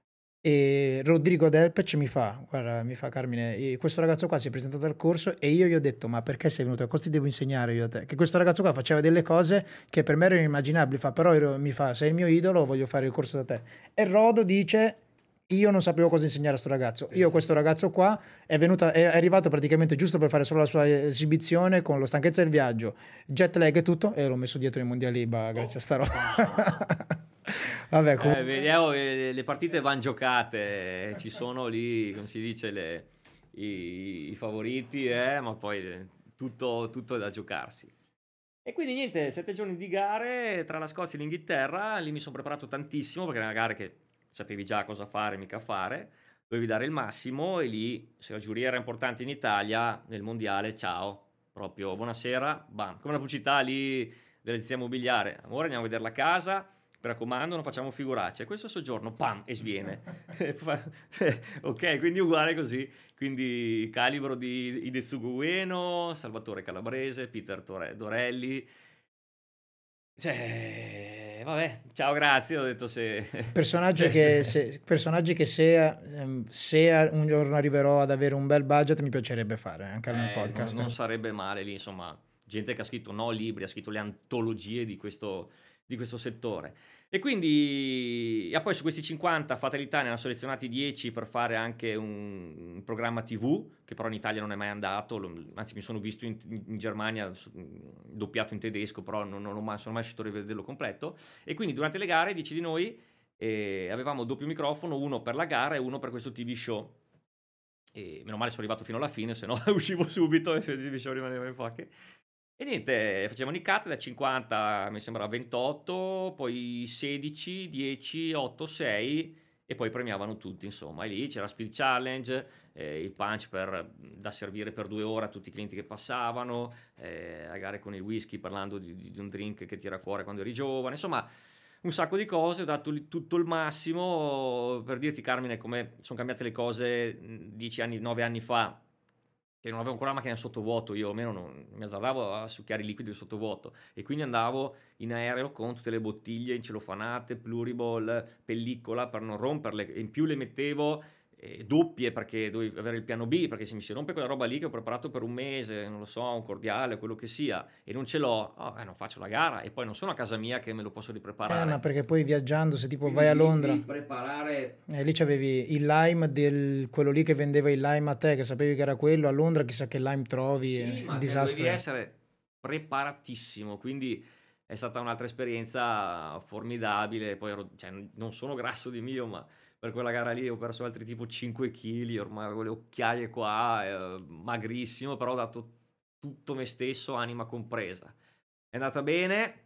E Rodrigo Delpech mi fa, guarda, mi fa Carmine, eh, questo ragazzo qua si è presentato al corso e io gli ho detto, ma perché sei venuto? Cosa ti devo insegnare io a te? Che questo ragazzo qua faceva delle cose che per me erano inimmaginabili, fa, però ero- mi fa, sei il mio idolo, voglio fare il corso da te. E Rodo dice, io non sapevo cosa insegnare a sto ragazzo. Io questo ragazzo qua è venuto, è arrivato praticamente giusto per fare solo la sua esibizione con la stanchezza del viaggio, jet lag e tutto, e l'ho messo dietro ai mondiali I B A grazie a sta roba. Vabbè, Eh, comunque... vediamo, eh, le partite vanno giocate, eh, ci sono lì, come si dice, le- i, i favoriti, eh, ma poi eh, tutto, tutto è da giocarsi. E quindi niente, sette giorni di gare tra la Scozia e l'Inghilterra, lì mi sono preparato tantissimo perché erano gare che sapevi già cosa fare, mica fare, dovevi dare il massimo e lì, se la giuria era importante in Italia, nel mondiale, ciao, proprio buonasera, bam, come una pubblicità lì dell'agenzia immobiliare, amore andiamo a vedere la casa, mi raccomando non facciamo figuracce, e questo soggiorno, pam, e sviene. Ok, quindi uguale così, quindi calibro di Idezugu Ueno, Salvatore Calabrese, Peter Tore- Dorelli, cioè, vabbè, ciao, grazie, ho detto se... Personaggi se- che, se, personaggi che se, ehm, se un giorno arriverò ad avere un bel budget mi piacerebbe fare anche nel Eh, non, podcast. non sarebbe male lì, insomma, gente che ha scritto no libri, ha scritto le antologie di questo, di questo settore. E quindi, e poi su questi cinquanta Fatalità ne hanno selezionati dieci per fare anche un, un programma tivù, che però in Italia non è mai andato, lo, anzi mi sono visto in, in Germania doppiato in tedesco, però non, non ho mai, sono mai riuscito a rivederlo completo. E quindi durante le gare, dieci di noi, eh, avevamo doppio microfono, uno per la gara e uno per questo T V show. E meno male sono arrivato fino alla fine, se no uscivo subito e il T V show rimaneva in facche. E niente, facevano i cut da cinquanta, mi sembra ventotto, poi sedici, dieci, otto, sei e poi premiavano tutti, insomma. E lì c'era Speed Challenge, eh, il punch per, da servire per due ore a tutti i clienti che passavano, eh, a gare con il whisky parlando di, di un drink che tira a cuore quando eri giovane, insomma un sacco di cose, ho dato li- tutto il massimo. Per dirti, Carmine, come sono cambiate le cose mh, dieci anni, nove anni fa, che non avevo ancora la macchina sottovuoto, io almeno non mi azzardavo a succhiare i liquidi sottovuoto e quindi andavo in aereo con tutte le bottiglie incelofanate, pluriball, pellicola per non romperle, e in più le mettevo eh, doppie perché dovevi avere il piano B, perché se mi si rompe quella roba lì che ho preparato per un mese, non lo so, un cordiale, quello che sia, e non ce l'ho, oh, eh, non faccio la gara e poi non sono a casa mia che me lo posso Eh, ripreparare. ma perché poi viaggiando, se tipo Quindi vai a lì Londra, devi preparare. eh, lì c'avevi il lime del quello lì che vendeva il lime a te, che sapevi che era quello, a Londra chissà che lime trovi, Sì, e il ma che disastro dovevi è. essere preparatissimo, quindi è stata un'altra esperienza formidabile. Poi ero- cioè, non sono grasso di mio, ma per quella gara lì ho perso altri tipo cinque chili, ormai avevo le occhiaie qua, eh, magrissimo, però ho dato tutto me stesso, anima compresa. È andata bene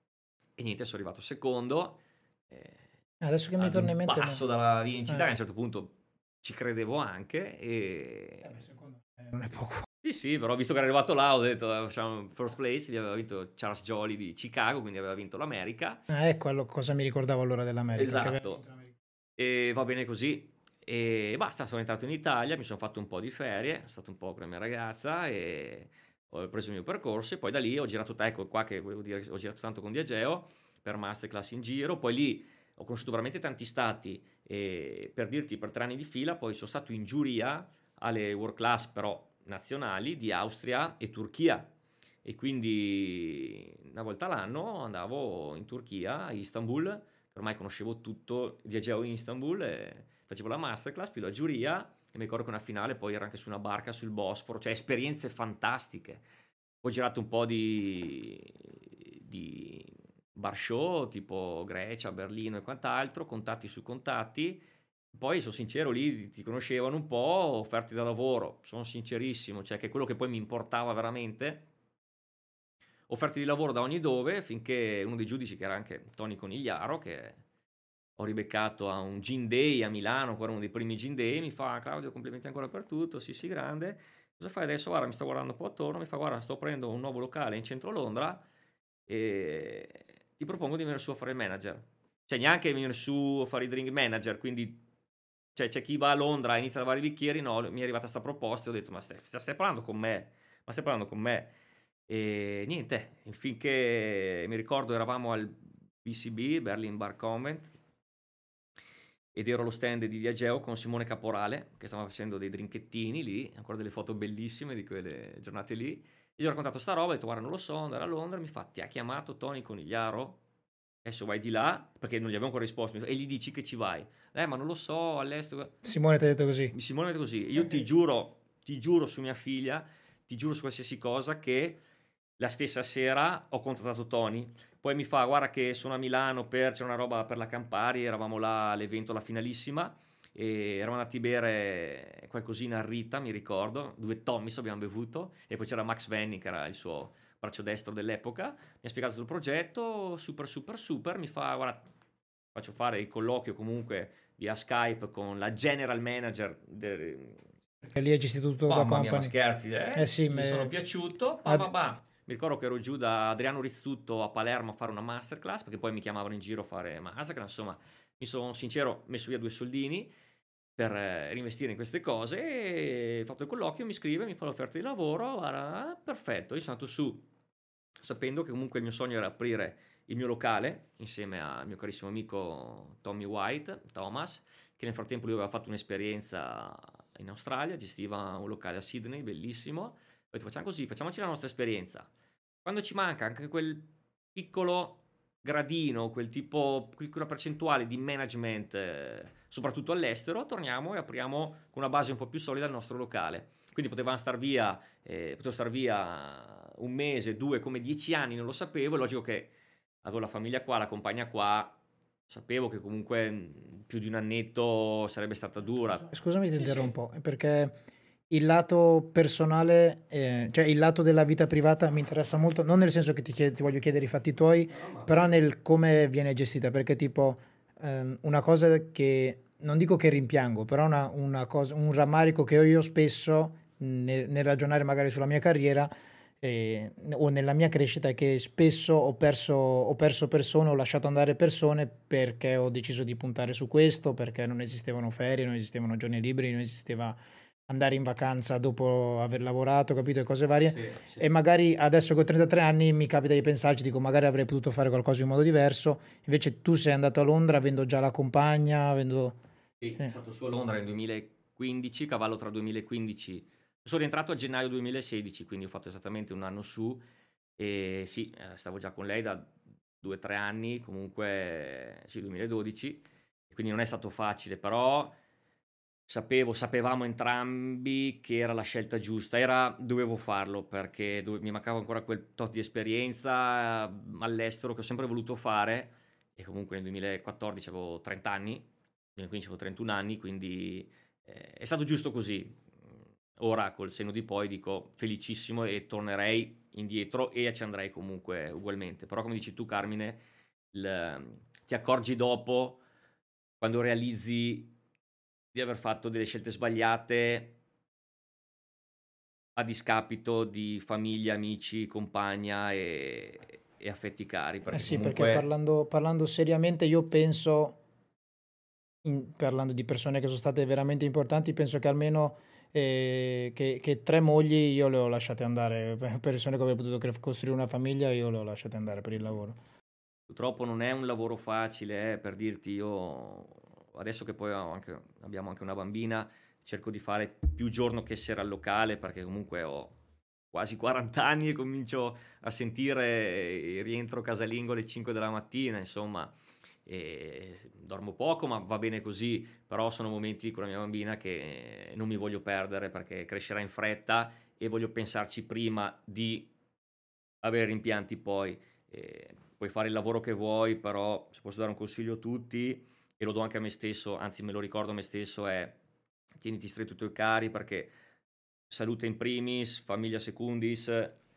e niente, sono arrivato secondo, eh, Adesso che mi ad torna in un mente, passo no. dalla vincita, che a Eh, un certo punto ci credevo anche eh, beh, e secondo me non è poco. sì, sì, però visto che era arrivato là, ho detto, eh, facciamo first place, gli aveva vinto Charles Jolly di Chicago, quindi aveva vinto l'America. Ah, ecco allo- cosa mi ricordavo allora dell'America, che aveva vinto Esatto, l'America. e va bene così. E basta, sono entrato in Italia, mi sono fatto un po' di ferie, sono stato un po' con la mia ragazza e ho preso il mio percorso e poi da lì ho girato, ecco qua che volevo dire, ho girato tanto con Diageo per masterclass in giro, poi lì ho conosciuto veramente tanti stati e per dirti per tre anni di fila poi sono stato in giuria alle world class però nazionali di Austria e Turchia e quindi una volta l'anno andavo in Turchia, a Istanbul, che ormai conoscevo tutto, viaggiavo in Istanbul e facevo la masterclass, più la giuria e mi ricordo che una finale poi era anche su una barca sul Bosforo, cioè esperienze fantastiche. Ho girato un po' di, di bar show tipo Grecia, Berlino e quant'altro, contatti su contatti. Poi sono sincero, lì ti conoscevano un po', offerti da lavoro, sono sincerissimo, cioè che quello che poi mi importava veramente, offerti di lavoro da ogni dove, finché uno dei giudici, che era anche Tony Conigliaro, che ho ribeccato a un Gin Day a Milano, ancora uno dei primi Gin Day, mi fa: Claudio, complimenti ancora per tutto, sì sì, grande, cosa fai adesso? Guarda, mi sto guardando un po' attorno, mi fa: guarda, sto prendendo un nuovo locale in centro Londra e ti propongo di venire su a fare il manager. Cioè neanche venire su a fare i drink manager, quindi cioè, c'è chi va a Londra e inizia a lavare i bicchieri, no, mi è arrivata questa proposta e ho detto: ma stai, stai parlando con me? Ma stai parlando con me? E niente, finché mi ricordo eravamo al B C B, Berlin Bar Convent, ed ero allo stand di Diageo con Simone Caporale, che stava facendo dei drinkettini lì, ancora delle foto bellissime di quelle giornate lì. Gli ho raccontato sta roba, ho detto: guarda, non lo so, andare a Londra. Mi fa: ti ha chiamato Tony Conigliaro? Adesso vai di là, perché non gli avevo ancora risposto, e gli dici che ci vai. Eh, ma non lo so, all'estero. Simone ti ha detto così. Simone mi ha detto così, io ti giuro, ti giuro su mia figlia, ti giuro su qualsiasi cosa che la stessa sera ho contattato Tony, poi mi fa: guarda che sono a Milano per, c'è una roba per la Campari, eravamo là all'evento, la finalissima, e eravamo andati a bere qualcosina a Rita, mi ricordo, due Tommys abbiamo bevuto, e poi c'era Max Venni che era il suo braccio destro dell'epoca, mi ha spiegato tutto il progetto, super super super, mi fa: guarda, faccio fare il colloquio comunque via Skype con la general manager del... Perché lì hai gestito tutto da Mamma mia, ma company. scherzi, Eh eh? sì, Gli ma sono piaciuto, bah, bah, ad- bah. Mi ricordo che ero giù da Adriano Rizzutto a Palermo a fare una masterclass, perché poi mi chiamavano in giro a fare masterclass, insomma, mi sono sincero messo via due soldini per eh, reinvestire in queste cose, e fatto il colloquio, mi scrive, mi fa l'offerta di lavoro, guarda, ah, perfetto, io sono andato su sapendo che comunque il mio sogno era aprire il mio locale insieme al mio carissimo amico Tommy White, Thomas, che nel frattempo lui aveva fatto un'esperienza in Australia, gestiva un locale a Sydney, bellissimo. Ho detto: facciamo così, facciamoci la nostra esperienza. Quando ci manca anche quel piccolo gradino, quel tipo, quella percentuale di management, eh, soprattutto all'estero, torniamo e apriamo con una base un po' più solida il nostro locale. Quindi potevamo star via, eh, potevo star via un mese, due, come dieci anni, non lo sapevo. È logico che avevo la famiglia qua, la compagna qua, sapevo che comunque più di un annetto sarebbe stata dura. Scusami, ti Sì, interrompo, perché il lato personale, eh, cioè il lato della vita privata mi interessa molto, non nel senso che ti, chied- ti voglio chiedere i fatti tuoi, sì. No, ma però nel come viene gestita, perché tipo ehm, una cosa che, non dico che rimpiango, però una, una cosa, un rammarico che ho io spesso nel, nel ragionare magari sulla mia carriera eh, o nella mia crescita è che spesso ho perso, ho perso persone, ho lasciato andare persone perché ho deciso di puntare su questo, perché non esistevano ferie, non esistevano giorni liberi, non esisteva andare in vacanza dopo aver lavorato, capito, e cose varie. sì, sì. E magari adesso che ho trentatré anni mi capita di pensarci, dico magari avrei potuto fare qualcosa in modo diverso, invece tu sei andato a Londra avendo già la compagna, avendo... Sì, sono eh. stato su a Londra nel duemilaquindici, cavallo tra duemilaquindici. Sono rientrato a gennaio duemilasedici, quindi ho fatto esattamente un anno su e sì, eh, stavo già con lei da due o tre anni, comunque sì, duemiladodici, e quindi non è stato facile, però sapevo, sapevamo entrambi che era la scelta giusta, era, dovevo farlo perché dove- mi mancava ancora quel tot di esperienza eh, all'estero che ho sempre voluto fare e comunque nel duemilaquattordici avevo trenta anni, duemilaquindici avevo trentuno anni, quindi eh, è stato giusto così. Ora col senno di poi dico felicissimo e tornerei indietro e ci andrei comunque ugualmente, però come dici tu Carmine, il- ti accorgi dopo quando realizzi di aver fatto delle scelte sbagliate a discapito di famiglia, amici, compagna e, e affetti cari, Eh perché sì, perché comunque parlando, parlando seriamente io penso, in- parlando di persone che sono state veramente importanti, penso che almeno eh, che, che tre mogli io le ho lasciate andare, per persone che avrebbero potuto cre- costruire una famiglia io le ho lasciate andare per il lavoro. purtroppo non è un lavoro facile, eh, per dirti io, adesso che poi ho anche- abbiamo anche una bambina, cerco di fare più giorno che sera al locale, perché comunque ho quasi quaranta anni e comincio a sentire, eh, rientro casalingo alle cinque della mattina, insomma, e dormo poco, ma va bene così, però sono momenti con la mia bambina che non mi voglio perdere perché crescerà in fretta e voglio pensarci prima di avere rimpianti poi. Eh, puoi fare il lavoro che vuoi, però se posso dare un consiglio a tutti, e lo do anche a me stesso, anzi me lo ricordo a me stesso, è tieniti stretto i tuoi cari perché salute in primis, famiglia secundis,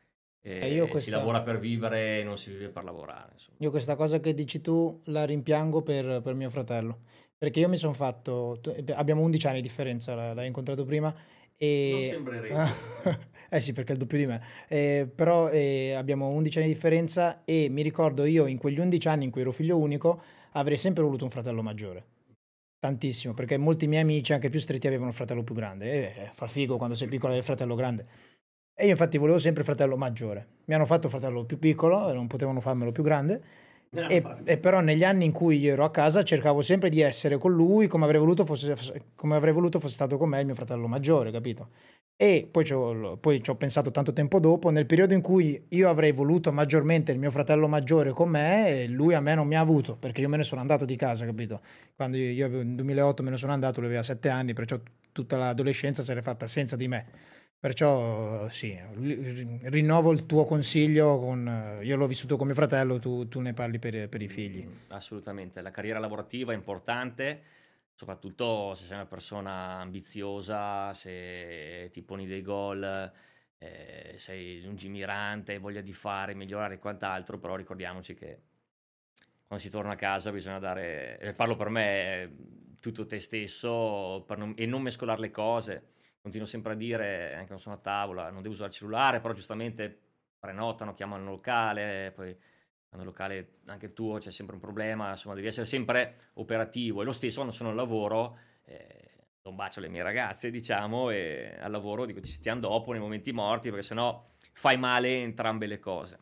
E io eh, si questa, lavora per vivere e non si vive per lavorare, insomma. io questa cosa che dici tu la rimpiango per, per mio fratello, perché io mi sono fatto, tu- abbiamo undici anni di differenza, l'hai l'hai incontrato prima, Non e... sembrerebbe. eh sì, perché è il doppio di me. Eh, però eh, abbiamo undici anni di differenza e mi ricordo io in quegli undici anni in cui ero figlio unico avrei sempre voluto un fratello maggiore. Tantissimo, perché molti miei amici, anche più stretti, avevano un fratello più grande. E eh, fa figo quando sei piccolo avere il fratello grande. E io infatti volevo sempre il fratello maggiore. Mi hanno fatto il fratello più piccolo e non potevano farmelo più grande. Ne hanno E, fatti e tutti. però negli anni in cui io ero a casa cercavo sempre di essere con lui come avrei voluto fosse, come avrei voluto fosse stato con me il mio fratello maggiore, capito? E poi ci ho, poi ci ho pensato tanto tempo dopo, nel periodo in cui io avrei voluto maggiormente il mio fratello maggiore con me, e lui a me non mi ha avuto, perché io me ne sono andato di casa, capito? Quando io, io avevo- nel duemilaotto me ne sono andato, lui aveva sette anni, perciò tutta l'adolescenza se l'è fatta senza di me. Perciò sì, ri- rinnovo il tuo consiglio con, eh, io l'ho vissuto con mio fratello, tu, tu ne parli per, per i figli. Mm, assolutamente, la carriera lavorativa è importante, soprattutto se sei una persona ambiziosa, se ti poni dei goal, eh, sei lungimirante, hai voglia di fare, migliorare e quant'altro, però ricordiamoci che quando si torna a casa bisogna dare, e parlo per me, eh, tutto te stesso per non- e non mescolare le cose. Continuo sempre a dire, anche quando sono a tavola, non devo usare il cellulare, però giustamente prenotano, chiamano il locale, poi quando il locale anche tuo c'è sempre un problema, insomma devi essere sempre operativo. E lo stesso quando sono al lavoro, eh, do un bacio alle mie ragazze, diciamo, e al lavoro dico ci sentiamo dopo nei momenti morti, perché sennò fai male entrambe le cose.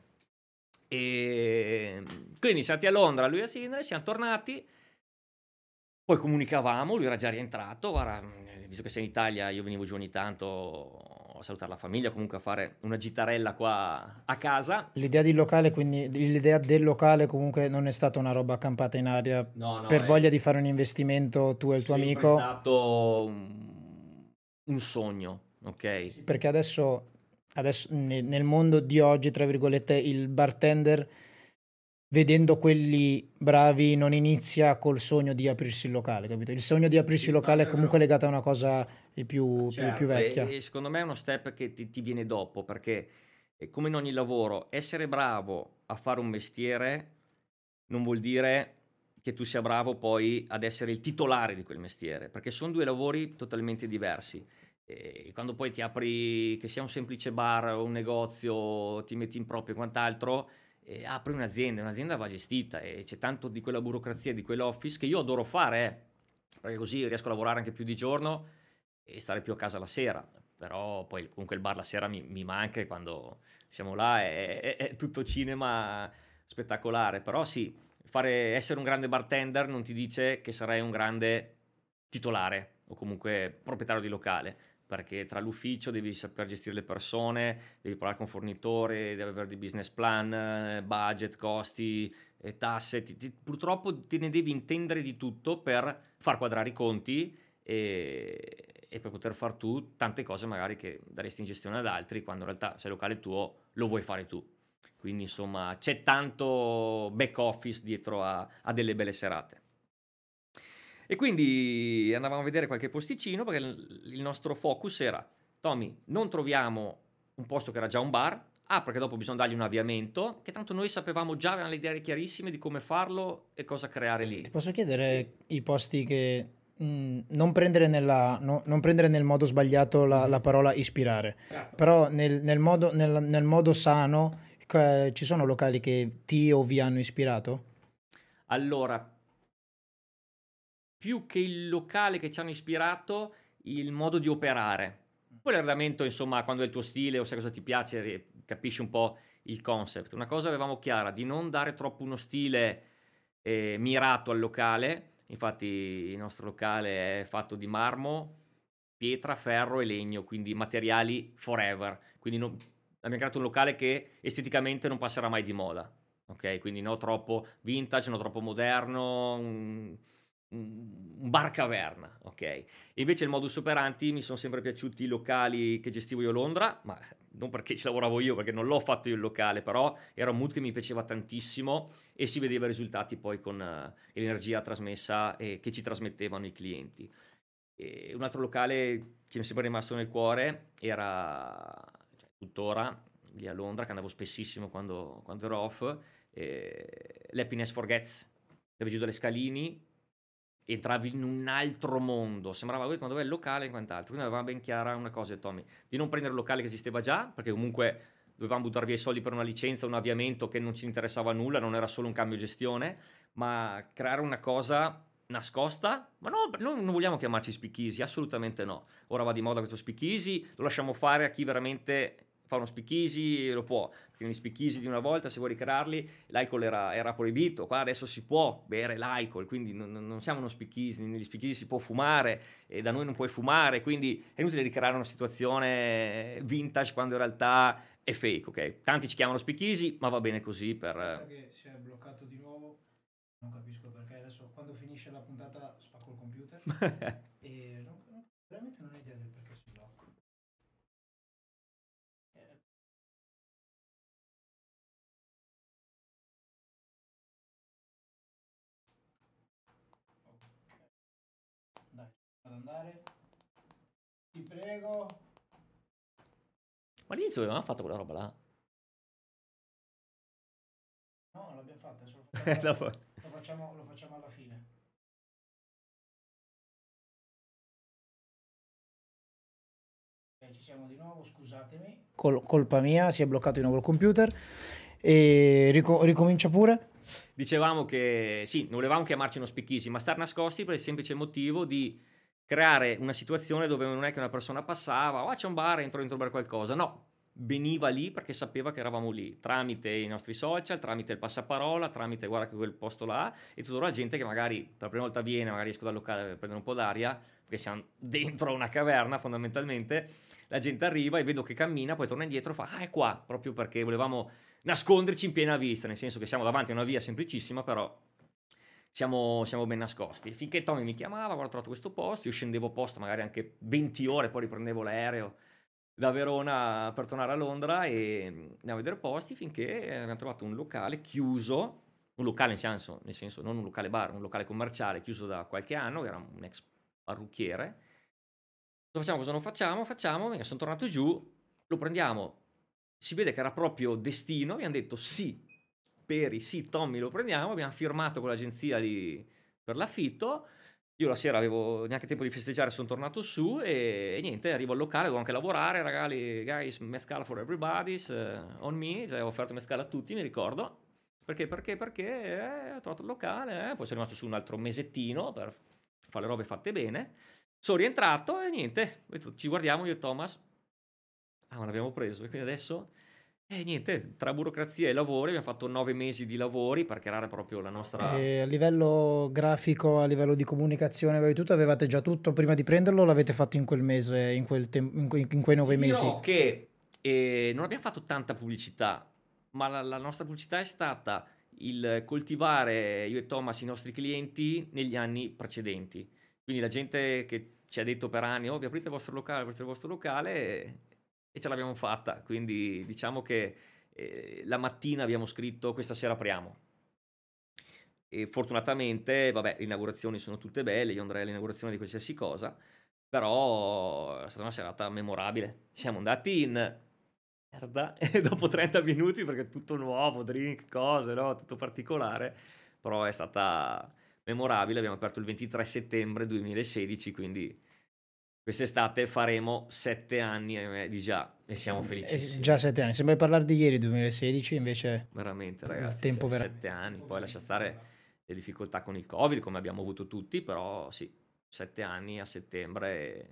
E quindi siamo andati a Londra, lui a Sydney, siamo tornati, poi comunicavamo, lui era già rientrato, guarda, visto che sei in Italia, io venivo giù ogni tanto, a salutare la famiglia, comunque a fare una gitarella qua a casa. L'idea di locale, quindi l'idea del locale comunque non è stata una roba accampata in aria No, no, per voglia è di fare un investimento tu e il tuo sempre amico, stato un, un sogno, ok? perché adesso, adesso ne- nel mondo di oggi, tra virgolette, il bartender, vedendo quelli bravi, non inizia col sogno di aprirsi il locale, capito? Il sogno di aprirsi Sì, il no, è locale è vero, è comunque vero. legato a una cosa più, più, più Certo, vecchia. e, e secondo me è uno step che ti, ti viene dopo, perché eh, come in ogni lavoro, essere bravo a fare un mestiere non vuol dire che tu sia bravo poi ad essere il titolare di quel mestiere, perché sono due lavori totalmente diversi. E quando poi ti apri, che sia un semplice bar o un negozio, ti metti in proprio e quant'altro, e apri un'azienda, un'azienda va gestita e c'è tanto di quella burocrazia, di quell'office che io adoro fare, eh, perché così riesco a lavorare anche più di giorno e stare più a casa la sera. Però poi comunque il bar la sera mi, mi manca e quando siamo là è, è- è tutto cinema spettacolare. Però sì, fare, essere un grande bartender non ti dice che sarai un grande titolare o comunque proprietario di locale, perché tra l'ufficio devi saper gestire le persone, devi parlare con fornitori, devi avere dei business plan, eh, budget, costi, eh, tasse, ti- ti- purtroppo te ne devi intendere di tutto per far quadrare i conti e, e per poter far tu tante cose magari che daresti in gestione ad altri, quando in realtà se il locale è tuo lo vuoi fare tu. Quindi insomma c'è tanto back office dietro a, a delle belle serate. E quindi andavamo a vedere qualche posticino perché il il nostro focus era, Tommy, non troviamo un posto che era già un bar, ah perché dopo bisogna dargli un avviamento, che tanto noi sapevamo già, avevamo le idee chiarissime di come farlo e cosa creare Ti lì. posso E- chiedere i posti che mh, non prendere, nella, no- non prendere nel modo sbagliato la, la parola ispirare, Certo. però nel, nel modo, nel- nel modo sano, eh, ci sono locali che ti o vi hanno ispirato? Allora, più che il locale che ci hanno ispirato, il modo di operare. Poi l'allenamento, insomma, quando è il tuo stile o sai cosa ti piace, ri- capisci un po' il concept. Una cosa avevamo chiara, di non dare troppo uno stile eh, mirato al locale. Infatti il nostro locale è fatto di marmo, pietra, ferro e legno, quindi materiali forever. Quindi non- abbiamo creato un locale che esteticamente non passerà mai di moda. Ok, quindi no troppo vintage, no troppo moderno, un, un bar caverna, ok? E invece il modus operandi mi sono sempre piaciuti i locali che gestivo io a Londra, ma non perché ci lavoravo io, perché non l'ho fatto io il locale, però era un mood che mi piaceva tantissimo e si vedeva i risultati poi con eh, l'energia trasmessa e che ci trasmettevano i clienti. E un altro locale che mi è sempre rimasto nel cuore era, cioè, tuttora, lì a Londra, che andavo spessissimo quando, quando ero off, eh, l'Happiness Forgets, dove giù dalle scalini entravi in un altro mondo, sembrava, "Uè, ma dov'è il locale e quant'altro", quindi aveva ben chiara una cosa, Tommy, di non prendere il locale che esisteva già, perché comunque dovevamo buttare via i soldi per una licenza, un avviamento che non ci interessava nulla, non era solo un cambio gestione, ma creare una cosa nascosta, ma no, noi non vogliamo chiamarci speakeasy, assolutamente no. Ora va di moda questo speakeasy, lo lasciamo fare a chi veramente fa uno speakeasy, lo può. Quindi gli speakeasy di una volta, se vuoi ricrearli, l'alcol era, era proibito, qua adesso si può bere l'alcol, quindi non, non siamo uno speakeasy, negli speakeasy si può fumare e da noi non puoi fumare, quindi è inutile ricreare una situazione vintage quando in realtà è fake, ok? Tanti ci chiamano speakeasy, ma va bene così per... Che si è bloccato di nuovo, non capisco perché. Adesso quando finisce la puntata spacco il computer e non- non- veramente non ho idea del perché si blocca. Eh, Dai, ad andare. Ti prego. Ma all'inizio avevamo fatto quella roba là. No, non l'abbiamo fatto, adesso lo facciamo, Dopo- lo facciamo, lo facciamo alla fine. Ok, ci siamo di nuovo, scusatemi. Col- colpa mia, si è bloccato di nuovo il computer. E rico- ricomincia pure. Dicevamo che sì, non volevamo chiamarci uno speakeasy, ma star nascosti per il semplice motivo di creare una situazione dove non è che una persona passava, oh c'è un bar, entro dentro per qualcosa, no, veniva lì perché sapeva che eravamo lì, tramite i nostri social, tramite il passaparola, tramite guarda che quel posto là, e tutta la gente che magari per la prima volta viene, magari esco dal locale per prendere un po' d'aria, perché siamo dentro una caverna fondamentalmente, la gente arriva e vedo che cammina, poi torna indietro e fa, ah, è qua, proprio perché volevamo nasconderci in piena vista, nel senso che siamo davanti a una via semplicissima, però siamo, siamo ben nascosti. Finché Tommy mi chiamava, guarda, ho trovato questo posto, io scendevo posto magari anche venti ore, poi riprendevo l'aereo da Verona per tornare a Londra e andiamo a vedere posti finché abbiamo trovato un locale chiuso, un locale nel senso, nel senso non un locale bar, un locale commerciale chiuso da qualche anno, che era un ex parrucchiere. Cosa facciamo, cosa non facciamo? Facciamo, sono tornato giù, lo prendiamo, si vede che era proprio destino, abbiamo detto sì, Peri, sì, Tommy, lo prendiamo, abbiamo firmato con l'agenzia lì per l'affitto. Io la sera avevo neanche tempo di festeggiare, sono tornato su e, e niente, arrivo al locale, devo anche lavorare, ragazzi, guys, mezcal for everybody, uh, on me, cioè ho offerto mezcal a tutti, mi ricordo. Perché, perché, perché, eh, ho trovato il locale, eh, poi sono rimasto su un altro mesettino per fare le robe fatte bene. Sono rientrato e niente, ho detto, ci guardiamo io e Thomas. Ah, ma l'abbiamo preso, e quindi adesso... E niente, tra burocrazia e lavori abbiamo fatto nove mesi di lavori perché era proprio la nostra... E a livello grafico, a livello di comunicazione, avevi tutto, avevate già tutto prima di prenderlo o l'avete fatto in quel mese, in, quel tem- in, que- in quei nove Ti mesi? dirò che eh, non abbiamo fatto tanta pubblicità, ma la, la nostra pubblicità è stata il coltivare io e Thomas i nostri clienti negli anni precedenti. Quindi la gente che ci ha detto per anni, oh, vi aprite il vostro locale, aprite il vostro locale, e, e ce l'abbiamo fatta. Quindi diciamo che eh, la mattina abbiamo scritto questa sera apriamo. E fortunatamente, vabbè, le inaugurazioni sono tutte belle, io andrei all'inaugurazione di qualsiasi cosa, però è stata una serata memorabile. Siamo andati in merda e dopo trenta minuti perché è tutto nuovo, drink, cose, no? Tutto particolare, però è stata memorabile. Abbiamo aperto il ventitré settembre duemilasedici, quindi quest'estate faremo sette anni eh, di già e siamo Eh, felicissimi. già sette anni, sembra parlare di ieri, duemilasedici, invece Veramente, il ragazzi, tempo cioè, veramente... sette anni, poi lascia stare le difficoltà con il Covid, come abbiamo avuto tutti, però sì, sette anni a settembre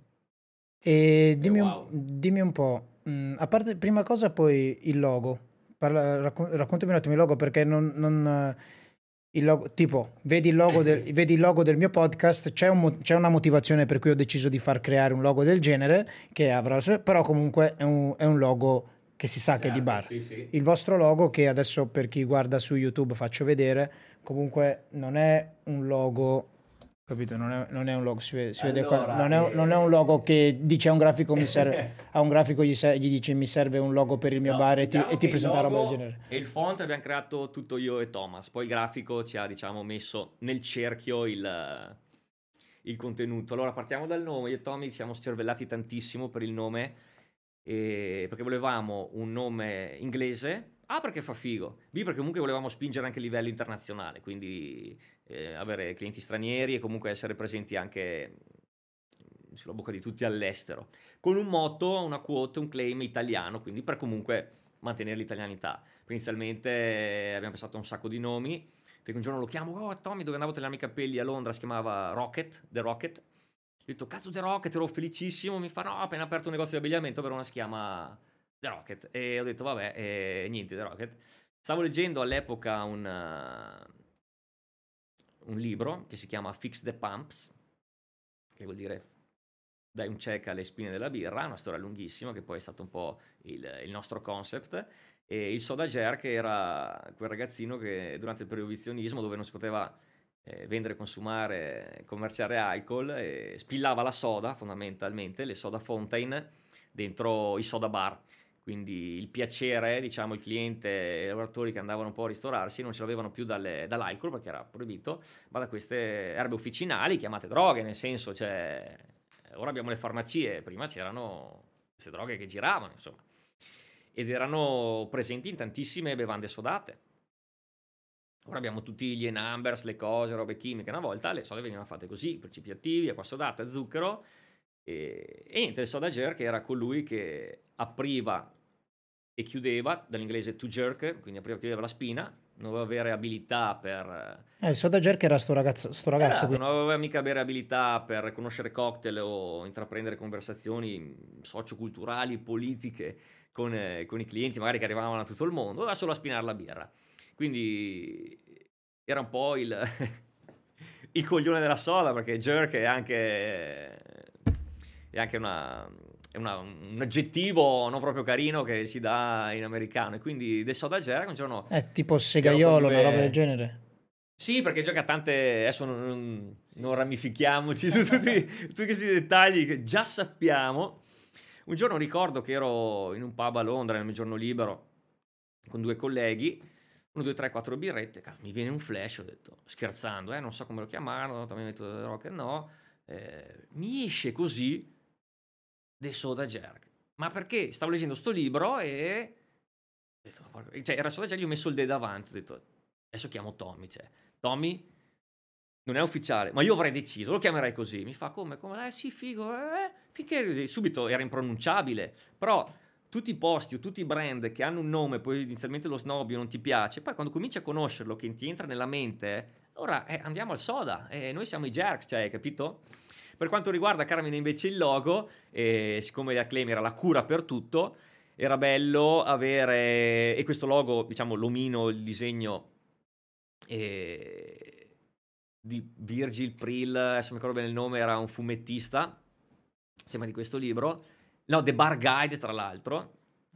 E e dimmi un, wow. dimmi un po', mh, a parte prima cosa poi il logo, Parla- racco- raccontami un attimo il logo perché non, non, eh, il logo, tipo, vedi il logo del, vedi il logo del mio podcast, c'è un mo- c'è una motivazione per cui ho deciso di far creare un logo del genere, che avrà, però comunque è un, è un logo che si sa che è di Certo, bar. sì, sì. Il vostro logo, che adesso per chi guarda su YouTube faccio vedere, comunque non è un logo, capito? Non è, non è un logo, si vede, si vede qua, Allora, non è, non è un logo eh... che dice a un grafico mi serve, a un grafico gli, se- gli dice mi serve un logo per il mio No, bar e ti, e diciamo ti che il presenta una roba del logo genere. e il font abbiamo creato tutto io e Thomas, poi il grafico ci ha, diciamo, messo nel cerchio il, il contenuto. Allora partiamo dal nome, io e Tommy ci siamo scervellati tantissimo per il nome, e- perché volevamo un nome inglese, A perché fa figo, B perché comunque volevamo spingere anche a livello internazionale, quindi eh, avere clienti stranieri e comunque essere presenti anche mm, sulla bocca di tutti all'estero, con un motto, una quote, un claim italiano, quindi per comunque mantenere l'italianità. Inizialmente eh, abbiamo pensato a un sacco di nomi, perché un giorno lo chiamo, oh Tommy, dove andavo a tagliarmi i capelli a Londra, si chiamava Rocket, The Rocket. Ho detto, cazzo The Rocket, ero felicissimo, mi fa, no, ho appena aperto un negozio di abbigliamento, però si chiama The Rocket. E ho detto, vabbè, e niente, The Rocket. Stavo leggendo all'epoca un, uh, un libro che si chiama Fix the Pumps, che vuol dire dai un check alle spine della birra, una storia lunghissima che poi è stato un po' il, il nostro concept. E il Soda Jerk era quel ragazzino che durante il proibizionismo, dove non si poteva eh, vendere, consumare, commerciare alcol, e spillava la soda, fondamentalmente, le soda fountain, dentro i soda bar. Quindi il piacere, diciamo, il cliente e i lavoratori che andavano un po' a ristorarsi non ce l'avevano più dalle, dall'alcol perché era proibito, ma da queste erbe officinali chiamate droghe, nel senso, cioè, ora abbiamo le farmacie, prima c'erano queste droghe che giravano, insomma, ed erano presenti in tantissime bevande sodate. Ora abbiamo tutti gli numbers, le cose, robe chimiche. Una volta le sode venivano fatte così, principi attivi, acqua sodata, zucchero, e, e niente, il soda jerk era colui che apriva e chiudeva, dall'inglese to jerk, quindi apriva e chiudeva la spina, non doveva avere abilità per... Eh, il Soda Jerk era sto ragazzo, sto ragazzo qui. Esatto, non aveva mica avere abilità per conoscere cocktail o intraprendere conversazioni socioculturali, politiche con, eh, con i clienti, magari che arrivavano da tutto il mondo, doveva solo aspinare la birra. Quindi era un po' il, il coglione della soda, perché jerk è anche, è anche una, è una, un aggettivo non proprio carino che si dà in americano, e quindi The Soda Jerk un giorno... È tipo segaiolo, due... una roba del genere. Sì, perché gioca tante... Adesso non, non, non ramifichiamoci su tutti, tutti questi dettagli che già sappiamo. Un giorno ricordo che ero in un pub a Londra nel mio giorno libero con due colleghi, uno, due, tre, quattro birrette, cazzo, mi viene un flash, ho detto, scherzando, eh, non so come lo chiamarono, mi metto rock and no, eh, mi esce così The Soda Jerk, ma perché stavo leggendo sto libro e... Cioè, era Soda Jerk, gli ho messo il de davanti, ho detto, adesso chiamo Tommy, cioè, Tommy... Non è ufficiale, ma io avrei deciso, lo chiamerei così. Mi fa come? Come? Eh sì, figo, eh, finché così. Subito era impronunciabile. Però tutti i posti o tutti i brand che hanno un nome, poi inizialmente lo snobby non ti piace, poi quando cominci a conoscerlo, che ti entra nella mente, ora eh, andiamo al soda, e eh, noi siamo i Jerks, cioè, capito? Per quanto riguarda Carmine invece il logo, eh, siccome la claim era la cura per tutto, era bello avere, e questo logo, diciamo, l'omino, il disegno... Eh, di Virgil Prill, adesso mi ricordo bene il nome, era un fumettista, sembra di questo libro, no, The Bar Guide tra l'altro,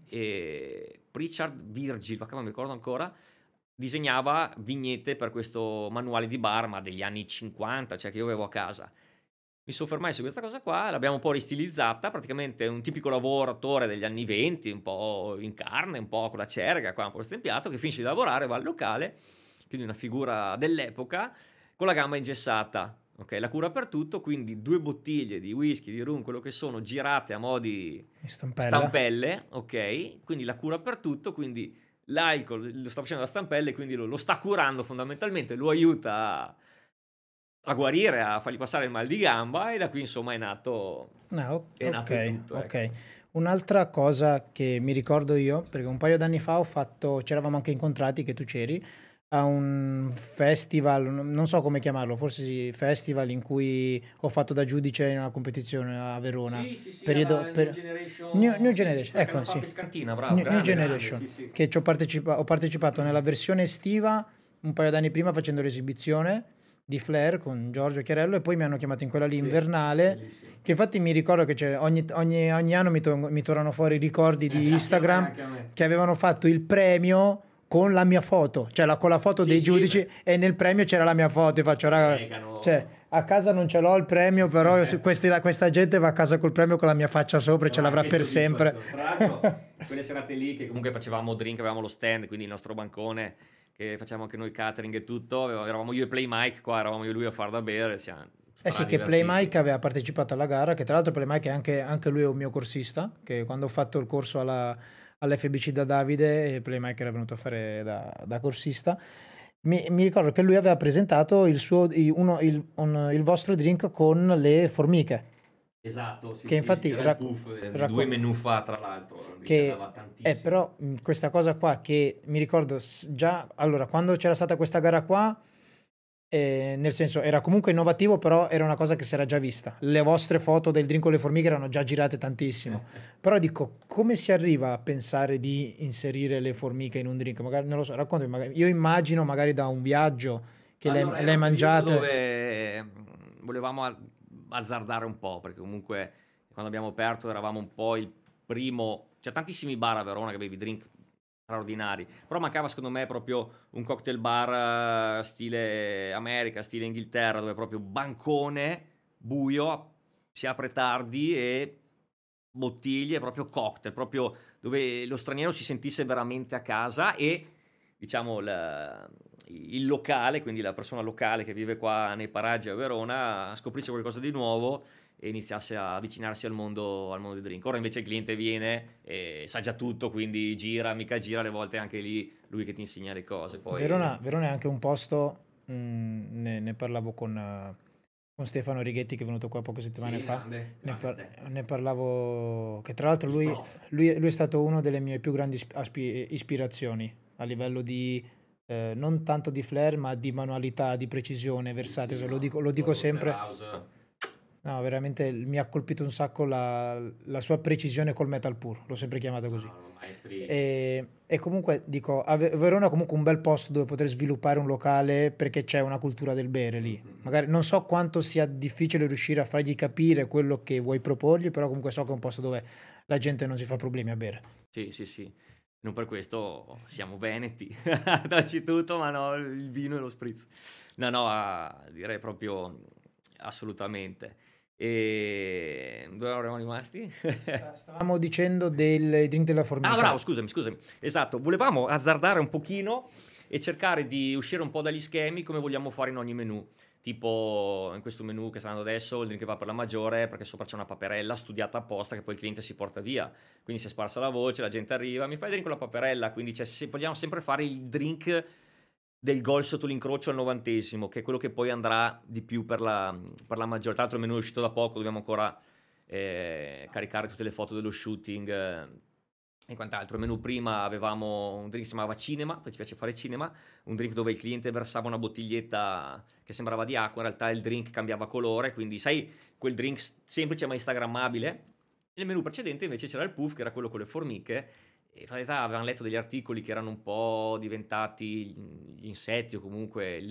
e Pritchard Virgil, ma non mi ricordo ancora, disegnava vignette per questo manuale di bar, ma degli anni cinquanta, cioè che io avevo a casa. Mi soffermai su questa cosa qua, l'abbiamo un po' ristilizzata, praticamente un tipico lavoratore degli anni venti, un po' in carne, un po' con la cerga, qua un po' stempiato, che finisce di lavorare, va al locale, quindi una figura dell'epoca, con la gamba ingessata, ok? La cura per tutto, quindi due bottiglie di whisky, di rum, quello che sono, girate a mo' di Stampella. stampelle, ok? Quindi la cura per tutto, quindi l'alcol lo sta facendo da stampelle, quindi lo, lo sta curando fondamentalmente, lo aiuta a, a guarire, a fargli passare il mal di gamba, e da qui insomma è nato, no, è nato ok, il tutto. ok. Ecco. Un'altra cosa che mi ricordo io, perché un paio d'anni fa ho fatto, ci eravamo anche incontrati, che tu c'eri, a un festival, non so come chiamarlo, forse sì, festival in cui ho fatto da giudice in una competizione a Verona. Sì, sì, sì, periodo, alla per... New Generation, New, New sì, Generation, sì, perché ecco, la fa sì. Pescantina, bravo, New, grande, New Generation, grande, sì, sì. che ci ho, partecipa- ho partecipato nella versione estiva un paio d'anni prima facendo l'esibizione di Flair con Giorgio Chiarello, e poi mi hanno chiamato in quella lì Sì, invernale, bellissimo. che infatti mi ricordo che c'è, ogni, ogni, ogni anno mi, to- mi tornano fuori i ricordi di Anche a me, Instagram anche a me. che avevano fatto il premio con la mia foto, cioè la, con la foto Sì, dei sì, giudici, beh. e nel premio c'era la mia foto, e faccio, raga, Fregano. cioè a casa non ce l'ho il premio, però su questi- questa gente va a casa col premio con la mia faccia sopra e ce No, l'avrà che per sempre. soddisfazione. Tra l'altro, quelle serate lì che comunque facevamo drink, avevamo lo stand, quindi il nostro bancone, che facevamo anche noi catering e tutto, aveva- eravamo io e Play Mike qua, eravamo io e lui a far da bere, siamo Eh sì, che Play stradivertiti. Mike aveva partecipato alla gara, che tra l'altro Play Mike è anche, anche lui è un mio corsista, che quando ho fatto il corso alla, all'F B C da Davide, e Play Mike era venuto a fare da, da corsista. Mi, mi ricordo che lui aveva presentato il, suo, i- uno- il, un- il vostro drink con le formiche, Esatto, sì, che sì, infatti c'era il racco- puff eh, di due racco- menù fa, tra l'altro, lì che che andava è tantissimo. però mh, questa cosa qua che mi ricordo s- già, allora, quando c'era stata questa gara qua, eh, nel senso era comunque innovativo, però era una cosa che si era già vista. Le vostre foto del drink con le formiche erano già girate tantissimo. Però dico, come si arriva a pensare di inserire le formiche in un drink? Magari non lo so, raccontami, magari. Io immagino magari da un viaggio che le, Allora, le era hai un periodo mangiate. dove mm, volevamo a- azzardare un po', perché comunque quando abbiamo aperto eravamo un po' il primo... C'è tantissimi bar a Verona che bevi drink straordinari, però mancava secondo me proprio un cocktail bar eh, stile America, stile Inghilterra, dove proprio bancone, buio, si apre tardi e bottiglie, proprio cocktail, proprio dove lo straniero si sentisse veramente a casa, e diciamo la- il locale, quindi la persona locale che vive qua nei paraggi a Verona, scoprisse qualcosa di nuovo e iniziasse a avvicinarsi al mondo, al mondo dei drink. Ora invece il cliente viene e sa già tutto, quindi gira, mica gira, alle volte anche lì lui che ti insegna le cose. Poi Verona, Verona è anche un posto, mh, ne, ne parlavo con, eh, con Stefano Righetti che è venuto qua poche settimane sì, fa. grande, Ne, grande par- Ste. ne parlavo, che tra l'altro Il lui, prof. lui- lui è stato una delle mie più grandi isp- aspi- ispirazioni a livello di, eh, non tanto di flair, ma di manualità, di precisione, Sì, sì, versatile. Lo no, dico, lo dico Lord of the sempre. House. No, veramente mi ha colpito un sacco la, la sua precisione col metal pur, l'ho sempre chiamato No, così. no, no, maestri. E, e comunque dico, a Ve- Verona è comunque un bel posto dove poter sviluppare un locale perché c'è una cultura del bere Mm, lì. mm, mm. Magari non so quanto sia difficile riuscire a fargli capire quello che vuoi proporgli, però comunque so che è un posto dove la gente non si fa problemi a bere. Sì, sì, sì. Non per questo siamo veneti, innanzitutto, ma no, il vino e lo spritz. No, no, ah, direi proprio assolutamente. E dove eravamo rimasti? Sta- Stavamo dicendo del drink della Ah, formica. bravo, scusami, scusami. Esatto, volevamo azzardare un pochino e cercare di uscire un po' dagli schemi come vogliamo fare in ogni menù. Tipo in questo menù che sta andando adesso, il drink che va per la maggiore, perché sopra c'è una paperella studiata apposta che poi il cliente si porta via. Quindi si è sparsa la voce, la gente arriva, mi fai il drink con la paperella, quindi c'è- se vogliamo sempre fare il drink del gol sotto l'incrocio al novantesimo, che è quello che poi andrà di più per la, per la maggiore. Tra l'altro il menù è uscito da poco, dobbiamo ancora eh, caricare tutte le foto dello shooting eh, e quant'altro. Il menù prima avevamo un drink che si chiamava Cinema, perché ci piace fare cinema, un drink dove il cliente versava una bottiglietta che sembrava di acqua, in realtà il drink cambiava colore, quindi sai quel drink s- semplice ma instagrammabile. Nel menù precedente invece c'era il puff che era quello con le formiche e fra l'età avevano letto degli articoli che erano un po' diventati gli insetti o comunque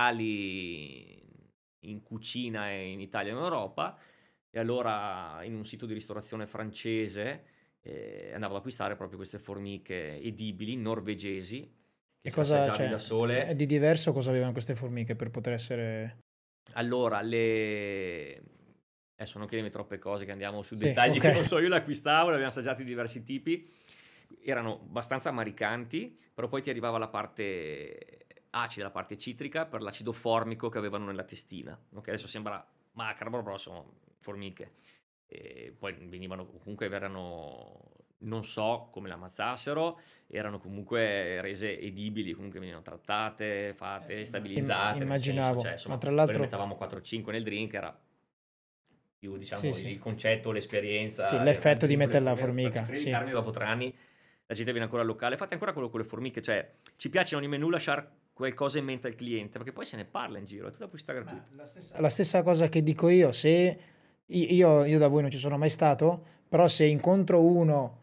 legali in cucina e in Italia e in Europa e allora in un sito di ristorazione francese eh, andavo ad acquistare proprio queste formiche edibili norvegesi che E se le cosa assaggiavi da c'è? È sole. di diverso cosa avevano queste formiche per poter essere... Allora, le... Adesso non chiedermi troppe cose che andiamo su Sì, dettagli che non ok. so, io le acquistavo, le abbiamo assaggiati diversi tipi, erano abbastanza ammaricanti, però poi ti arrivava la parte acida, la parte citrica per l'acido formico che avevano nella testina. Ok, adesso sembra macabro, però sono formiche. E poi venivano, comunque erano, non so come le ammazzassero, erano comunque rese edibili, comunque venivano trattate, Eh fatte, sì, Im- stabilizzate, nel senso, cioè, immaginavo, ma insomma, tra poi ne l'altro... mettevamo quattro cinque nel drink, era più, Sì, diciamo, sì. il concetto, Sì, l'esperienza, era il l'effetto di drink con le mettere la formiche, per formica, credere di sì. carne, dopo tre anni la gente viene ancora al locale, fate ancora quello con le formiche, cioè, ci piace in ogni menù lasciare qualcosa in mente al cliente, perché poi se ne parla in giro, è tutta pubblicità gratuita. La stessa... La stessa cosa che dico io, se io, io da voi non ci sono mai stato, però se incontro uno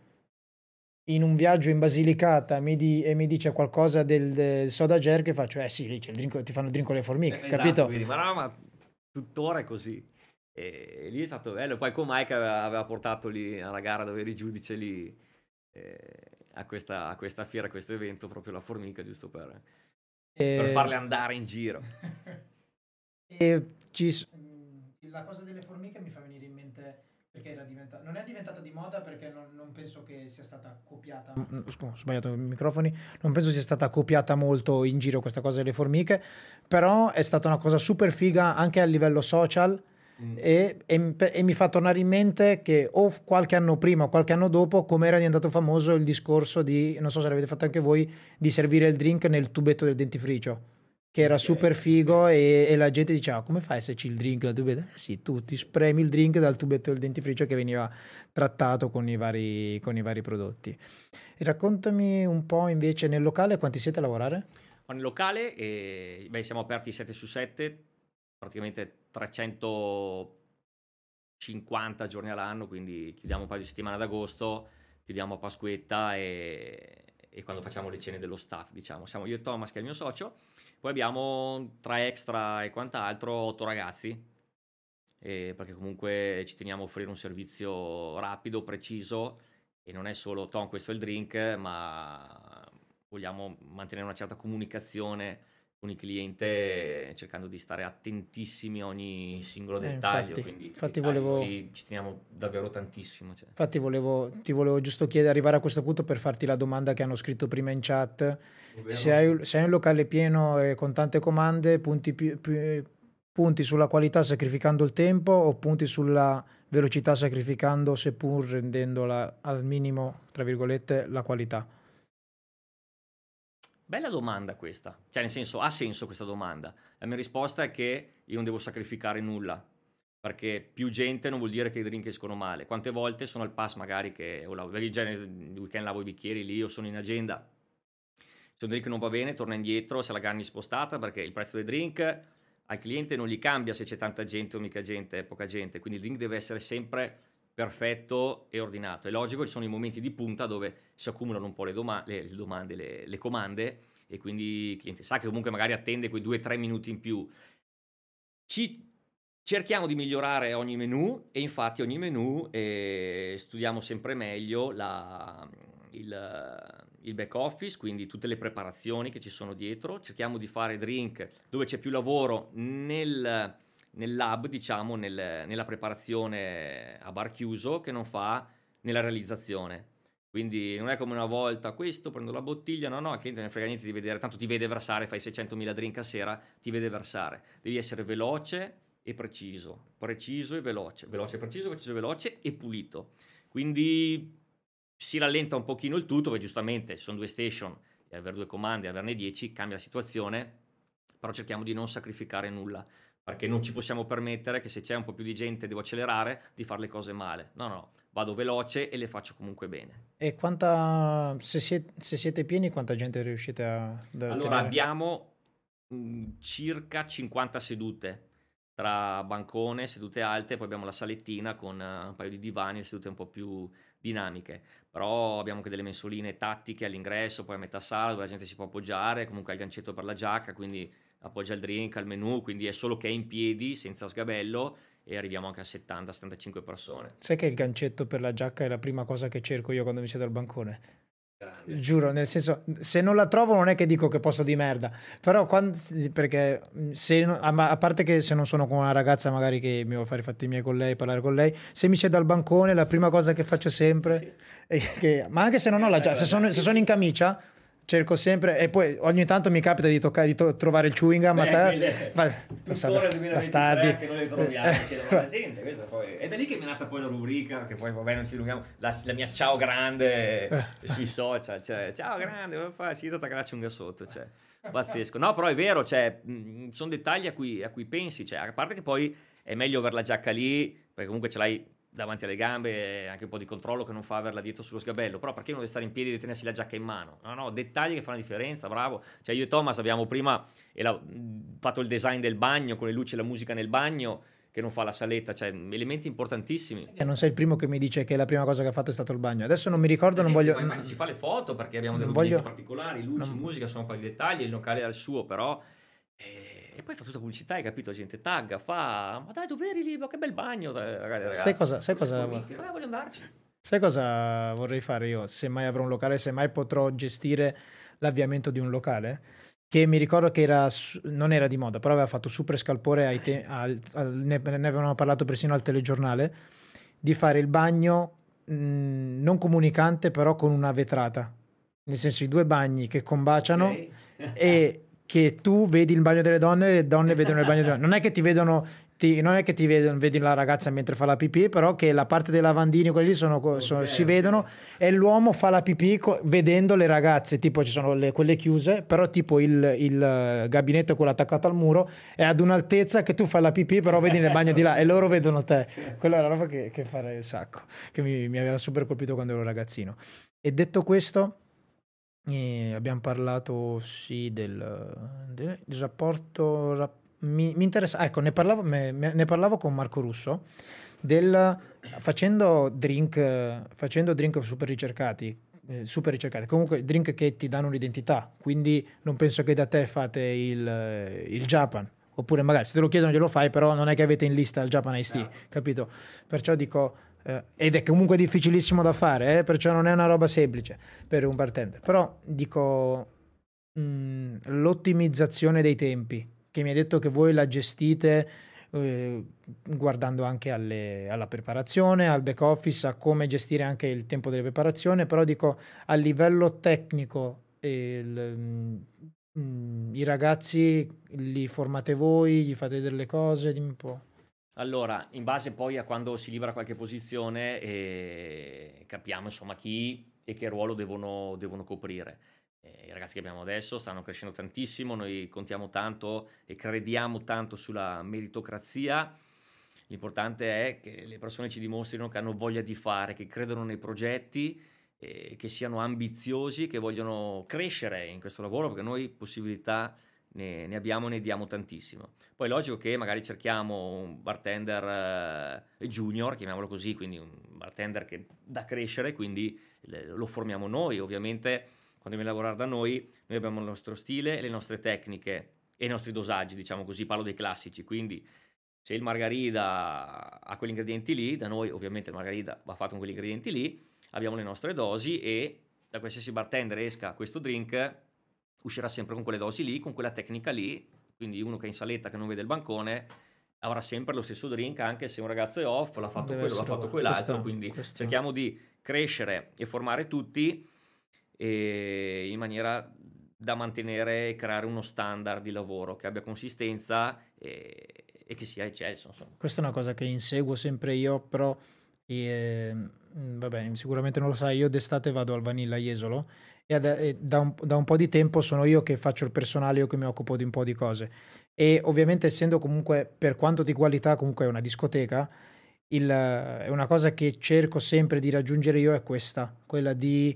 in un viaggio in Basilicata mi di- e mi dice qualcosa del, del soda jerk, faccio, eh sì, lì c'è il drink, ti fanno il drink con le Eh, formiche, esatto, capito? quindi, ma no, ma tuttora è così. E lì è stato bello. Poi con Mike aveva, aveva portato lì alla gara dove eri giudice lì eh, a, questa, a questa fiera, a questo evento, proprio la formica, giusto per, per E, farle andare in giro. e ci s- la cosa delle formiche mi fa venire in mente perché era diventata, non è diventata di moda perché non, non penso che sia stata copiata. Mm, scusa, ho sbagliato i microfoni. Non penso sia stata copiata molto in giro questa cosa delle formiche, però è stata una cosa super figa anche a livello social. Mm. E, e- e mi fa tornare in mente che o qualche anno prima o qualche anno dopo, come era diventato famoso il discorso di, non so se l'avete fatto anche voi, di servire il drink nel tubetto del dentifricio, che era Ok, super ok. figo e, e la gente diceva come fai se c'è il drink dal tubetto? Eh sì, tu ti spremi il drink dal tubetto del dentifricio che veniva trattato con i vari, con i vari prodotti. E raccontami un po' invece nel locale quanti siete a lavorare? Ho nel locale e beh, siamo aperti sette su sette, praticamente trecentocinquanta giorni all'anno, quindi chiudiamo un paio di settimane ad agosto, chiudiamo a Pasquetta e, e quando facciamo le cene dello staff, diciamo. Siamo io e Thomas che è il mio socio, poi abbiamo tra extra e quant'altro otto ragazzi, eh, perché comunque ci teniamo a offrire un servizio rapido, preciso e non è solo Tom, questo è il drink, ma vogliamo mantenere una certa comunicazione con il cliente cercando di stare attentissimi a ogni singolo Eh, dettaglio, infatti, quindi i infatti dettagli volevo, noi ci teniamo davvero tantissimo. Cioè. infatti volevo, ti volevo giusto chiedere, arrivare a questo punto per farti la domanda che hanno scritto prima in chat. Se Ovvero? hai, se hai un locale pieno e con tante comande, punti, più- più- punti sulla qualità sacrificando il tempo o punti sulla velocità sacrificando, seppur rendendola al minimo, tra virgolette, la qualità? Bella domanda questa, cioè nel senso ha senso questa domanda. La mia risposta è che io non devo sacrificare nulla, perché più gente non vuol dire che i drink escono male. Quante volte sono al pass magari che o la, il genere, il weekend lavo i bicchieri lì o sono in agenda, se un drink non va bene torna indietro, se la ganni spostata perché il prezzo del drink al cliente non gli cambia se c'è tanta gente o mica gente, poca gente, quindi il drink deve essere sempre perfetto e ordinato. È logico, ci sono i momenti di punta dove si accumulano un po' le, doma- le, le domande, le, le comande, e quindi il cliente sa che comunque magari attende quei due tre minuti in più. Ci cerchiamo di migliorare ogni menu, e infatti ogni menu eh, studiamo sempre meglio la, il, il back office, quindi tutte le preparazioni che ci sono dietro. Cerchiamo di fare drink dove c'è più lavoro nel, nel lab, diciamo, nel, nella preparazione a bar chiuso, che non fa nella realizzazione. Quindi non è come una volta: questo prendo la bottiglia, no no, il cliente non ne frega niente di vedere, tanto ti vede versare, fai seicentomila drink a sera, ti vede versare. Devi essere veloce e preciso, preciso e veloce, veloce e preciso, preciso e veloce e pulito. Quindi si rallenta un pochino il tutto, perché giustamente sono due station, e avere due comandi, averne dieci cambia la situazione, però cerchiamo di non sacrificare nulla, perché non ci possiamo permettere che se c'è un po' più di gente, devo accelerare, di fare le cose male. No, no, vado veloce e le faccio comunque bene. E quanta, se siete, se siete pieni, quanta gente riuscite a da Allora tenere? abbiamo mh, circa cinquanta sedute, tra bancone, sedute alte, poi abbiamo la salettina con eh, un paio di divani e sedute un po' più dinamiche. Però abbiamo anche delle mensoline tattiche all'ingresso, poi a metà sala dove la gente si può appoggiare, comunque ha il gancetto per la giacca, quindi appoggia il drink al menù, quindi è solo che è in piedi, senza sgabello, e arriviamo anche a settanta settantacinque persone. Sai che il gancetto per la giacca è la prima cosa che cerco io quando mi siedo al bancone? Grande. Giuro, nel senso, se non la trovo non è che dico che posto di merda, però quando, perché se, no- a a parte che se non sono con una ragazza magari che mi vuole fare i fatti miei con lei, parlare con lei, se mi siedo al bancone la prima cosa che faccio sempre è che, ma anche se non ho la giacca, se sono, se sono in camicia, cerco sempre, e poi ogni tanto mi capita di, toccare, di to- trovare il chewing gum a Beh, te, quelle- fa- tuttora nel bastardi. duemilaventitré che noi le troviamo, chiedono alla gente, questa poi- ed è lì che mi è nata poi la rubrica, che poi vabbè non ci dilunghiamo, la, la mia ciao grande sui social, cioè ciao grande, come fai? Ci date la ciunga sotto, cioè pazzesco. No, però è vero, cioè mh, sono dettagli a cui, a cui pensi, cioè a parte che poi è meglio avere la giacca lì, perché comunque ce l'hai davanti alle gambe, e anche un po' di controllo che non fa averla dietro sullo sgabello. Però perché uno deve stare in piedi e deve tenersi la giacca in mano? No, no, dettagli che fanno la differenza, bravo. Cioè io e Thomas abbiamo prima e la- fatto il design del bagno con le luci e la musica nel bagno, che non fa la saletta, cioè elementi importantissimi. E non sei il primo che mi dice che la prima cosa che ha fatto è stato il bagno. Adesso non mi ricordo, La non gente voglio... va in bagno, ci fa le foto perché abbiamo dei non rubinetti voglio- particolari, luci, non- musica, sono quei dettagli, il locale ha il suo, però. E, e poi fa tutta pubblicità, hai capito? La gente tagga, fa, ma dai, dove eri lì? Ma che bel bagno, dai, ragazzi, ragazzi. Sai cosa- sai cosa- Formiche, "Ah, voglio andarci." Sai cosa vorrei fare io? Se mai avrò un locale, se mai potrò gestire l'avviamento di un locale? Che mi ricordo che era, su- non era di moda, però aveva fatto super scalpore, ai te- al- al- ne, ne avevano parlato persino al telegiornale, di fare il bagno mh, non comunicante, però con una vetrata. Nel senso, i due bagni che combaciano Ok. e che tu vedi il bagno delle donne e le donne vedono il bagno delle donne. Non è che ti vedono, ti- non è che ti vedono, vedi la ragazza mentre fa la pipì, però che la parte dei lavandini, quelli lì sono, co- sono- Ok, si ok. vedono, e l'uomo fa la pipì co- vedendo le ragazze, tipo ci sono le- quelle chiuse, però tipo il, il eh, gabinetto quello attaccato al muro è ad un'altezza che tu fai la pipì, però vedi nel bagno di là e loro vedono te. Quella è la roba che, che farei un sacco, che mi, mi aveva super colpito quando ero ragazzino. E detto questo, eh, abbiamo parlato sì del, del rapporto. rap- mi, mi interessa, ecco, ne parlavo, me- me- ne parlavo con Marco Russo del facendo drink, eh, facendo drink super ricercati, eh, super ricercati, comunque drink che ti danno un'identità. Quindi non penso che da te fate il, eh, il Japan. Oppure magari se te lo chiedono glielo fai, però non è che avete in lista il Japan Ice Tea, capito? Perciò dico, eh, ed è comunque difficilissimo da fare, eh, perciò non è una roba semplice per un bartender. Però dico, mh, l'ottimizzazione dei tempi, che mi hai detto che voi la gestite eh, guardando anche alle- alla preparazione, al back office, a come gestire anche il tempo delle preparazioni, però dico a livello tecnico, eh, il, mh, i ragazzi li formate voi, gli fate delle cose, dimmi un po'. Allora, in base poi a quando si libera qualche posizione, eh, capiamo insomma chi e che ruolo devono, devono coprire. Eh, I ragazzi che abbiamo adesso stanno crescendo tantissimo, noi contiamo tanto e crediamo tanto sulla meritocrazia. L'importante è che le persone ci dimostrino che hanno voglia di fare, che credono nei progetti, eh, che siano ambiziosi, che vogliono crescere in questo lavoro, perché noi possibilità ne, ne abbiamo, ne diamo tantissimo. Poi è logico che magari cerchiamo un bartender eh, junior, chiamiamolo così, quindi un bartender che da crescere, quindi le, lo formiamo noi. Ovviamente quando viene a lavorare da noi, noi abbiamo il nostro stile, le nostre tecniche e i nostri dosaggi, diciamo così, parlo dei classici, quindi se il margarita ha quegli ingredienti lì, da noi ovviamente il margarita va fatto con quegli ingredienti lì, abbiamo le nostre dosi e da qualsiasi bartender esca questo drink uscirà sempre con quelle dosi lì, con quella tecnica lì, quindi uno che è in saletta che non vede il bancone avrà sempre lo stesso drink anche se un ragazzo è off, l'ha fatto Deve quello, l'ha essere fatto uguale. quell'altro, Questo- quindi questo- cerchiamo di crescere e formare tutti e in maniera da mantenere e creare uno standard di lavoro che abbia consistenza e, e che sia eccelso, insomma. Questa è una cosa che inseguo sempre io, però eh, mh, vabbè, sicuramente non lo sai, io d'estate vado al Vanilla Jesolo e, ad- e da, un, da un po' di tempo sono io che faccio il personale, io che mi occupo di un po' di cose. E ovviamente essendo comunque, per quanto di qualità, comunque è una discoteca, il, è una cosa che cerco sempre di raggiungere io è questa, quella di,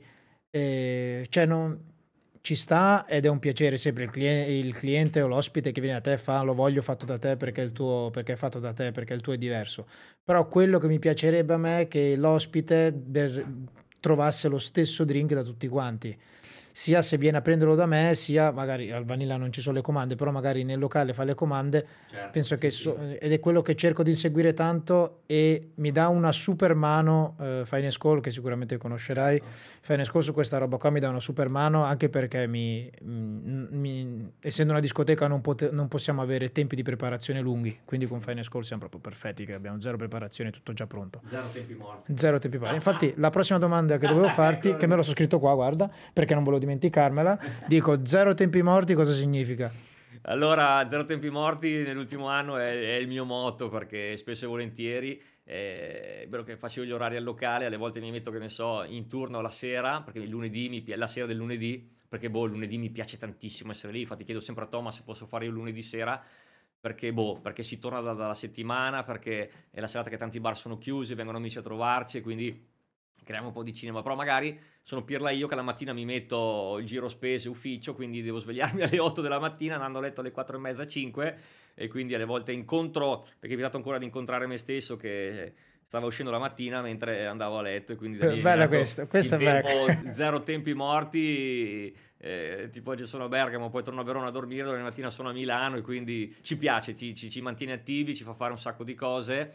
eh, cioè non, ci sta ed è un piacere sempre il, clie- il cliente o l'ospite che viene da te fa lo voglio fatto da te perché il tuo, perché è fatto da te, perché il tuo è diverso. Però quello che mi piacerebbe a me è che l'ospite ber- trovasse lo stesso drink da tutti quanti. Sia se viene a prenderlo da me, sia magari al Vanilla non ci sono le comande, però magari nel locale fa le comande. Certo, Penso sì, che sì. so- ed è quello che cerco di inseguire tanto e mi dà una super mano eh, Finest Call, che sicuramente conoscerai. Certo. Finest Call su questa roba qua mi dà una super mano anche perché mi, mm, mi- essendo una discoteca non, pote- non possiamo avere tempi di preparazione lunghi, quindi con Finest Call siamo proprio perfetti, che abbiamo zero preparazione, tutto già pronto. Zero tempi morti. Zero tempi morti. Infatti la prossima domanda che dovevo farti, Ecco. che me lo so scritto qua, guarda, perché non volevo dimenticarmela, dico zero tempi morti cosa significa? Allora, zero tempi morti nell'ultimo anno è, è il mio motto perché spesso e volentieri eh, è vero che facevo gli orari al locale, alle volte mi metto, che ne so, in turno la sera, perché il lunedì, mi pi- la sera del lunedì, perché boh, il lunedì mi piace tantissimo essere lì, infatti chiedo sempre a Thomas se posso fare io il lunedì sera, perché boh, perché si torna da- dalla settimana, perché è la serata che tanti bar sono chiusi, vengono amici a trovarci e quindi creiamo un po' di cinema, però magari sono pirla io che la mattina mi metto il giro spese ufficio, quindi devo svegliarmi alle otto della mattina, andando a letto alle quattro e mezza, cinque, e quindi alle volte incontro, perché è evitato ancora di incontrare me stesso che stava uscendo la mattina mentre andavo a letto e quindi da lì è Bella nato questa, questa il è bella. tempo zero tempi morti, eh, tipo oggi sono a Bergamo, poi torno a Verona a dormire, domani mattina sono a Milano e quindi ci piace, ci, ci, ci mantiene attivi, ci fa fare un sacco di cose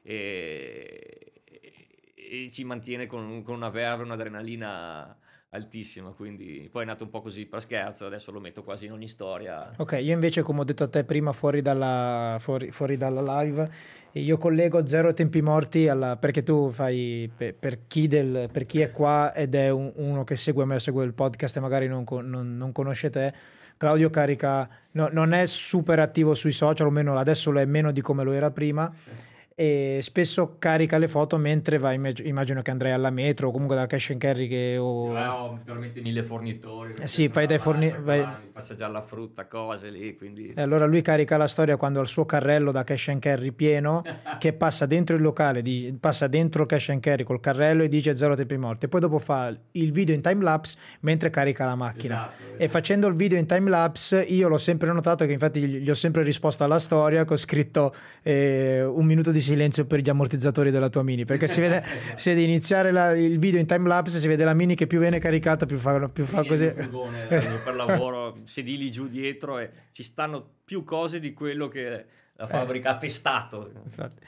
e, e ci mantiene con, con una verve, un'adrenalina altissima, quindi poi è nato un po' così per scherzo, adesso lo metto quasi in ogni storia. Ok, io invece come ho detto a te prima fuori dalla, fuori, fuori dalla live, io collego zero tempi morti alla, perché tu fai, per, per chi del, per chi è qua ed è un- uno che segue me, segue il podcast e magari non, co- non- non conosce te, Claudio carica, no, non è super attivo sui social, o meno adesso lo è meno di come lo era prima, e spesso carica le foto mentre va, immag- immagino che andrai alla metro o comunque dal cash and carry che, o... Io ho veramente mille fornitori, Eh sì, vai dai forni- vai- mi faccia già la frutta, cose lì, quindi E allora lui carica la storia quando ha il suo carrello da cash and carry pieno, che passa dentro il locale, di- passa dentro il cash and carry col carrello e dice zero tempi morti. E poi dopo fa il video in time lapse mentre carica la macchina. Esatto, E esatto. facendo il video in time lapse io l'ho sempre notato che infatti gli gli ho sempre risposto alla storia che ho scritto eh, un minuto di silenzio per gli ammortizzatori della tua Mini, perché si vede, si vede iniziare la- il video in time lapse, si vede la Mini che più viene caricata più fa, più fa Quindi così. è un furgone eh, per lavoro, sedili giù dietro e ci stanno più cose di quello che la fabbrica ha testato. Infatti.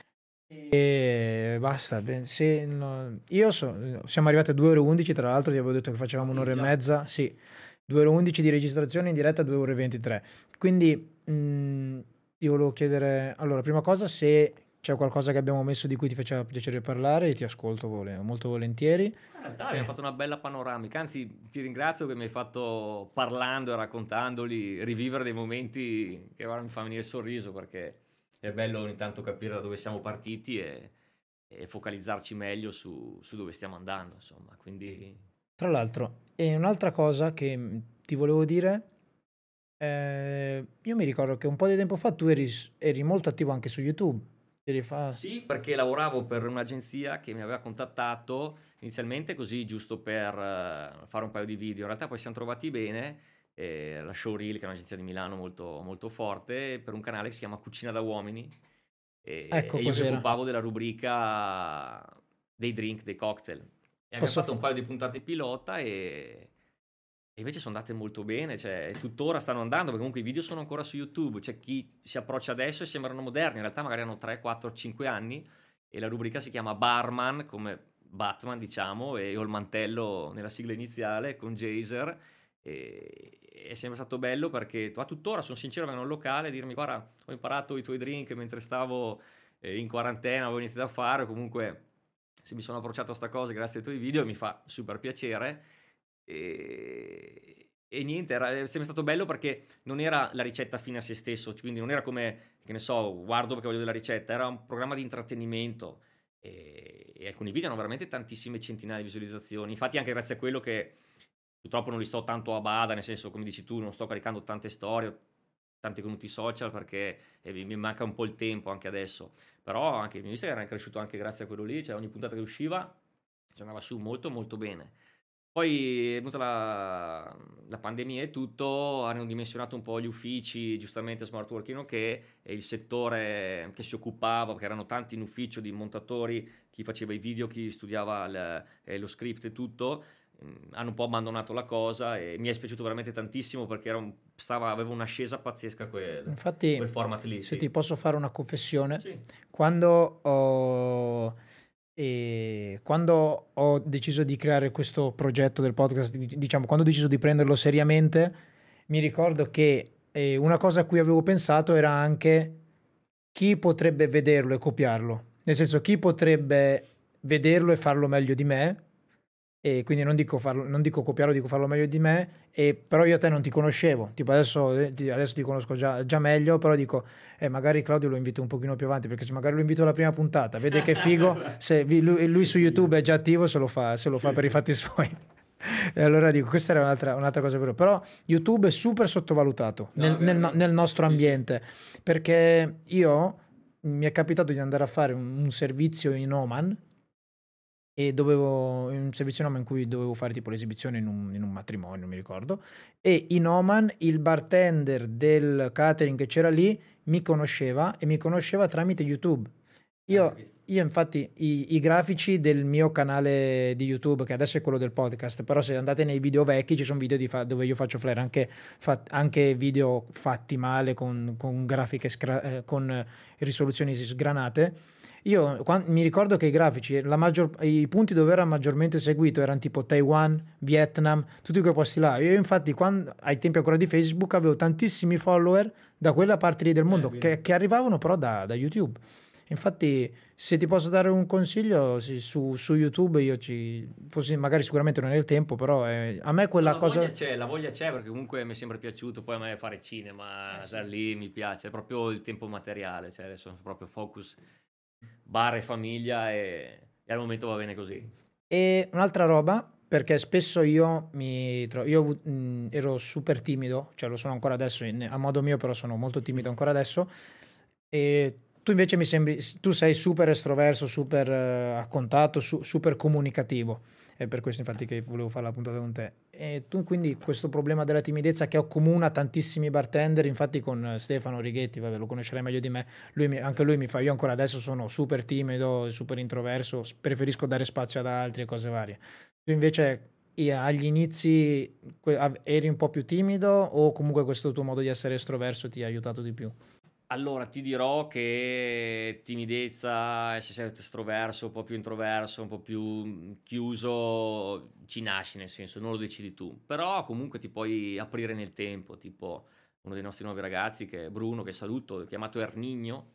E basta. beh, se no- io so- siamo arrivati a due ore e undici, tra l'altro ti avevo detto che facevamo un'ora e Già. mezza, sì, due ore e undici di registrazione in diretta, due ore e ventitré. Quindi mh, ti volevo chiedere, allora, prima cosa, se c'è qualcosa che abbiamo messo di cui ti faceva piacere parlare, ti ascolto vole- molto volentieri. In realtà abbiamo fatto una bella panoramica, anzi ti ringrazio che mi hai fatto, parlando e raccontandoli, rivivere dei momenti che ora mi fa venire il sorriso, perché è bello ogni tanto capire da dove siamo partiti e, e focalizzarci meglio su, su dove stiamo andando, insomma, quindi Tra l'altro, e un'altra cosa che mh, ti volevo dire, eh, io mi ricordo che un po' di tempo fa tu eri, eri molto attivo anche su YouTube. Eri fa- sì, perché lavoravo per un'agenzia che mi aveva contattato inizialmente così giusto per eh, fare un paio di video, in realtà poi ci siamo trovati bene eh, la Showreel, che è un'agenzia di Milano molto, molto forte, per un canale che si chiama Cucina da Uomini, e, Ecco e io mi cos'era. occupavo della rubrica dei drink, dei cocktail. E abbiamo Posso fatto un fa- paio di puntate pilota e, e invece sono andate molto bene, cioè tuttora stanno andando, perché comunque i video sono ancora su YouTube, c'è chi si approccia adesso e sembrano moderni, in realtà magari hanno tre, quattro, cinque anni, e la rubrica si chiama Barman, come Batman diciamo, e ho il mantello nella sigla iniziale con Jaser, e è sempre stato bello perché a tuttora sono sincero, vengono al locale a dirmi guarda ho imparato i tuoi drink mentre stavo eh, in quarantena, avevo iniziato a fare, comunque se mi sono approcciato a sta cosa grazie ai tuoi video mi fa super piacere. E, e niente, era è sempre stato bello perché non era la ricetta fine a se stesso, quindi non era come, che ne so, guardo perché voglio della ricetta, era un programma di intrattenimento e, e alcuni video hanno veramente tantissime centinaia di visualizzazioni, infatti anche grazie a quello che purtroppo non li sto tanto a bada, nel senso come dici tu, non sto caricando tante storie, tanti contenuti social perché eh, mi mi manca un po' il tempo anche adesso, però anche il mio Instagram è cresciuto anche grazie a quello lì, cioè ogni puntata che usciva ci andava su molto molto bene. Poi è venuta la, la pandemia e tutto, hanno dimensionato un po' gli uffici, giustamente smart working, che è il settore che si occupava, perché erano tanti in ufficio di montatori, chi faceva i video, chi studiava il- eh, lo script e tutto, mm, hanno un po' abbandonato la cosa e mi è spiaciuto veramente tantissimo perché era un- stava, aveva un'ascesa pazzesca quel, Infatti, quel format lì, se sì. ti posso fare una confessione, Sì. quando ho, eh, quando ho deciso di creare questo progetto del podcast, di- diciamo, quando ho deciso di prenderlo seriamente, mi ricordo che eh, una cosa a cui avevo pensato era anche chi potrebbe vederlo e copiarlo. Nel senso, chi potrebbe vederlo e farlo meglio di me, e quindi non dico, farlo, non dico copiarlo, dico farlo meglio di me, e però io a te non ti conoscevo, tipo adesso, eh, ti, adesso ti conosco già, già meglio, però dico, eh, magari Claudio lo invito un pochino più avanti, perché se magari lo invito alla prima puntata, vede che è figo, se vi- lui, lui su YouTube è già attivo, se lo fa, se lo fa per i fatti suoi. E allora dico, questa era un'altra, un'altra cosa vera, però YouTube è super sottovalutato No, nel, è nel vero, è no- vero. nel nostro Sì, sì. ambiente, perché io mi è capitato di andare a fare un, un servizio in Oman, e dovevo in un servizio in Oman in cui dovevo fare tipo l'esibizione in un, in un matrimonio, non mi ricordo, e in Oman il bartender del catering che c'era lì mi conosceva e mi conosceva tramite YouTube. Ah, Io, capito. io infatti i, i grafici del mio canale di YouTube, che adesso è quello del podcast, però se andate nei video vecchi ci sono video di fa- dove io faccio flare, anche, fa- anche video fatti male con, con grafiche, scra- eh, con risoluzioni sgranate. Io quan- mi ricordo che i grafici, la maggior- i punti dove era maggiormente seguito erano tipo Taiwan, Vietnam, tutti quei posti là. Io infatti quando, ai tempi ancora di Facebook avevo tantissimi follower da quella parte lì del Eh, mondo vedi. che, che arrivavano però da, da YouTube. Infatti se ti posso dare un consiglio sì, su, su YouTube io ci fossi magari sicuramente non è il tempo, però eh, a me No, quella la voglia cosa c'è, la voglia c'è perché comunque mi è sempre piaciuto, poi a me fare cinema, da lì mi piace, è proprio il tempo materiale, cioè adesso sono proprio focus bar e famiglia e, e al momento va bene così. e un'altra roba, perché spesso io mi tro- io ho avu- mh, ero super timido, cioè lo sono ancora adesso in- a modo mio, però sono molto timido ancora adesso. E tu invece mi sembri, tu sei super estroverso, super eh, a contatto, su- super comunicativo. È per questo infatti che volevo fare la puntata con te. E tu quindi questo problema della timidezza che accomuna tantissimi bartender, infatti con eh, Stefano Righetti, vabbè, lo conoscerai meglio di me, lui mi- anche lui mi fa, io ancora adesso sono super timido, super introverso, s- preferisco dare spazio ad altri e cose varie. Tu invece i- agli inizi que- av- eri un po' più timido o comunque questo tuo modo di essere estroverso ti ha aiutato di più? Allora ti dirò che timidezza, se sei estroverso, un po' più introverso, un po' più mm, chiuso, ci nasci nel senso, non lo decidi tu, però comunque ti puoi aprire nel tempo, tipo uno dei nostri nuovi ragazzi che è Bruno, che saluto, chiamato Ernigno,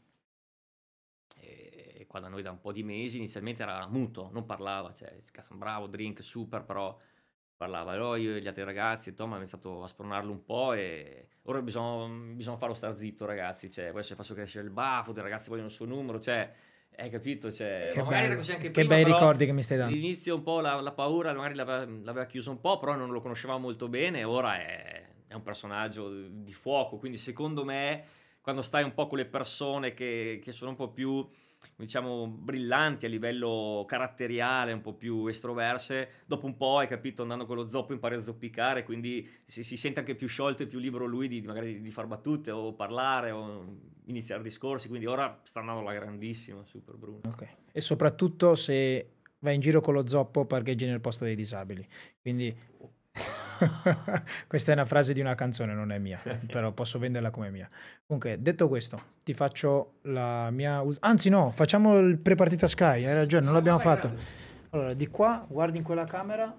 e qua da noi da un po' di mesi, inizialmente era muto, non parlava, cioè, cazzo, bravo, drink, super, però parlava. Allora io e gli altri ragazzi, Tom, abbiamo iniziato a spronarlo un po' e ora bisogna, bisogna farlo star zitto, ragazzi, cioè, poi se faccio crescere il baffo, i ragazzi vogliono il suo numero, cioè, hai capito? Cioè, ma Che magari era bello, così anche che prima, bei però ricordi che mi stai dando. all'inizio un po' la, la paura magari l'aveva, l'aveva chiuso un po', però non lo conoscevamo molto bene, ora è, è un personaggio di fuoco, quindi secondo me quando stai un po' con le persone che, che sono un po' più diciamo, brillanti a livello caratteriale, un po' più estroverse, dopo un po', hai capito, andando con lo zoppo impari a zoppicare, quindi si, si sente anche più sciolto e più libero lui di magari di, di far battute o parlare o iniziare discorsi, quindi ora sta andando alla grandissima, super Bruno. Ok. E soprattutto se vai in giro con lo zoppo parcheggi nel posto dei disabili. Quindi questa è una frase di una canzone, non è mia, però posso venderla come mia. Comunque, detto questo, ti faccio la mia... ul- Anzi no, facciamo il pre-partita Sky, hai ragione, non l'abbiamo fatto. Allora, di qua, guardi in quella camera.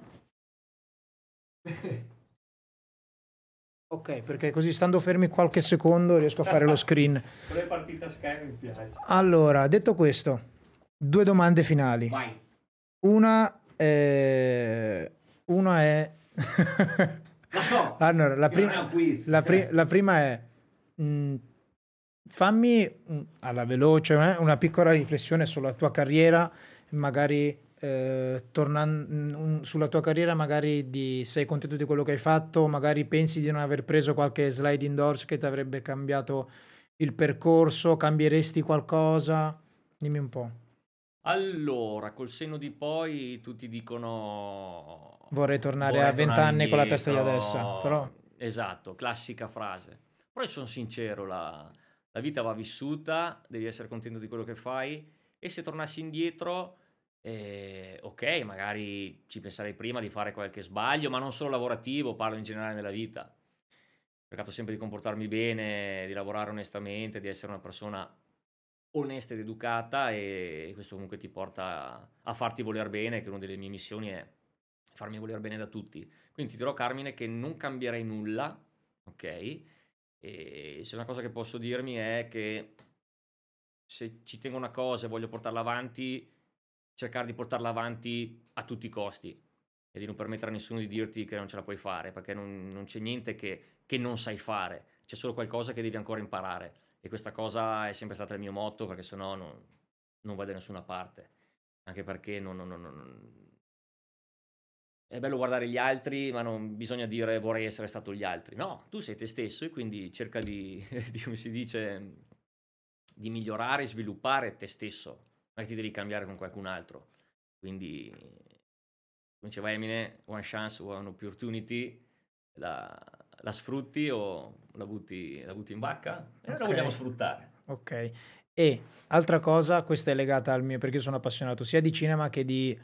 Ok, perché così stando fermi qualche secondo riesco a fare lo screen. Pre-partita Sky mi piace. Allora, detto questo, due domande finali. Vai. Una è... Una è... La so, Allora, la, sì, prim- non è un quiz. la, pri- la prima è... mh, fammi mh, alla veloce eh, una piccola riflessione sulla tua carriera, magari eh, tornando sulla tua carriera, magari di sei contento di quello che hai fatto, magari pensi di non aver preso qualche sliding doors che ti avrebbe cambiato il percorso, cambieresti qualcosa? Dimmi un po'. Allora, col senno di poi tutti dicono Vorrei tornare a vorrei tornare vent'anni con la testa di adesso, però indietro. Esatto, classica frase. Però io sono sincero, la, la vita va vissuta, devi essere contento di quello che fai e se tornassi indietro, eh, ok, magari ci penserei prima di fare qualche sbaglio, ma non solo lavorativo, parlo in generale nella vita. Ho cercato sempre di comportarmi bene, di lavorare onestamente, di essere una persona onesta ed educata e questo comunque ti porta a farti voler bene, che una delle mie missioni è farmi voler bene da tutti. Quindi ti dirò, Carmine, che non cambierei nulla, ok? E se una cosa che posso dirmi è che se ci tengo una cosa e voglio portarla avanti, cercare di portarla avanti a tutti i costi e di non permettere a nessuno di dirti che non ce la puoi fare, perché non, non c'è niente che, che non sai fare, c'è solo qualcosa che devi ancora imparare. E questa cosa è sempre stata il mio motto, perché sennò non, non vai da nessuna parte. Anche perché non, non- non- non- è bello guardare gli altri, ma non bisogna dire vorrei essere stato gli altri. No, tu sei te stesso e quindi cerca di, di, come si dice, di migliorare e sviluppare te stesso. Non è che ti devi cambiare con qualcun altro. Quindi, come diceva Emine, one chance, one opportunity, la, la sfrutti o la butti, la butti in vacca e noi la ok. vogliamo sfruttare. Ok. E altra cosa, questa è legata al mio, perché io sono appassionato sia di cinema che di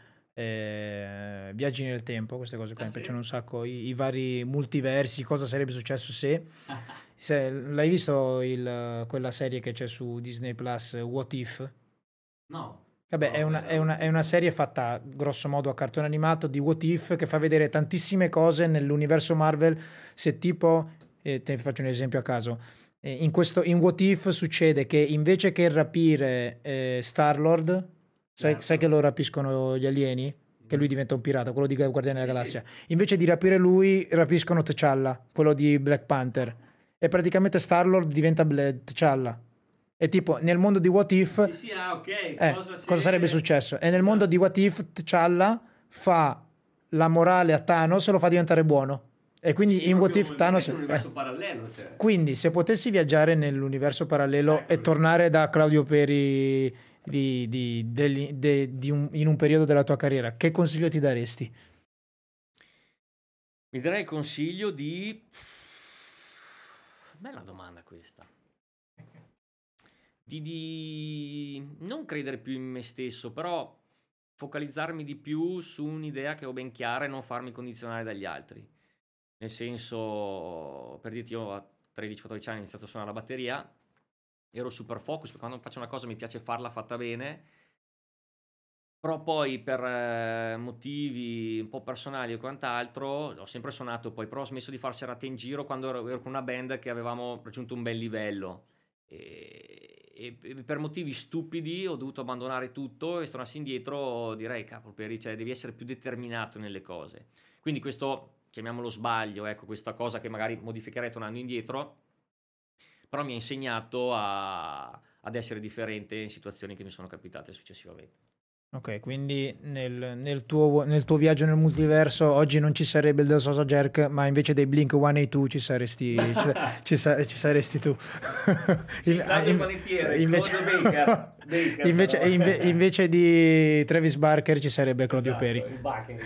eh, viaggi nel tempo, queste cose qua Ah, mi sì? piacciono un sacco, i, i vari multiversi, cosa sarebbe successo se... se l'hai visto il- quella serie che c'è su Disney Plus, What If? No, Vabbè, è però una, quella è una- è una serie fatta grosso modo a cartone animato di What If che fa vedere tantissime cose nell'universo Marvel. Se tipo, eh, te ne faccio un esempio a caso, eh, in questo, in What If succede che invece che rapire eh, Star-Lord, sai, certo. sai che lo rapiscono gli alieni? Che lui diventa un pirata, quello di Guardiani della Sì, Galassia. sì. Invece di rapire lui, rapiscono T'Challa, quello di Black Panther. E praticamente Star-Lord diventa Bla- T'Challa. E tipo, nel mondo di What If, Sì, sì, ah, ok. eh, Cosa cosa sarebbe se... successo? E nel mondo Esatto. di What If, T'Challa fa la morale a Thanos e lo fa diventare buono. E Sì, quindi sì, in What proprio If Thanos... praticamente un eh. universo parallelo, cioè. Quindi se potessi viaggiare nell'universo parallelo e Ecco, tornare da Claudio Peri di, di- degli- de- di un- in un periodo della tua carriera, che consiglio ti daresti? mi darei il consiglio di... Bella domanda questa. Di, di non credere più in me stesso, però focalizzarmi di più su un'idea che ho ben chiara e non farmi condizionare dagli altri. Nel senso, per dirti, io a tredici quattordici anni ho iniziato a suonare la batteria, ero super focus, perché quando faccio una cosa mi piace farla fatta bene, però poi per eh, motivi un po' personali o quant'altro ho sempre suonato poi, però ho smesso di far serate in giro quando ero, ero con una band che avevamo raggiunto un bel livello e, e- e per motivi stupidi ho dovuto abbandonare tutto e se tornassi indietro direi capo Peri, cioè devi essere più determinato nelle cose. Quindi questo, chiamiamolo sbaglio, ecco, questa cosa che magari modificherei tornando indietro, però mi ha insegnato a- ad essere differente in situazioni che mi sono capitate successivamente. Ok, quindi nel, nel tuo, nel tuo viaggio nel multiverso oggi non ci sarebbe il The Sosa Jerk, ma invece dei Blink centottantadue ci saresti, ci, ci sa- ci saresti tu. Sì, In- Claudio in- Panettiere, invece, Claudio Baker. Baker invece, però. inve- invece di Travis Barker ci sarebbe Claudio Esatto, Peri. il Bakery.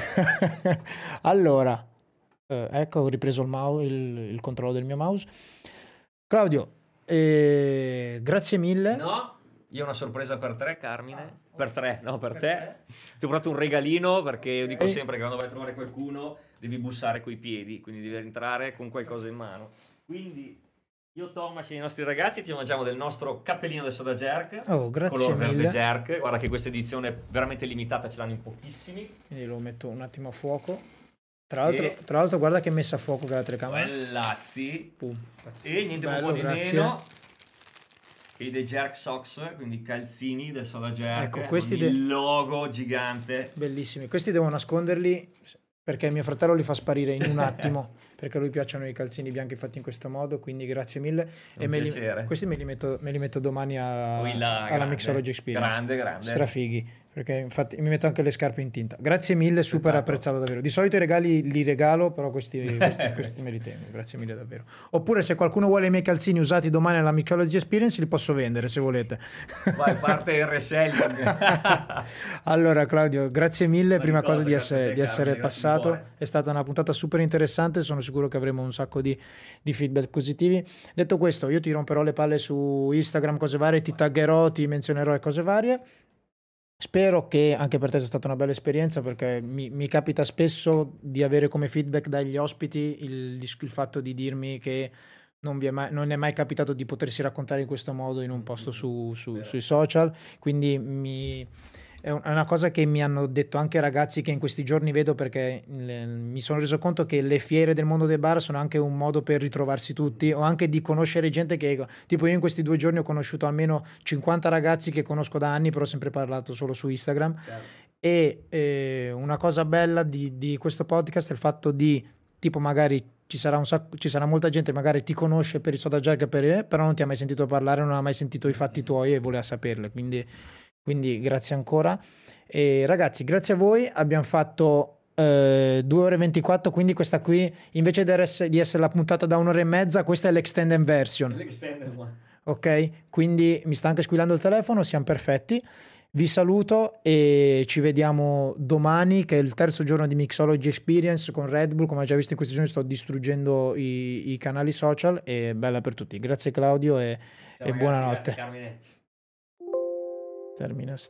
Allora, eh, ecco, ho ripreso il, mou- il, il controllo del mio mouse. Claudio, eh, grazie mille. No, io ho una sorpresa per te, Carmine. Per tre, no, per te. Ti ho portato un regalino perché io dico sempre che quando vai a trovare qualcuno devi bussare coi piedi, quindi devi entrare con qualcosa in mano. Quindi io, Thomas e i nostri ragazzi ti mangiamo del nostro cappellino del Soda Jerk. Oh, grazie color mille. verde jerk. Guarda che questa edizione è veramente limitata, ce l'hanno in pochissimi. Quindi lo metto un attimo a fuoco. Tra l'altro, E- tra l'altro guarda che messa a fuoco che è la telecamera. Bellazzi. Pum. E niente Bello, un po' di grazie. meno. E dei Jerk Socks, quindi calzini del Soda Jerk. Ecco, questi con il de- logo gigante. Bellissimi. Questi devo nasconderli perché mio fratello li fa sparire in un attimo. Perché a lui piacciono i calzini bianchi fatti in questo modo, quindi grazie mille. Un e me li, piacere. questi me li metto, me li metto domani a- Poi là, alla grande, Mixology Experience. grande, grande. Strafighi, perché infatti mi metto anche le scarpe in tinta. Grazie mille, super Spettacolo. apprezzato davvero. Di solito i regali li regalo, però questi, questi, questi me li tengo. Grazie mille davvero. Oppure se qualcuno vuole i miei calzini usati domani alla Mixology Experience li posso vendere se volete. Vai, parte il reselling. Allora Claudio, grazie mille, Ma prima di cosa cosa, di grazie a essere, te, di essere Carmine, grazie di passato. cuore. È stata una puntata super interessante, sono sicuro che avremo un sacco di, di feedback positivi. Detto questo, io ti romperò le palle su Instagram, cose varie, ti taggerò, ti menzionerò e cose varie. Spero che anche per te sia stata una bella esperienza, perché mi, mi capita spesso di avere come feedback dagli ospiti il, dis- il fatto di dirmi che non, vi è mai, non è mai capitato di potersi raccontare in questo modo in un posto su- su- Vero. sui social, quindi mi, è un- è una cosa che mi hanno detto anche ragazzi che in questi giorni vedo, perché le- mi sono reso conto che le fiere del mondo del bar sono anche un modo per ritrovarsi tutti, o anche di conoscere gente che, tipo io in questi due giorni ho conosciuto almeno cinquanta ragazzi che conosco da anni, però ho sempre parlato solo su Instagram. Certo. E eh, una cosa bella di, di questo podcast è il fatto di, tipo magari ci sarà, un sacco, ci sarà molta gente che magari ti conosce per il Soda Jerk, per, però non ti ha mai sentito parlare, non ha mai sentito i fatti tuoi e voleva saperle, quindi, quindi grazie ancora. E ragazzi, grazie a voi, abbiamo fatto eh, due ore e ventiquattro, quindi questa qui invece di essere, di essere la puntata da un'ora e mezza, questa è l'extended version. L'extended one. Ok, quindi mi sta anche squillando il telefono, siamo perfetti. Vi saluto e ci vediamo domani, che è il terzo giorno di Mixology Experience con Red Bull. Come già visto in questi giorni sto distruggendo i, i canali social, e bella per tutti. Grazie Claudio e, Ciao, e ragazzi, buonanotte. grazie, Carmine. Termina